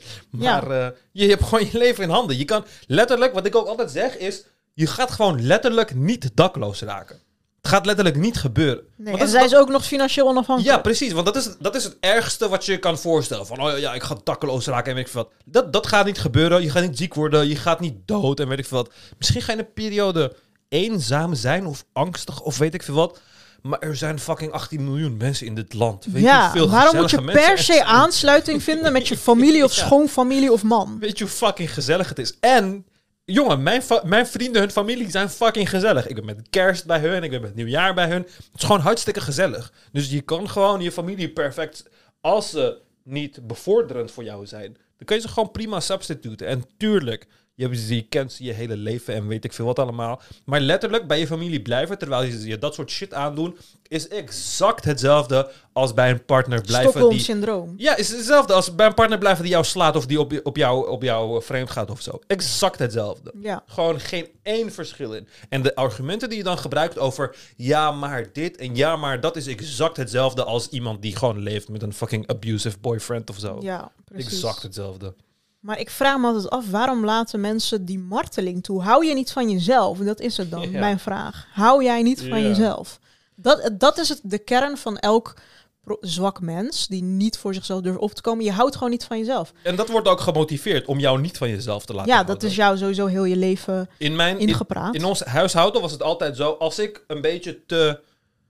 Maar eh, je hebt gewoon je leven in handen. Je kan letterlijk, wat ik ook altijd zeg, is... Je gaat gewoon letterlijk niet dakloos raken. Het gaat letterlijk niet gebeuren. Nee, Want en dat zij is, is ook nog financieel onafhankelijk. ja, precies. Want dat is, dat is het ergste wat je je kan voorstellen. Van, oh ja, ik ga dakloos raken en weet ik veel wat. Dat, dat gaat niet gebeuren. Je gaat niet ziek worden. Je gaat niet dood en weet ik veel wat. Misschien ga je in een periode eenzaam zijn of angstig of weet ik veel wat. Maar er zijn fucking achttien miljoen mensen in dit land. Weet je Ja, hoeveel waarom moet je gezellige mensen per er se zijn? aansluiting vinden met je familie of Ja. schoonfamilie of man? Weet je hoe fucking gezellig het is? En, jongen, mijn, fa- mijn vrienden, hun familie zijn fucking gezellig. Ik ben met kerst bij hun, ik ben met nieuwjaar bij hun. Het is gewoon hartstikke gezellig. Dus je kan gewoon je familie perfect... Als ze niet bevorderend voor jou zijn, dan kun je ze gewoon prima substituten. En tuurlijk, je, hebt ze, je kent ze je hele leven en weet ik veel wat allemaal. Maar letterlijk bij je familie blijven, terwijl je je dat soort shit aandoen, is exact hetzelfde als bij een partner blijven Stockholm die... syndroom. Ja, is hetzelfde als bij een partner blijven die jou slaat of die op, op, jou, op jou vreemd gaat of zo. Exact hetzelfde. Ja. Gewoon geen één verschil in. En de argumenten die je dan gebruikt over ja, maar dit en ja, maar dat is exact hetzelfde als iemand die gewoon leeft met een fucking abusive boyfriend of zo. Ja, precies. Exact hetzelfde. Maar ik vraag me altijd af, waarom laten mensen die marteling toe? Hou je niet van jezelf? Dat is het dan, Ja. mijn vraag. Hou jij niet van Ja. jezelf? Dat, dat is het, de kern van elk pro- zwak mens die niet voor zichzelf durft op te komen. Je houdt gewoon niet van jezelf. En dat wordt ook gemotiveerd om jou niet van jezelf te laten Ja, houden. dat is jou sowieso heel je leven in mijn, in, ingepraat. in ons huishouden was het altijd zo, als ik een beetje te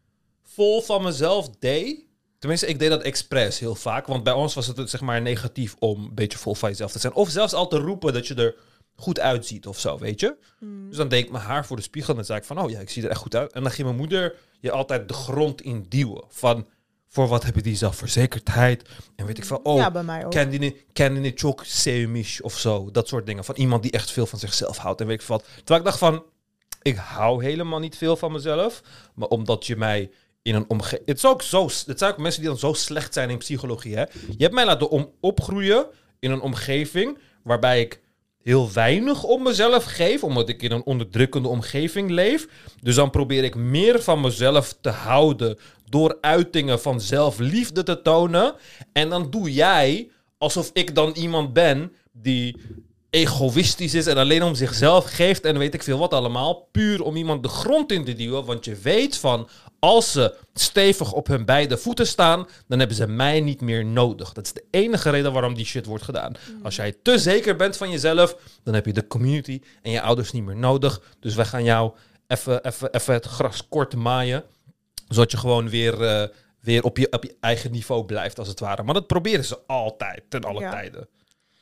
vol van mezelf deed... Tenminste, ik deed dat expres heel vaak. Want bij ons was het zeg maar negatief om een beetje vol van jezelf te zijn. Of zelfs al te roepen dat je er goed uitziet of zo, weet je. Hmm. Dus dan deed ik mijn haar voor de spiegel en dan zei ik van... Oh ja, ik zie er echt goed uit. En dan ging mijn moeder je altijd de grond in duwen. Van, voor wat heb je die zelfverzekerdheid? En weet ik van, oh, Ja, bij mij ook. ken die niet, ken die niet çok sevmiş of zo. Dat soort dingen. Van iemand die echt veel van zichzelf houdt en weet ik wat. Terwijl ik dacht van, ik hou helemaal niet veel van mezelf. Maar omdat je mij... in een omgeving. Het is ook zo. Het zijn ook mensen die dan zo slecht zijn in psychologie. Hè? Je hebt mij laten om opgroeien in een omgeving waarbij ik heel weinig om mezelf geef, omdat ik in een onderdrukkende omgeving leef. Dus dan probeer ik meer van mezelf te houden door uitingen van zelfliefde te tonen. En dan doe jij alsof ik dan iemand ben die egoïstisch is en alleen om zichzelf geeft en weet ik veel wat allemaal, puur om iemand de grond in te duwen, want je weet van, als ze stevig op hun beide voeten staan, dan hebben ze mij niet meer nodig. Dat is de enige reden waarom die shit wordt gedaan. Als jij te zeker bent van jezelf, dan heb je de community en je ouders niet meer nodig. Dus wij gaan jou even, even, even het gras kort maaien, zodat je gewoon weer, uh, weer op, je, op je eigen niveau blijft, als het ware. Maar dat proberen ze altijd, ten alle Ja. tijden.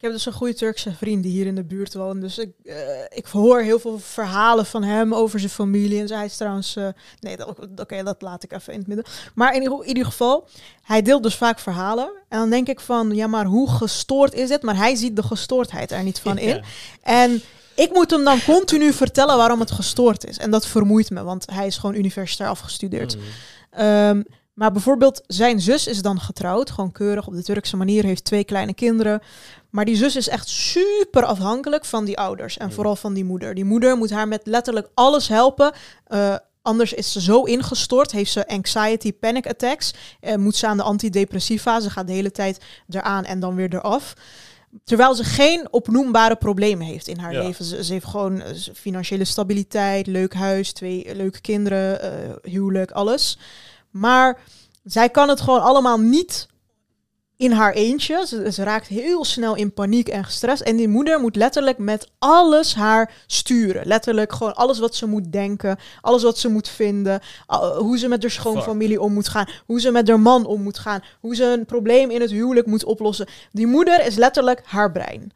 Ik heb dus een goede Turkse vriend die hier in de buurt woont. Dus ik, uh, ik hoor heel veel verhalen van hem over zijn familie. En hij is trouwens... Uh, nee, dat, oké, okay, dat laat ik even in het midden. Maar in, in ieder geval, hij deelt dus vaak verhalen. En dan denk ik van, ja, maar hoe gestoord is het? Maar hij ziet de gestoordheid er niet van in. Ja. En ik moet hem dan continu vertellen waarom het gestoord is. En dat vermoeit me, want hij is gewoon universitair afgestudeerd. Mm. Um, maar bijvoorbeeld, zijn zus is dan getrouwd. Gewoon keurig op de Turkse manier. Heeft twee kleine kinderen. Maar die zus is echt super afhankelijk van die ouders. En vooral van die moeder. Die moeder moet haar met letterlijk alles helpen. Uh, anders is ze zo ingestort. Heeft ze anxiety, panic attacks. Uh, moet ze aan de antidepressiva. Ze gaat de hele tijd eraan en dan weer eraf. Terwijl ze geen opnoembare problemen heeft in haar ja. leven. Ze, ze heeft gewoon uh, financiële stabiliteit, leuk huis, twee leuke kinderen, uh, huwelijk, alles. Maar zij kan het gewoon allemaal niet in haar eentje. Ze, ze raakt heel snel in paniek en gestrest. En die moeder moet letterlijk met alles haar sturen. Letterlijk gewoon alles wat ze moet denken. Alles wat ze moet vinden. Uh, hoe ze met haar schoonfamilie om moet gaan. Hoe ze met haar man om moet gaan. Hoe ze een probleem in het huwelijk moet oplossen. Die moeder is letterlijk haar brein.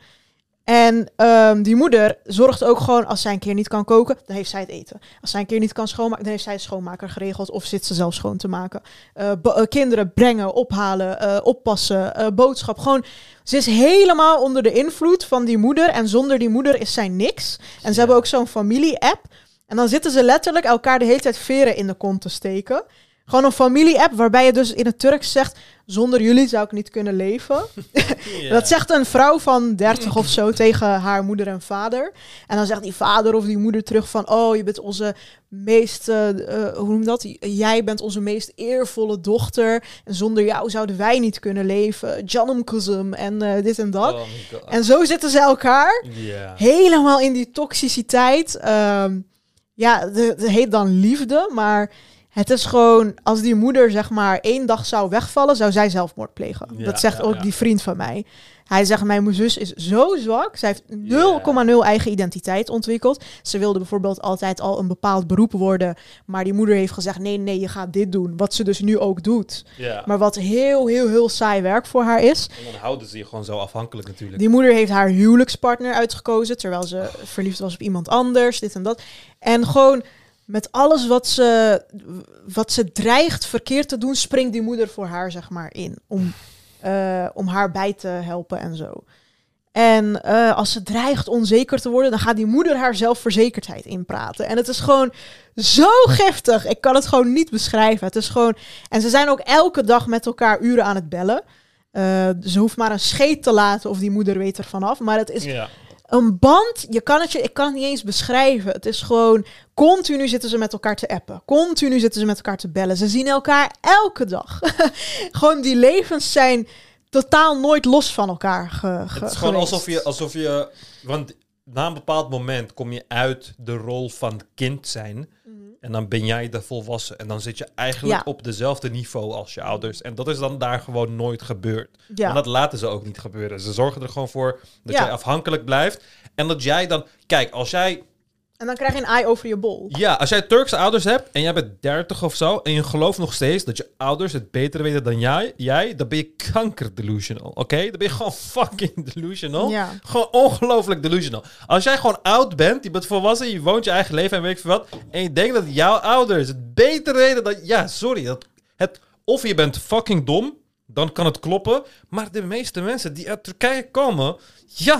En um, die moeder zorgt ook gewoon, als zij een keer niet kan koken, dan heeft zij het eten. Als zij een keer niet kan schoonmaken, dan heeft zij een schoonmaker geregeld of zit ze zelf schoon te maken. Uh, bo- uh, kinderen brengen, ophalen, uh, oppassen, uh, boodschap. Gewoon, ze is helemaal onder de invloed van die moeder en zonder die moeder is zij niks. En ze ja. hebben ook zo'n familie-app. En dan zitten ze letterlijk elkaar de hele tijd veren in de kont te steken. Gewoon een familie-app waarbij je dus in het Turks zegt, zonder jullie zou ik niet kunnen leven. Yeah. Dat zegt een vrouw van dertig of zo tegen haar moeder en vader. En dan zegt die vader of die moeder terug van, oh, je bent onze meest, uh, uh, hoe noem je dat? Jij bent onze meest eervolle dochter. En zonder jou zouden wij niet kunnen leven. Canım kızım en uh, dit en dat. Oh en zo zitten ze elkaar yeah. helemaal in die toxiciteit. Um, ja, het heet dan liefde, maar het is gewoon, als die moeder zeg maar één dag zou wegvallen, zou zij zelfmoord plegen. Ja, dat zegt ja, ook ja. die vriend van mij. Hij zegt, mijn zus is zo zwak. Zij heeft nul komma nul yeah. eigen identiteit ontwikkeld. Ze wilde bijvoorbeeld altijd al een bepaald beroep worden. Maar die moeder heeft gezegd, nee, nee, je gaat dit doen. Wat ze dus nu ook doet. Yeah. Maar wat heel, heel, heel saai werk voor haar is. En dan houden ze je gewoon zo afhankelijk natuurlijk. Die moeder heeft haar huwelijkspartner uitgekozen, terwijl ze oh. verliefd was op iemand anders, dit en dat. En gewoon met alles wat ze, wat ze dreigt verkeerd te doen, springt die moeder voor haar zeg maar in. Om, uh, om haar bij te helpen en zo. En uh, als ze dreigt onzeker te worden, dan gaat die moeder haar zelfverzekerdheid inpraten. En het is gewoon zo giftig. Ik kan het gewoon niet beschrijven. Het is gewoon. En ze zijn ook elke dag met elkaar uren aan het bellen. Uh, ze hoeft maar een scheet te laten of die moeder weet er vanaf. Maar het is ja. een band. Je kan het je, ik kan het niet eens beschrijven. Het is gewoon continu zitten ze met elkaar te appen. Continu zitten ze met elkaar te bellen. Ze zien elkaar elke dag. Gewoon die levens zijn totaal nooit los van elkaar ge, ge, Het is gewoon alsof je, alsof je... Want na een bepaald moment kom je uit de rol van kind zijn. Mm-hmm. En dan ben jij de volwassen. En dan zit je eigenlijk ja. op dezelfde niveau als je ouders. En dat is dan daar gewoon nooit gebeurd. Ja. En dat laten ze ook niet gebeuren. Ze zorgen er gewoon voor dat ja. jij afhankelijk blijft. En dat jij dan... Kijk, als jij... En dan krijg je een ei over je bol. Ja, als jij Turkse ouders hebt en jij bent dertig of zo en je gelooft nog steeds dat je ouders het beter weten dan jij, jij dan ben je kankerdelusional, oké? Okay? Dan ben je gewoon fucking delusional. Ja. Gewoon ongelooflijk delusional. Als jij gewoon oud bent, je bent volwassen, je woont je eigen leven en weet ik veel wat, en je denkt dat jouw ouders het beter weten dan... Ja, sorry. Dat, het, of je bent fucking dom, dan kan het kloppen. Maar de meeste mensen die uit Turkije komen, ja,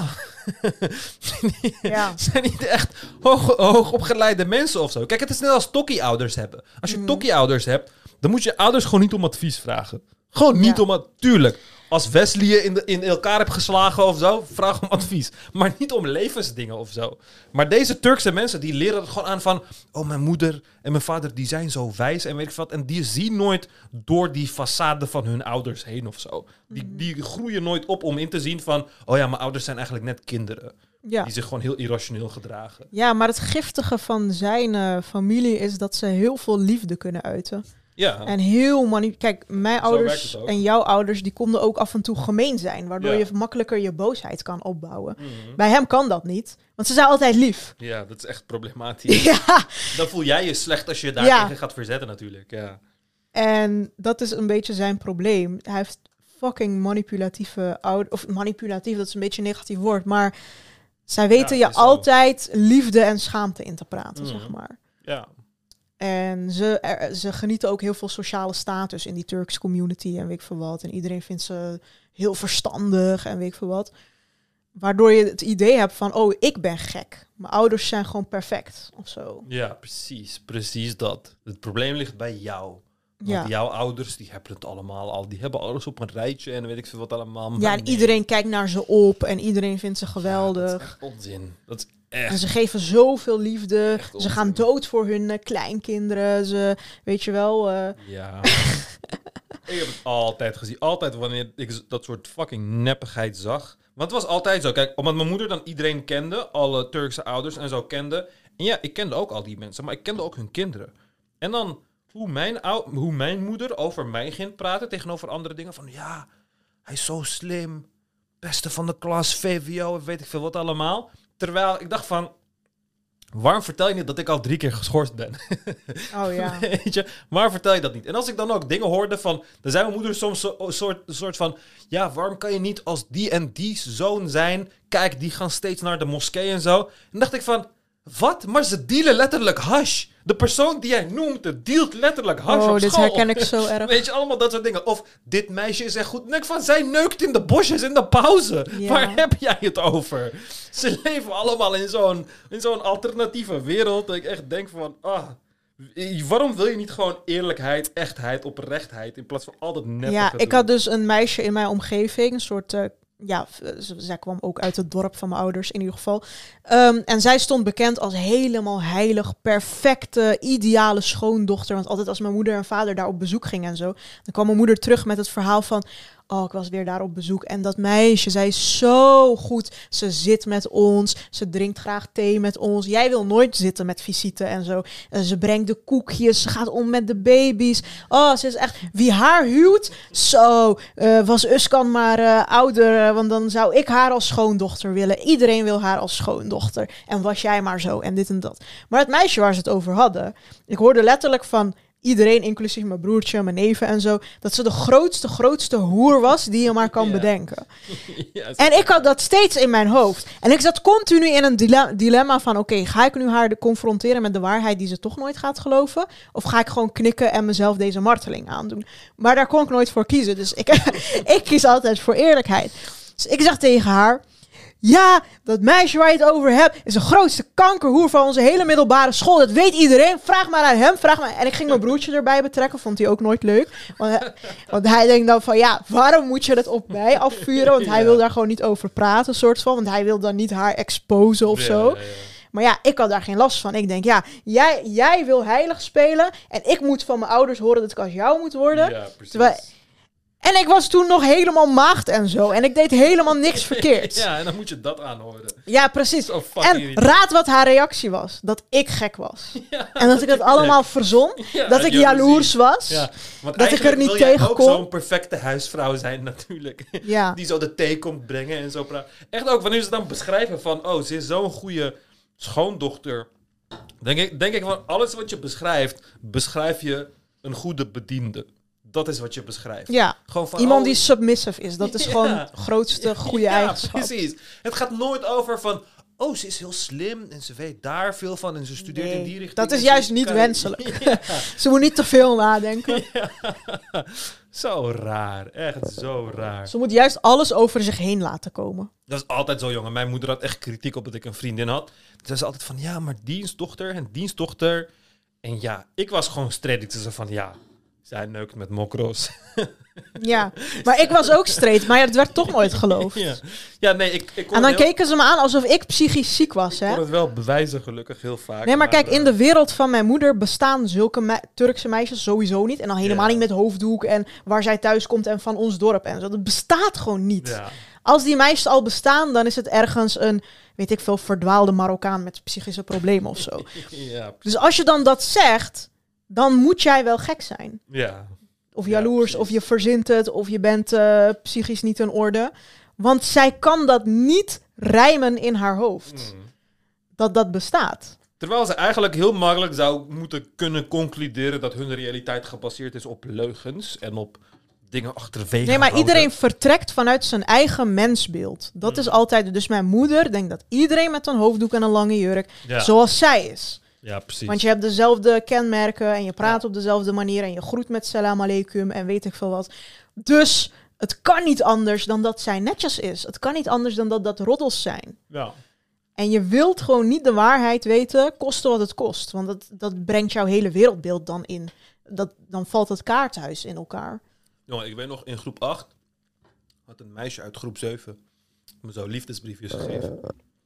ja. zijn niet echt hoog, hoog opgeleide mensen of zo. Kijk, het is net als tokkie-ouders hebben. Als je mm. tokkie-ouders hebt, dan moet je ouders gewoon niet om advies vragen. Gewoon niet ja. om... Tuurlijk, als Wesley je in, de, in elkaar hebt geslagen of zo, vraag om advies. Maar niet om levensdingen of zo. Maar deze Turkse mensen, die leren het gewoon aan van... Oh, mijn moeder en mijn vader, die zijn zo wijs en weet ik wat. En die zien nooit door die façade van hun ouders heen of zo. Die, mm. die groeien nooit op om in te zien van... Oh ja, mijn ouders zijn eigenlijk net kinderen. Ja. Die zich gewoon heel irrationeel gedragen. Ja, maar het giftige van zijn uh, familie is dat ze heel veel liefde kunnen uiten. Ja. En heel mani- Kijk, mijn ouders en jouw ouders, die konden ook af en toe gemeen zijn. Waardoor ja. je makkelijker je boosheid kan opbouwen. Mm-hmm. Bij hem kan dat niet. Want ze zijn altijd lief. Ja, dat is echt problematisch. Ja. Dan voel jij je slecht als je daar ja. tegen gaat verzetten natuurlijk. Ja. En dat is een beetje zijn probleem. Hij heeft fucking manipulatieve ouders. Of manipulatief, dat is een beetje een negatief woord. Maar zij weten Ja, je is zo. altijd liefde en schaamte in te praten, Mhm. zeg maar. Ja. En ze, er, ze genieten ook heel veel sociale status in die Turks community en weet ik veel wat. En iedereen vindt ze heel verstandig en weet ik veel wat. Waardoor je het idee hebt van, oh, ik ben gek. Mijn ouders zijn gewoon perfect, of zo. Ja, precies. Precies dat. Het probleem ligt bij jou. Want Ja. jouw ouders, die hebben het allemaal al. Die hebben alles op een rijtje en weet ik veel wat allemaal. Maar Ja, en nee. iedereen kijkt naar ze op en iedereen vindt ze Ja, geweldig. dat is echt onzin. Dat is En echt... ze geven zoveel liefde. Echt Ze onzin. gaan dood voor hun eh, kleinkinderen. Ze, weet je wel... eh, Ja. Ik heb het altijd gezien. Altijd wanneer ik dat soort fucking neppigheid zag. Want het was altijd zo. Kijk, omdat mijn moeder dan iedereen kende. Alle Turkse ouders en zo kende. En ja, ik kende ook al die mensen. Maar ik kende ook hun kinderen. En dan hoe mijn, ou- hoe mijn moeder over mij ging praten tegenover andere dingen. Van ja, hij is zo slim. Beste van de klas, V W O, weet ik veel wat allemaal. Terwijl ik dacht van... Waarom vertel je niet dat ik al drie keer geschorst ben? oh ja. Weet je, waarom vertel je dat niet? En als ik dan ook dingen hoorde van... Dan zijn mijn moeder soms zo- een soort, een soort van... Ja, waarom kan je niet als die en die zoon zijn? Kijk, die gaan steeds naar de moskee en zo. En dacht ik van... Wat? Maar ze dealen letterlijk hash. De persoon die jij noemt, dealt letterlijk hash Oh, op dit school. herken ik zo erg. Weet je, allemaal dat soort dingen. Of, dit meisje is echt goed. Dan denk ik van, zij neukt in de bosjes in de pauze. Ja. Waar heb jij het over? Ze leven allemaal in zo'n, in zo'n alternatieve wereld. Dat ik echt denk van, ah... Waarom wil je niet gewoon eerlijkheid, echtheid, oprechtheid... in plaats van al dat neppe Ja, gedoe? ik had dus een meisje in mijn omgeving, een soort, eh, ja, v- z- zij kwam ook uit het dorp van mijn ouders in ieder geval. Ehm, en zij stond bekend als helemaal heilig, perfecte, ideale schoondochter. Want altijd als mijn moeder en vader daar op bezoek gingen en zo, dan kwam mijn moeder terug met het verhaal van... Oh, ik was weer daar op bezoek. En dat meisje, zij is zo goed. Ze zit met ons. Ze drinkt graag thee met ons. Jij wil nooit zitten met visite en zo. En ze brengt de koekjes. Ze gaat om met de baby's. Oh, ze is echt... Wie haar huwt, zo. eh, was Uskan maar eh, ouder. eh, want dan zou ik haar als schoondochter willen. Iedereen wil haar als schoondochter. En was jij maar zo. En dit en dat. Maar het meisje waar ze het over hadden... Ik hoorde letterlijk van... Iedereen, inclusief mijn broertje, mijn neven en zo... dat ze de grootste, grootste hoer was die je maar kan Ja. bedenken. Ja, En ik had dat steeds in mijn hoofd. En ik zat continu in een dile- dilemma van... oké, ga ik nu haar de confronteren met de waarheid die ze toch nooit gaat geloven? Of ga ik gewoon knikken en mezelf deze marteling aandoen? Maar daar kon ik nooit voor kiezen. Dus ik, ik kies altijd voor eerlijkheid. Dus ik zeg tegen haar... Ja, dat meisje waar je het over hebt is de grootste kankerhoer van onze hele middelbare school. Dat weet iedereen. Vraag maar aan hem. Vraag maar. En ik ging mijn broertje erbij betrekken. Vond hij ook nooit leuk. Want hij, want hij denkt dan van ja, waarom moet je dat op mij afvuren? Want hij Ja. wil daar gewoon niet over praten, soort van. Want hij wil dan niet haar exposen of Ja, zo. ja, ja. Maar ja, ik had daar geen last van. Ik denk ja, jij, jij wil heilig spelen. En ik moet van mijn ouders horen dat ik als jou moet worden. Ja, precies. Terwijl- En ik was toen nog helemaal maagd en zo. En ik deed helemaal niks verkeerd. Ja, en dan moet je dat aanhoren. Ja, precies. Zo fucking En irritant. raad wat haar reactie was. Dat ik gek was. Ja, En dat ik het allemaal verzon. Ja, Dat ik jaloezie. jaloers was. Ja, want Dat ik er eigenlijk niet wil jij tegen ook kon. zo'n perfecte huisvrouw zijn natuurlijk. Ja. Die zo de thee komt brengen en zo praten. Echt ook wanneer ze dan beschrijven van... Oh, ze is zo'n goede schoondochter. Denk ik, denk ik van alles wat je beschrijft... Beschrijf je een goede bediende. Dat is wat je beschrijft. Ja. Gewoon van, Iemand oh, die submissive is. Dat is Ja. gewoon het grootste goede ja, eigenschap. precies. Het gaat nooit over van... Oh, ze is heel slim en ze weet daar veel van en ze studeert Nee, in die richting. dat is en juist ze niet kan- wenselijk. Ja, Ze moet niet te veel nadenken. zo raar. Echt zo raar. Ze moet juist alles over zich heen laten komen. Dat is altijd zo, jongen. Mijn moeder had echt kritiek op dat ik een vriendin had. Toen zei ze altijd van, ja, maar dienstdochter en dienstdochter. En ja, ik was gewoon straight. Ik zei van, ja, zij neukt met mokro's. Ja. Maar ik was ook straight. Maar het werd toch nooit geloofd. ja. ja, nee, ik, ik kon En dan het heel- keken ze me aan alsof ik psychisch ziek was. ik Hè? kon het wel bewijzen, gelukkig, heel vaak. Nee, maar kijk, in eh, de wereld van mijn moeder bestaan zulke me- Turkse meisjes sowieso niet. En dan helemaal Ja. niet met hoofddoek en waar zij thuis komt en van ons dorp en zo. Dat bestaat gewoon niet. Ja. Als die meisjes al bestaan, dan is het ergens een, weet ik veel, verdwaalde Marokkaan met psychische problemen of zo. Ja, Dus als je dan dat zegt, dan moet jij wel gek zijn. ja. Of Ja, jaloers, precies. of je verzint het, of je bent eh, psychisch niet in orde. Want zij kan dat niet rijmen in haar hoofd. Mm. Dat dat bestaat. Terwijl ze eigenlijk heel makkelijk zou moeten kunnen concluderen dat hun realiteit gebaseerd is op leugens en op dingen achterwege Nee, maar houden. iedereen vertrekt vanuit zijn eigen mensbeeld. Dat Mm. is altijd... Dus mijn moeder denkt dat iedereen met een hoofddoek en een lange jurk... Ja. zoals zij is. Ja, precies. Want je hebt dezelfde kenmerken en je praat Ja. op dezelfde manier... en je groet met salam aleikum en weet ik veel wat. Dus het kan niet anders dan dat zij netjes is. Het kan niet anders dan dat dat roddels zijn. Ja. En je wilt gewoon niet de waarheid weten, koste wat het kost. Want dat, dat brengt jouw hele wereldbeeld dan in. Dat, dan valt het kaarthuis in elkaar. Jongen, ik weet nog, in groep acht had een meisje uit groep zeven me zo liefdesbriefjes gegeven.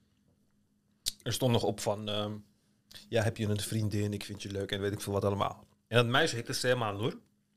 Er stond nog op van, ehm, ja, heb je een vriendin, ik vind je leuk en weet ik veel wat allemaal. En dat meisje heette Selma Noor.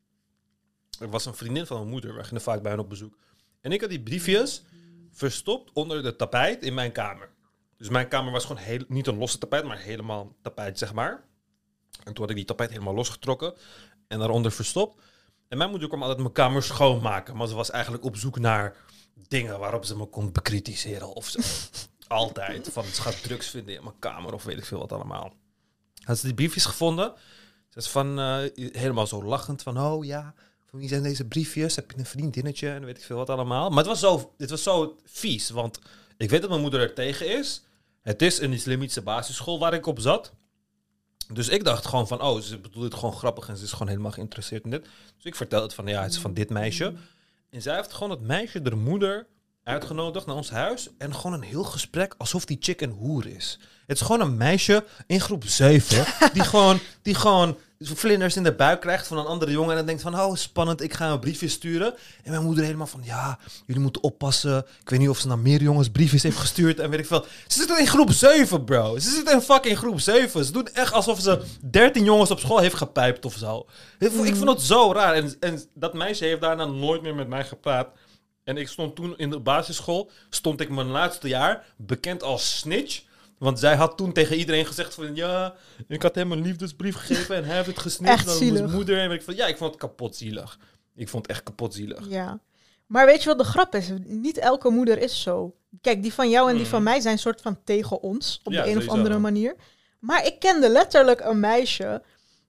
Er was een vriendin van mijn moeder, we gingen vaak bij hen op bezoek. En ik had die briefjes verstopt onder de tapijt in mijn kamer. Dus mijn kamer was gewoon heel, niet een losse tapijt, maar helemaal tapijt, zeg maar. En toen had ik die tapijt helemaal losgetrokken en daaronder verstopt. En mijn moeder kwam altijd mijn kamer schoonmaken. Maar ze was eigenlijk op zoek naar dingen waarop ze me kon bekritiseren of zo. Altijd. Van, ze gaat drugs vinden in mijn kamer of weet ik veel wat allemaal. Had ze die briefjes gevonden. Ze is van, uh, helemaal zo lachend van, oh ja, van wie zijn deze briefjes? Heb je een vriendinnetje en weet ik veel wat allemaal. Maar het was zo, het was zo vies, want ik weet dat mijn moeder er tegen is. Het is een islamitische basisschool waar ik op zat. Dus ik dacht gewoon van, oh, ze bedoelt het gewoon grappig en ze is gewoon helemaal geïnteresseerd in dit. Dus ik vertelde het van, ja, het is van dit meisje. En zij heeft gewoon het meisje, de moeder, uitgenodigd naar ons huis. En gewoon een heel gesprek alsof die chick een hoer is. Het is gewoon een meisje in groep zeven die gewoon, die gewoon vlinders in de buik krijgt van een andere jongen. En dan denkt van, oh, spannend, ik ga een briefje sturen. En mijn moeder helemaal van, ja, jullie moeten oppassen. Ik weet niet of ze naar meer jongens briefjes heeft gestuurd en weet ik veel. Ze zitten in groep zeven, bro. Ze zitten in fucking groep zeven. Ze doen echt alsof ze dertien jongens op school heeft gepijpt of zo. Ik vond, ik vond het zo raar. En, en dat meisje heeft daarna nooit meer met mij gepraat. En ik stond toen in de basisschool, stond ik mijn laatste jaar, bekend als snitch. Want zij had toen tegen iedereen gezegd van, ja, ik had hem een liefdesbrief gegeven en hij heeft het gesnitcht. Echt naar zielig. mijn moeder. En ik van, ja, ik vond het kapot zielig. Ik vond het echt kapot zielig. Ja. Maar weet je wat de grap is? Niet elke moeder is zo. Kijk, die van jou en die Mm. van mij zijn soort van tegen ons. Op Ja, de een of sowieso. andere manier. Maar ik kende letterlijk een meisje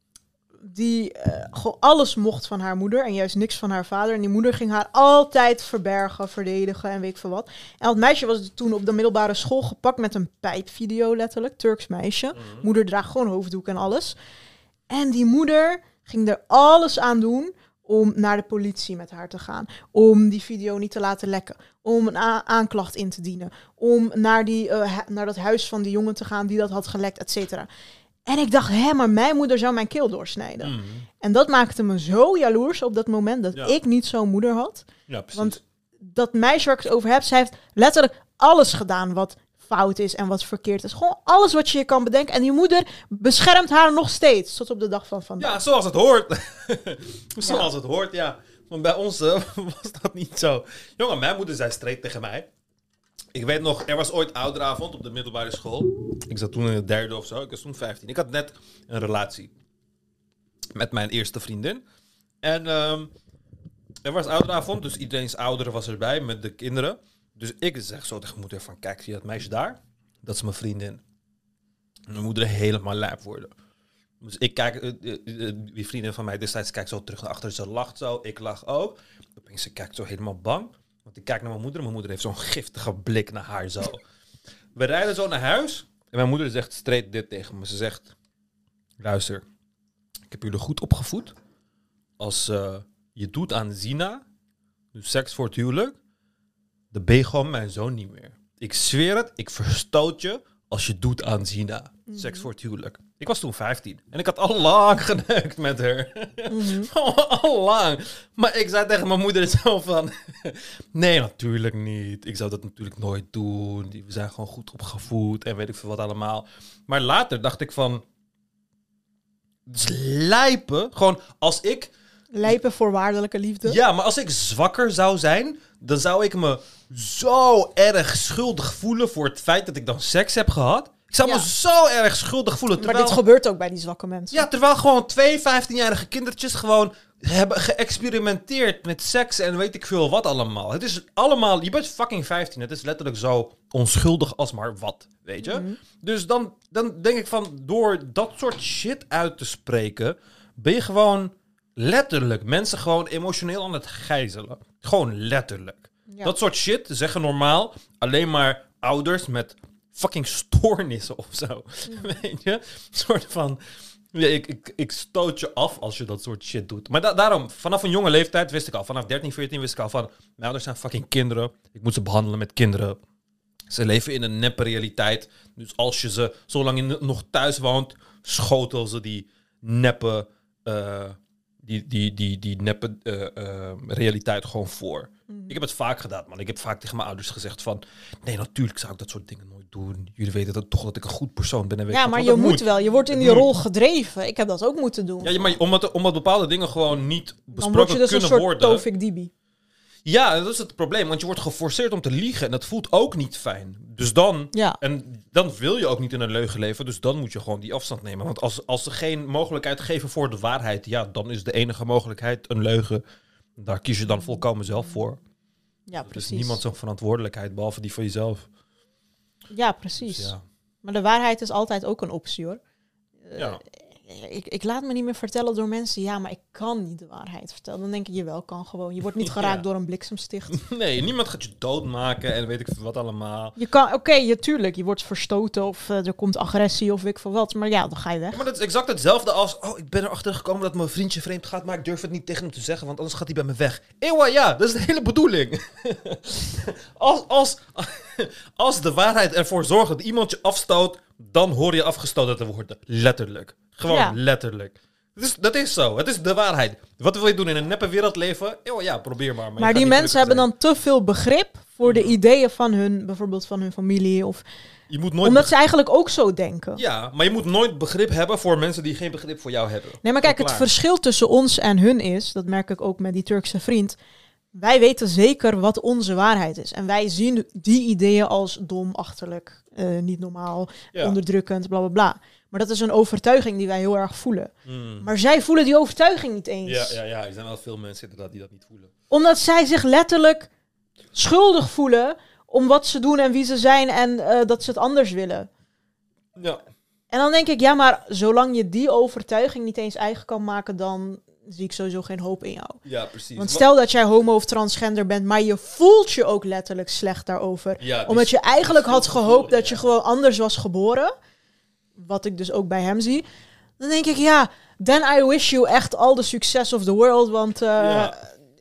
die eh, gewoon alles mocht van haar moeder en juist niks van haar vader. En die moeder ging haar altijd verbergen, verdedigen en weet ik veel wat. En dat meisje was toen op de middelbare school gepakt met een pijpvideo, letterlijk. Turks meisje. Mhm. Moeder draagt gewoon hoofddoek en alles. En die moeder ging er alles aan doen om naar de politie met haar te gaan. Om die video niet te laten lekken. Om een a- aanklacht in te dienen. Om naar, die, uh, hu- naar dat huis van die jongen te gaan die dat had gelekt, et cetera. En ik dacht, hé, maar mijn moeder zou mijn keel doorsnijden. Mhm. En dat maakte me zo jaloers op dat moment dat Ja. ik niet zo'n moeder had. Ja, precies. Want dat meisje waar ik het over heb, zij heeft letterlijk alles gedaan wat fout is en wat verkeerd is. Gewoon alles wat je je kan bedenken. En die moeder beschermt haar nog steeds, tot op de dag van vandaag. Ja, zoals het hoort. zoals het hoort, ja. Want bij ons uh, was dat niet zo. Jongen, mijn moeder zei straight tegen mij. Ik weet nog, er was ooit ouderavond op de middelbare school. Ik zat toen in het derde of zo. Ik was toen vijftien. Ik had net een relatie met mijn eerste vriendin. En um, er was ouderavond, dus iedereen's ouder was erbij met de kinderen. Dus ik zeg zo tegen moeder van, kijk, zie je dat meisje daar? Dat is mijn vriendin. En mijn moeder helemaal lijp worden. Dus ik kijk, uh, uh, uh, die vriendin van mij destijds kijkt zo terug naar achter. Ze lacht zo, ik lach ook. Opeens ze kijkt zo helemaal bang. Want ik kijk naar mijn moeder en mijn moeder heeft zo'n giftige blik naar haar zo. We rijden zo naar huis. En mijn moeder zegt straight dit tegen me. Ze zegt, luister, ik heb jullie goed opgevoed. Als uh, je doet aan zina, dus seks voor het huwelijk, dan ben je gewoon mijn zoon niet meer. Ik zweer het, ik verstoot je als je doet aan zina. Mm-hmm. Seks voor het huwelijk. Ik was toen vijftien. En ik had al lang geneukt met haar. Mm-hmm. al lang. Maar ik zei tegen mijn moeder zo van, nee, natuurlijk niet. Ik zou dat natuurlijk nooit doen. We zijn gewoon goed opgevoed en weet ik veel wat allemaal. Maar later dacht ik van, lijpen. Gewoon als ik... Lijpen voorwaardelijke liefde. Ja, maar als ik zwakker zou zijn, dan zou ik me zo erg schuldig voelen voor het feit dat ik dan seks heb gehad. Ik zou ja. me zo erg schuldig voelen. Terwijl... Maar dit gebeurt ook bij die zwakke mensen. Ja, terwijl gewoon twee vijftienjarige kindertjes gewoon hebben geëxperimenteerd met seks en weet ik veel wat allemaal. Het is allemaal, je bent fucking vijftien. Het is letterlijk zo onschuldig als maar wat, weet je. Mm-hmm. Dus dan, dan denk ik van, door dat soort shit uit te spreken, ben je gewoon letterlijk mensen gewoon emotioneel aan het gijzelen. Gewoon letterlijk. Ja. Dat soort shit zeggen normaal alleen maar ouders met fucking stoornissen of zo. Ja. Weet je? Een soort van... Ja, ik, ik, ik stoot je af als je dat soort shit doet. Maar da- daarom, vanaf een jonge leeftijd wist ik al. Vanaf dertien, veertien wist ik al van... Mijn ouders zijn fucking kinderen. Ik moet ze behandelen met kinderen. Ze leven in een neppe realiteit. Dus als je ze, zolang je nog thuis woont... schotel ze die neppe... Uh, die, die, die, die neppe uh, uh, realiteit gewoon voor. Mm. Ik heb het vaak gedaan, man. Ik heb vaak tegen mijn ouders gezegd van... Nee, natuurlijk zou ik dat soort dingen nooit doen. Jullie weten dat, toch dat ik een goed persoon ben. En weet ja, wat, maar wat je moet. moet wel. Je wordt in die moet. rol gedreven. Ik heb dat ook moeten doen. Ja, maar omdat, omdat bepaalde dingen gewoon niet besproken Dan word je dus kunnen een soort worden... Tofik Dibi. Ja, dat is het probleem. Want je wordt geforceerd om te liegen. En dat voelt ook niet fijn. Dus dan... Ja. En dan wil je ook niet in een leugen leven. Dus dan moet je gewoon die afstand nemen. Want als, als ze geen mogelijkheid geven voor de waarheid... Ja, dan is de enige mogelijkheid een leugen. Daar kies je dan volkomen zelf voor. Ja, Er is precies. niemand zo'n verantwoordelijkheid, behalve die van jezelf. Ja, precies. Dus ja. Maar de waarheid is altijd ook een optie, hoor. Uh, Ja. ik, ik laat me niet meer vertellen door mensen... ja, maar ik kan niet de waarheid vertellen. Dan denk ik, je wel kan gewoon. Je wordt niet geraakt Ja. door een bliksemsticht. Nee, niemand gaat je doodmaken en weet ik veel wat allemaal. Je kan, oké, okay, je, tuurlijk, je wordt verstoten... of uh, er komt agressie of weet ik veel wat. Maar ja, dan ga je weg. Ja, maar dat is exact hetzelfde als... Oh, ik ben erachter gekomen dat mijn vriendje vreemd gaat... maar ik durf het niet tegen hem te zeggen... want anders gaat hij bij me weg. Ewa, ja, dat is de hele bedoeling. als, als, als de waarheid ervoor zorgt dat iemand je afstoot... dan hoor je afgestoten te worden. Letterlijk. Gewoon Ja. letterlijk. Dat is, dat is zo. Het is de waarheid. Wat wil je doen in een neppe wereld leven? Ewa, ja, probeer maar. Maar, Maar die mensen hebben dan te veel begrip... voor de ideeën van hun... bijvoorbeeld van hun familie... of Je moet nooit omdat ze eigenlijk ook zo denken. Ja, maar je moet nooit begrip hebben voor mensen die geen begrip voor jou hebben. Nee, maar kijk, het Klaar. verschil tussen ons en hun is... dat merk ik ook met die Turkse vriend... wij weten zeker wat onze waarheid is. En wij zien die ideeën als dom, achterlijk, uh, niet normaal, Ja. onderdrukkend, bla bla bla. Maar dat is een overtuiging die wij heel erg voelen. Hmm. Maar zij voelen die overtuiging niet eens. Ja, ja, ja, er zijn wel veel mensen inderdaad die dat niet voelen. Omdat zij zich letterlijk schuldig voelen... om wat ze doen en wie ze zijn... en uh, dat ze het anders willen. Ja. En dan denk ik, ja, maar zolang je die overtuiging niet eens eigen kan maken... dan zie ik sowieso geen hoop in jou. Ja, precies. Want stel dat jij homo of transgender bent... maar je voelt je ook letterlijk slecht daarover. Ja, die Omdat je eigenlijk had schuldgevoel, gehoopt dat ja. je gewoon anders was geboren. Wat ik dus ook bij hem zie. Dan denk ik, ja, then I wish you echt all the success of the world. Want uh, Ja.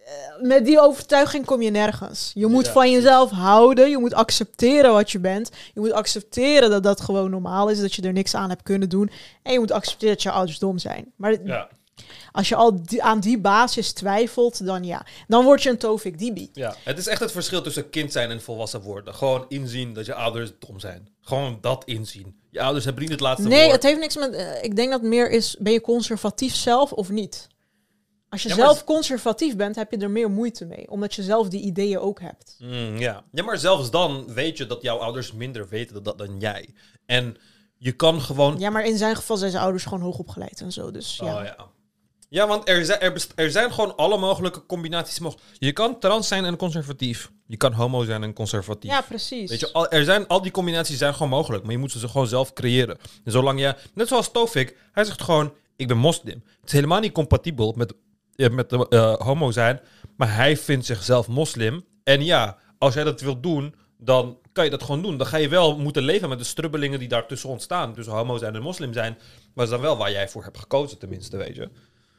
met die overtuiging kom je nergens. Je moet Ja, van jezelf houden. Je moet accepteren wat je bent. Je moet accepteren dat dat gewoon normaal is. Dat je er niks aan hebt kunnen doen. En je moet accepteren dat je ouders dom zijn. Maar Ja, als je al die, aan die basis twijfelt, dan ja. Dan word je een Tofik Dibi. ja, het is echt het verschil tussen kind zijn en volwassen worden. Gewoon inzien dat je ouders dom zijn. Gewoon dat inzien. Je ouders hebben niet het laatste Nee, woord. het heeft niks met... Uh, ik denk dat het meer is, ben je conservatief zelf of niet? Als je Ja, maar zelf z- conservatief bent, heb je er meer moeite mee. Omdat je zelf die ideeën ook hebt. Mm, ja. ja, maar zelfs dan weet je dat jouw ouders minder weten dan, dat dan jij. En je kan gewoon... Ja, maar in zijn geval zijn zijn ouders gewoon hoog opgeleid en zo. Dus ja. Oh, ja. Ja, want er zijn, er, best- er zijn gewoon alle mogelijke combinaties. mogelijk. Je kan trans zijn en conservatief. Je kan homo zijn en conservatief. Ja, precies. Weet je, al, er zijn, al die combinaties zijn gewoon mogelijk. Maar je moet ze gewoon zelf creëren. En zolang je... Net zoals Tofik. Hij zegt gewoon, ik ben moslim. Het is helemaal niet compatibel met, eh, met uh, homo zijn. Maar hij vindt zichzelf moslim. En ja, als jij dat wilt doen... dan kan je dat gewoon doen. Dan ga je wel moeten leven met de strubbelingen die daartussen ontstaan. Tussen homo zijn en moslim zijn. Maar dat is dan wel waar jij voor hebt gekozen tenminste, weet je.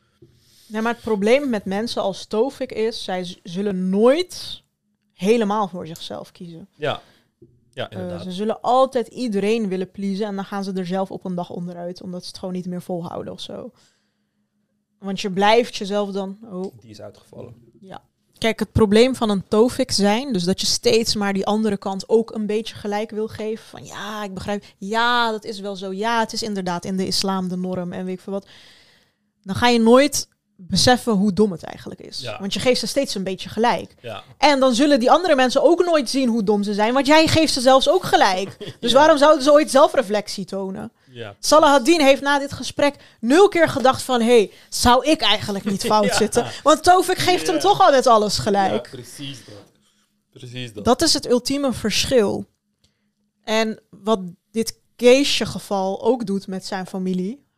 Nee, maar het probleem met mensen als Tofik is... zij z- zullen nooit helemaal voor zichzelf kiezen. Ja, ja Uh, inderdaad. ze zullen altijd iedereen willen pleasen... en dan gaan ze er zelf op een dag onderuit... omdat ze het gewoon niet meer volhouden of zo. Want je blijft jezelf dan... Oh, Die is uitgevallen. ja. Kijk, het probleem van een Tofik zijn... dus dat je steeds maar die andere kant ook een beetje gelijk wil geven... van ja, ik begrijp... ja, dat is wel zo. Ja, het is inderdaad in de islam de norm en weet ik veel wat. Dan ga je nooit beseffen hoe dom het eigenlijk is. Ja. Want je geeft ze steeds een beetje gelijk. Ja. En dan zullen die andere mensen ook nooit zien hoe dom ze zijn... want jij geeft ze zelfs ook gelijk. Dus waarom zouden ze ooit zelfreflectie tonen? Ja. Salahaddin heeft na dit gesprek nul keer gedacht van... hé, hey, zou ik eigenlijk niet fout Ja. zitten? Want Tofik geeft hem Ja. toch altijd alles gelijk. Ja, precies dat. Precies dat. Dat is het ultieme verschil. En wat dit Keesje geval ook doet met zijn familie...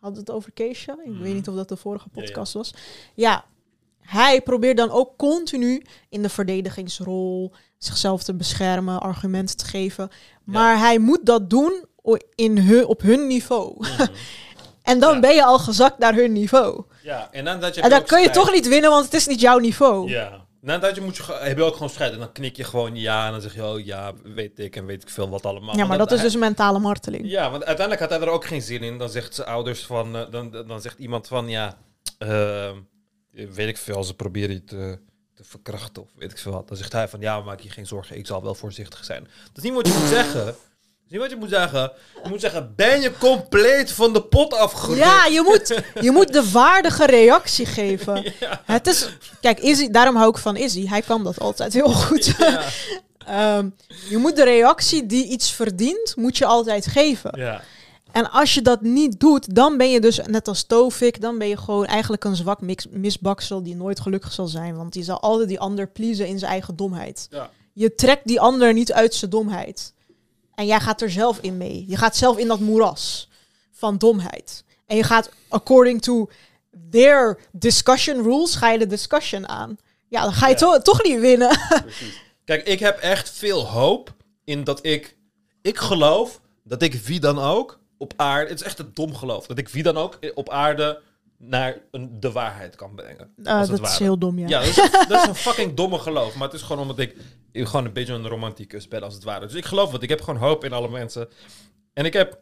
Hadden we het over Keesha? Ik Mm. weet niet of dat de vorige podcast Ja, was. Ja, hij probeert dan ook continu in de verdedigingsrol zichzelf te beschermen, argumenten te geven. Maar hij moet dat doen o- in hun, op hun niveau. Mhm. En dan Ja. ben je al gezakt naar hun niveau. Ja, en dan dat je En dan ook kun je strijd. toch niet winnen, want het is niet jouw niveau. Ja. Na dat je moet je, ge- heb je ook gewoon strijd. En dan knik je gewoon ja. En dan zeg je, oh ja, weet ik en weet ik veel wat allemaal. Ja, maar Want dat is hij- dus mentale marteling. Ja, want uiteindelijk had hij er ook geen zin in. Dan zegt zijn ouders van... eh, dan, dan zegt iemand van, ja... eh, weet ik veel, ze proberen je te, te verkrachten of weet ik veel wat. Dan zegt hij van, ja, maak je geen zorgen. Ik zal wel voorzichtig zijn. Dat is niet wat je moet zeggen. Dat is niet wat je moet zeggen. Je moet zeggen, ben je compleet van de pot afgerukt? Ja, je moet, je moet de waardige reactie geven. Het is, kijk, Izzy, daarom hou ik van Izzy. Hij kan dat altijd heel goed. Ja. Ehm, je moet de reactie die iets verdient, moet je altijd geven. Ja. En als je dat niet doet, dan ben je dus, net als Tovik, dan ben je gewoon eigenlijk een zwak mix, misbaksel die nooit gelukkig zal zijn. Want die zal altijd die ander pleasen in zijn eigen domheid. Ja. Je trekt die ander niet uit zijn domheid. En jij gaat er zelf in mee. Je gaat zelf in dat moeras van domheid. En je gaat, according to their discussion rules, ga je de discussion aan. Ja, dan ga je Ja. to- toch niet winnen. Precies. Kijk, ik heb echt veel hoop in dat ik... Ik geloof dat ik wie dan ook op aarde... Het is echt een dom geloof. Dat ik wie dan ook op aarde naar een, de waarheid kan brengen. Uh, als het dat is ware. heel dom, ja. Ja, dat is, dat is een fucking domme geloof. Maar het is gewoon omdat ik, ik gewoon een beetje een romanticus ben, als het ware. Dus ik geloof het. Ik heb gewoon hoop in alle mensen. En ik heb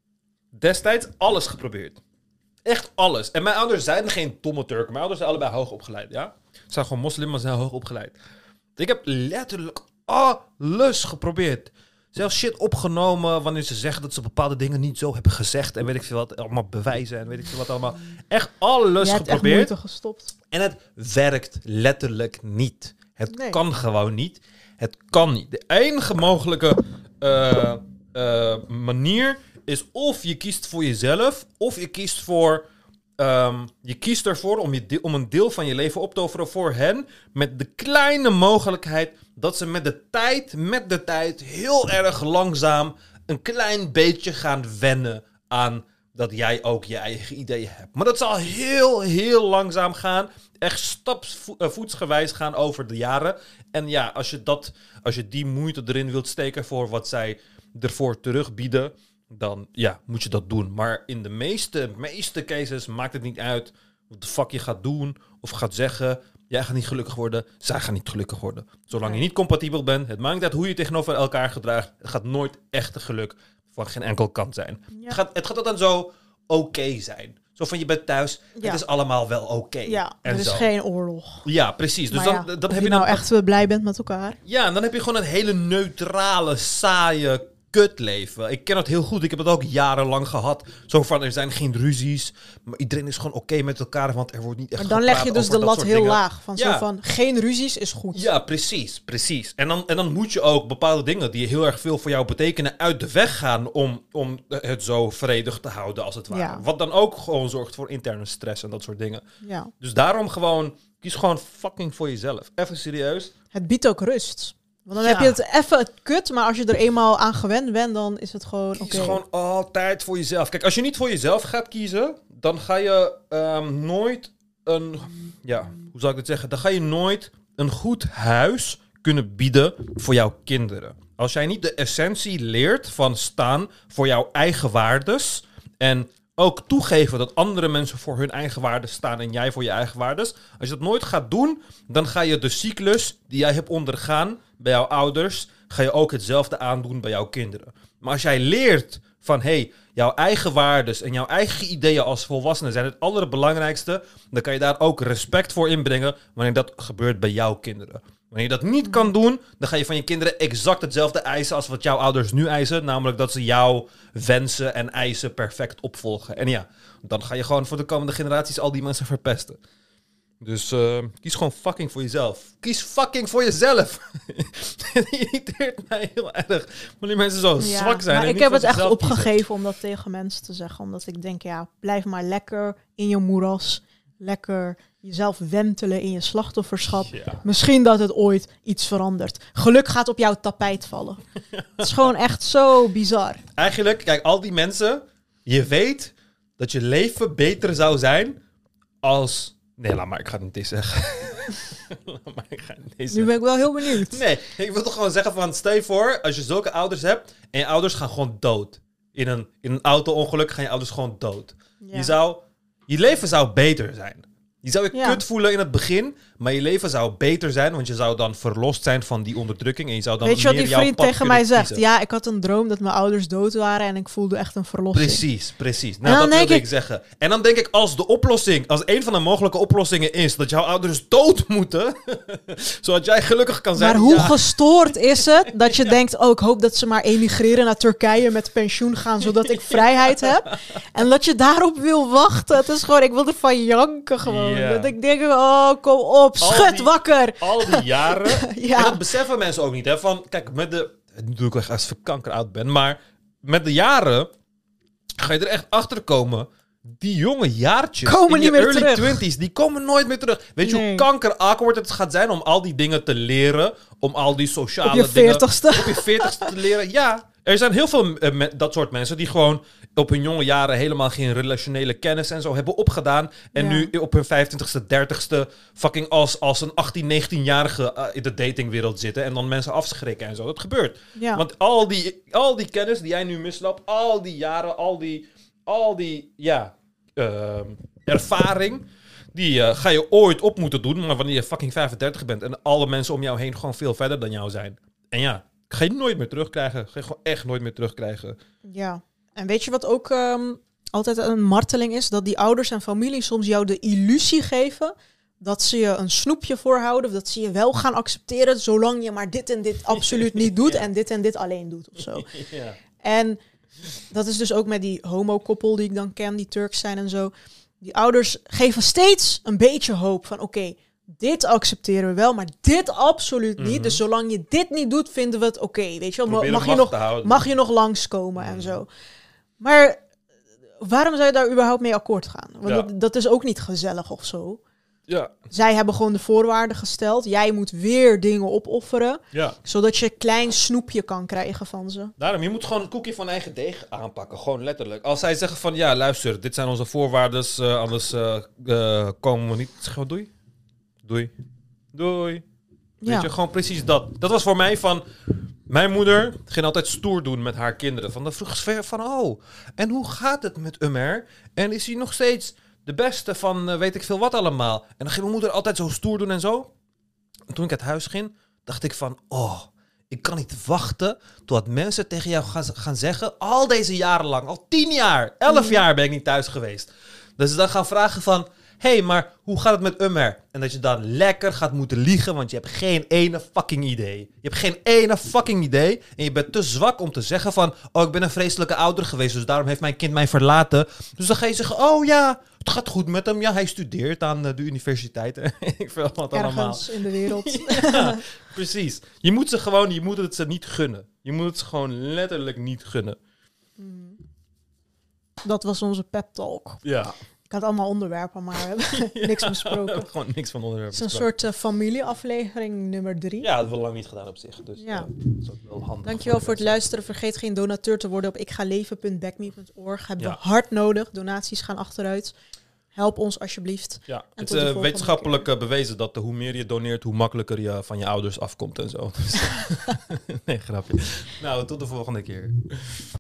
destijds alles geprobeerd. Echt alles. En mijn ouders zijn geen domme Turken. Mijn ouders zijn allebei hoog opgeleid, ja? Ze zijn gewoon moslim, maar ze zijn hoog opgeleid. Ik heb letterlijk alles geprobeerd. Zelfs shit opgenomen wanneer ze zeggen dat ze bepaalde dingen niet zo hebben gezegd. En weet ik veel wat. Allemaal bewijzen en weet ik veel wat allemaal. Echt alles Je hebt echt geprobeerd. moeite gestopt. En het werkt letterlijk niet. Het Nee. kan gewoon niet. Het kan niet. De enige mogelijke eh, eh, manier is of je kiest voor jezelf, of je kiest voor... ehm, je kiest ervoor om, je de- om een deel van je leven op te offeren voor hen, met de kleine mogelijkheid dat ze met de tijd, met de tijd, heel erg langzaam een klein beetje gaan wennen aan dat jij ook je eigen ideeën hebt. Maar dat zal heel, heel langzaam gaan. Echt stapsvoetsgewijs gaan over de jaren. En ja, als je, dat, als je die moeite erin wilt steken voor wat zij ervoor terugbieden, dan ja, moet je dat doen. Maar in de meeste, meeste cases maakt het niet uit wat de fuck je gaat doen of gaat zeggen. Jij gaat niet gelukkig worden, zij gaan niet gelukkig worden. Zolang je niet compatibel bent, het maakt niet uit hoe je tegenover elkaar gedraagt. Het gaat nooit echt een geluk van geen enkel kant zijn. Ja. Het, gaat, het gaat altijd zo oké zijn. Zo van je bent thuis, Ja. het is allemaal wel oké. Ja, en er is zo. geen oorlog. Ja, precies. Dus Maar dan, ja, dan of heb je je dan nou echt uh, blij bent met elkaar. ja, en dan heb je gewoon een hele neutrale, saaie kutleven. Ik ken het heel goed. Ik heb het ook jarenlang gehad. Zo van, er zijn geen ruzies. Maar iedereen is gewoon oké met elkaar, want er wordt niet echt Maar dan leg je gepraat dus de over dat lat soort heel dingen. laag. Van Ja. zo van, geen ruzies is goed. Ja, precies, precies. En dan, en dan moet je ook bepaalde dingen die heel erg veel voor jou betekenen uit de weg gaan om, om het zo vredig te houden als het ware. Ja. Wat dan ook gewoon zorgt voor interne stress en dat soort dingen. Ja. Dus daarom gewoon, kies gewoon fucking voor jezelf. Even serieus. Het biedt ook rust. Want dan Ja. heb je het even het kut, maar als je er eenmaal aan gewend bent, dan is het gewoon oké. Kies gewoon altijd voor jezelf. Kijk, als je niet voor jezelf gaat kiezen, dan ga je ehm, nooit een... Ja, hoe zou ik het zeggen? Dan ga je nooit een goed huis kunnen bieden voor jouw kinderen. Als jij niet de essentie leert van staan voor jouw eigen waardes en ook toegeven dat andere mensen voor hun eigen waarden staan en jij voor je eigen waardes. Als je dat nooit gaat doen, dan ga je de cyclus die jij hebt ondergaan bij jouw ouders, ga je ook hetzelfde aandoen bij jouw kinderen. Maar als jij leert van, hé, hey, jouw eigen waardes en jouw eigen ideeën als volwassene zijn het allerbelangrijkste, dan kan je daar ook respect voor inbrengen wanneer dat gebeurt bij jouw kinderen. Wanneer je dat niet kan doen, dan ga je van je kinderen exact hetzelfde eisen als wat jouw ouders nu eisen. Namelijk dat ze jouw wensen en eisen perfect opvolgen. En ja, dan ga je gewoon voor de komende generaties al die mensen verpesten. Dus uh, kies gewoon fucking voor jezelf. Kies fucking voor jezelf. Het irriteert mij heel erg. Maar die mensen zo Ja, zwak zijn. maar en ik niet heb voor het echt zichzelf kiezen. opgegeven om dat tegen mensen te zeggen. Omdat ik denk, ja, blijf maar lekker in je moeras. Lekker jezelf wentelen in je slachtofferschap. Ja. Misschien dat het ooit iets verandert. Geluk gaat op jouw tapijt vallen. Het is gewoon echt zo bizar. Eigenlijk, kijk, al die mensen, je weet dat je leven beter zou zijn als... Nee, laat maar, ik ga het niet eens zeggen. laat maar, ik ga het niet eens Nu zeggen. ben ik wel heel benieuwd. Nee, ik wil toch gewoon zeggen van... Stel je voor, als je zulke ouders hebt... en je ouders gaan gewoon dood. In een, in een auto-ongeluk gaan je ouders gewoon dood. Ja. Je zou... Je leven zou beter zijn. Je zou je Ja. kut voelen in het begin... maar je leven zou beter zijn... want je zou dan verlost zijn van die onderdrukking... en je zou dan Weet je wat meer die jouw vriend pad tegen kunnen mij zegt? kiezen. Ja, ik had een droom dat mijn ouders dood waren en ik voelde echt een verlossing. Precies, precies. Nou, dan dat denk wilde ik... ik- zeggen. En dan denk ik, als de oplossing... als een van de mogelijke oplossingen is... dat jouw ouders dood moeten... zodat jij gelukkig kan zijn... Maar hoe ja, gestoord is het dat je denkt... oh, ik hoop dat ze maar emigreren naar Turkije met pensioen gaan... zodat ik vrijheid heb. En dat je daarop wil wachten. Het is gewoon, ik wil ervan janken gewoon. Ja. Dat ik denk, oh, kom op, Al schud die- wakker. al die jaren... Ja. En dat beseffen mensen ook niet, hè. Van, kijk, met de... Nu doe ik echt als ik verkanker oud ben. Maar met de jaren... ga je er echt achter komen... Die jonge jaartjes Komen in niet je meer early terug. twinties, die komen nooit meer terug. Weet je Nee. hoe kanker awkward het gaat zijn om al die dingen te leren? Om al die sociale Op je dingen... veertigste. Op je veertigste te leren. Ja, er zijn heel veel eh, me- dat soort mensen die gewoon op hun jonge jaren helemaal geen relationele kennis en zo hebben opgedaan. En Ja. nu op hun vijfentwintigste, dertigste fucking als, als een achttien, negentien-jarige eh, in de datingwereld zitten. En dan mensen afschrikken en zo. Dat gebeurt. Ja. Want al die, al die kennis die jij nu misloopt, al die jaren, al die, al die ja, ehm, ervaring, die eh, ga je ooit op moeten doen. Maar wanneer je fucking vijfendertig bent en alle mensen om jou heen gewoon veel verder dan jou zijn. En ja, ga je nooit meer terugkrijgen. Ga je gewoon echt nooit meer terugkrijgen. Ja, en weet je wat ook ehm, altijd een marteling is? Dat die ouders en familie soms jou de illusie geven dat ze je een snoepje voorhouden, of dat ze je wel gaan accepteren, zolang je maar dit en dit absoluut niet doet Ja. en dit en dit alleen doet of zo. Ja. En dat is dus ook met die homo-koppel die ik dan ken, die Turks zijn en zo. Die ouders geven steeds een beetje hoop van oké, dit accepteren we wel, maar dit absoluut niet. Mhm. Dus zolang je dit niet doet, vinden we het oké. Weet je wel, Proberen mag je, macht nog, te houden. mag je nog langskomen en Mhm. zo. Maar waarom zou je daar überhaupt mee akkoord gaan? Want Ja. dat, dat is ook niet gezellig of zo. Ja. Zij hebben gewoon de voorwaarden gesteld. Jij moet weer dingen opofferen, Ja. zodat je een klein snoepje kan krijgen van ze. Daarom, je moet gewoon een koekje van eigen deeg aanpakken. Gewoon letterlijk. Als zij zeggen van, ja, luister, dit zijn onze voorwaarden, uh, anders uh, uh, komen we niet. Zeg gewoon doei. Doei. Doei. Weet Ja. je, gewoon precies dat. Dat was voor mij van... Mijn moeder ging altijd stoer doen met haar kinderen. Van, dan vroeg ze van, oh, en hoe gaat het met Umer? En is hij nog steeds de beste van uh, weet ik veel wat allemaal? En dan ging mijn moeder altijd zo stoer doen en zo. En toen ik uit huis ging, dacht ik van, oh, ik kan niet wachten totdat mensen tegen jou gaan, gaan zeggen, al deze jaren lang, al tien jaar, elf jaar ben ik niet thuis geweest. Dus ze dan gaan vragen van, hé, hey, maar hoe gaat het met Umer? En dat je dan lekker gaat moeten liegen, want je hebt geen ene fucking idee. Je hebt geen ene fucking idee en je bent te zwak om te zeggen van, oh, ik ben een vreselijke ouder geweest, dus daarom heeft mijn kind mij verlaten. Dus dan ga je zeggen, oh ja, het gaat goed met hem. Ja, hij studeert aan uh, de universiteit. Ik veel wat allemaal. Ergens in de wereld. Ja, precies. Je moet ze gewoon, je moet het ze niet gunnen. Je moet het ze gewoon letterlijk niet gunnen. Dat was onze pep talk. Ja. Ik had allemaal onderwerpen, maar we hebben niks besproken. Gewoon niks van onderwerp. Het is een soort uh, familieaflevering nummer drie. Ja, dat hebben we lang niet gedaan op zich. Dus Ja. uh, dat is ook wel handig. Dankjewel voor het luisteren. Vergeet geen donateur te worden op ikgaleven punt backme punt org. Hebben Ja. we hard nodig. Donaties gaan achteruit. Help ons alsjeblieft. Ja, En het tot is de uh, volgende wetenschappelijk keer. uh, bewezen dat uh, hoe meer je doneert, hoe makkelijker je van je ouders afkomt en zo. Dus, nee, grapje. Nou, tot de volgende keer.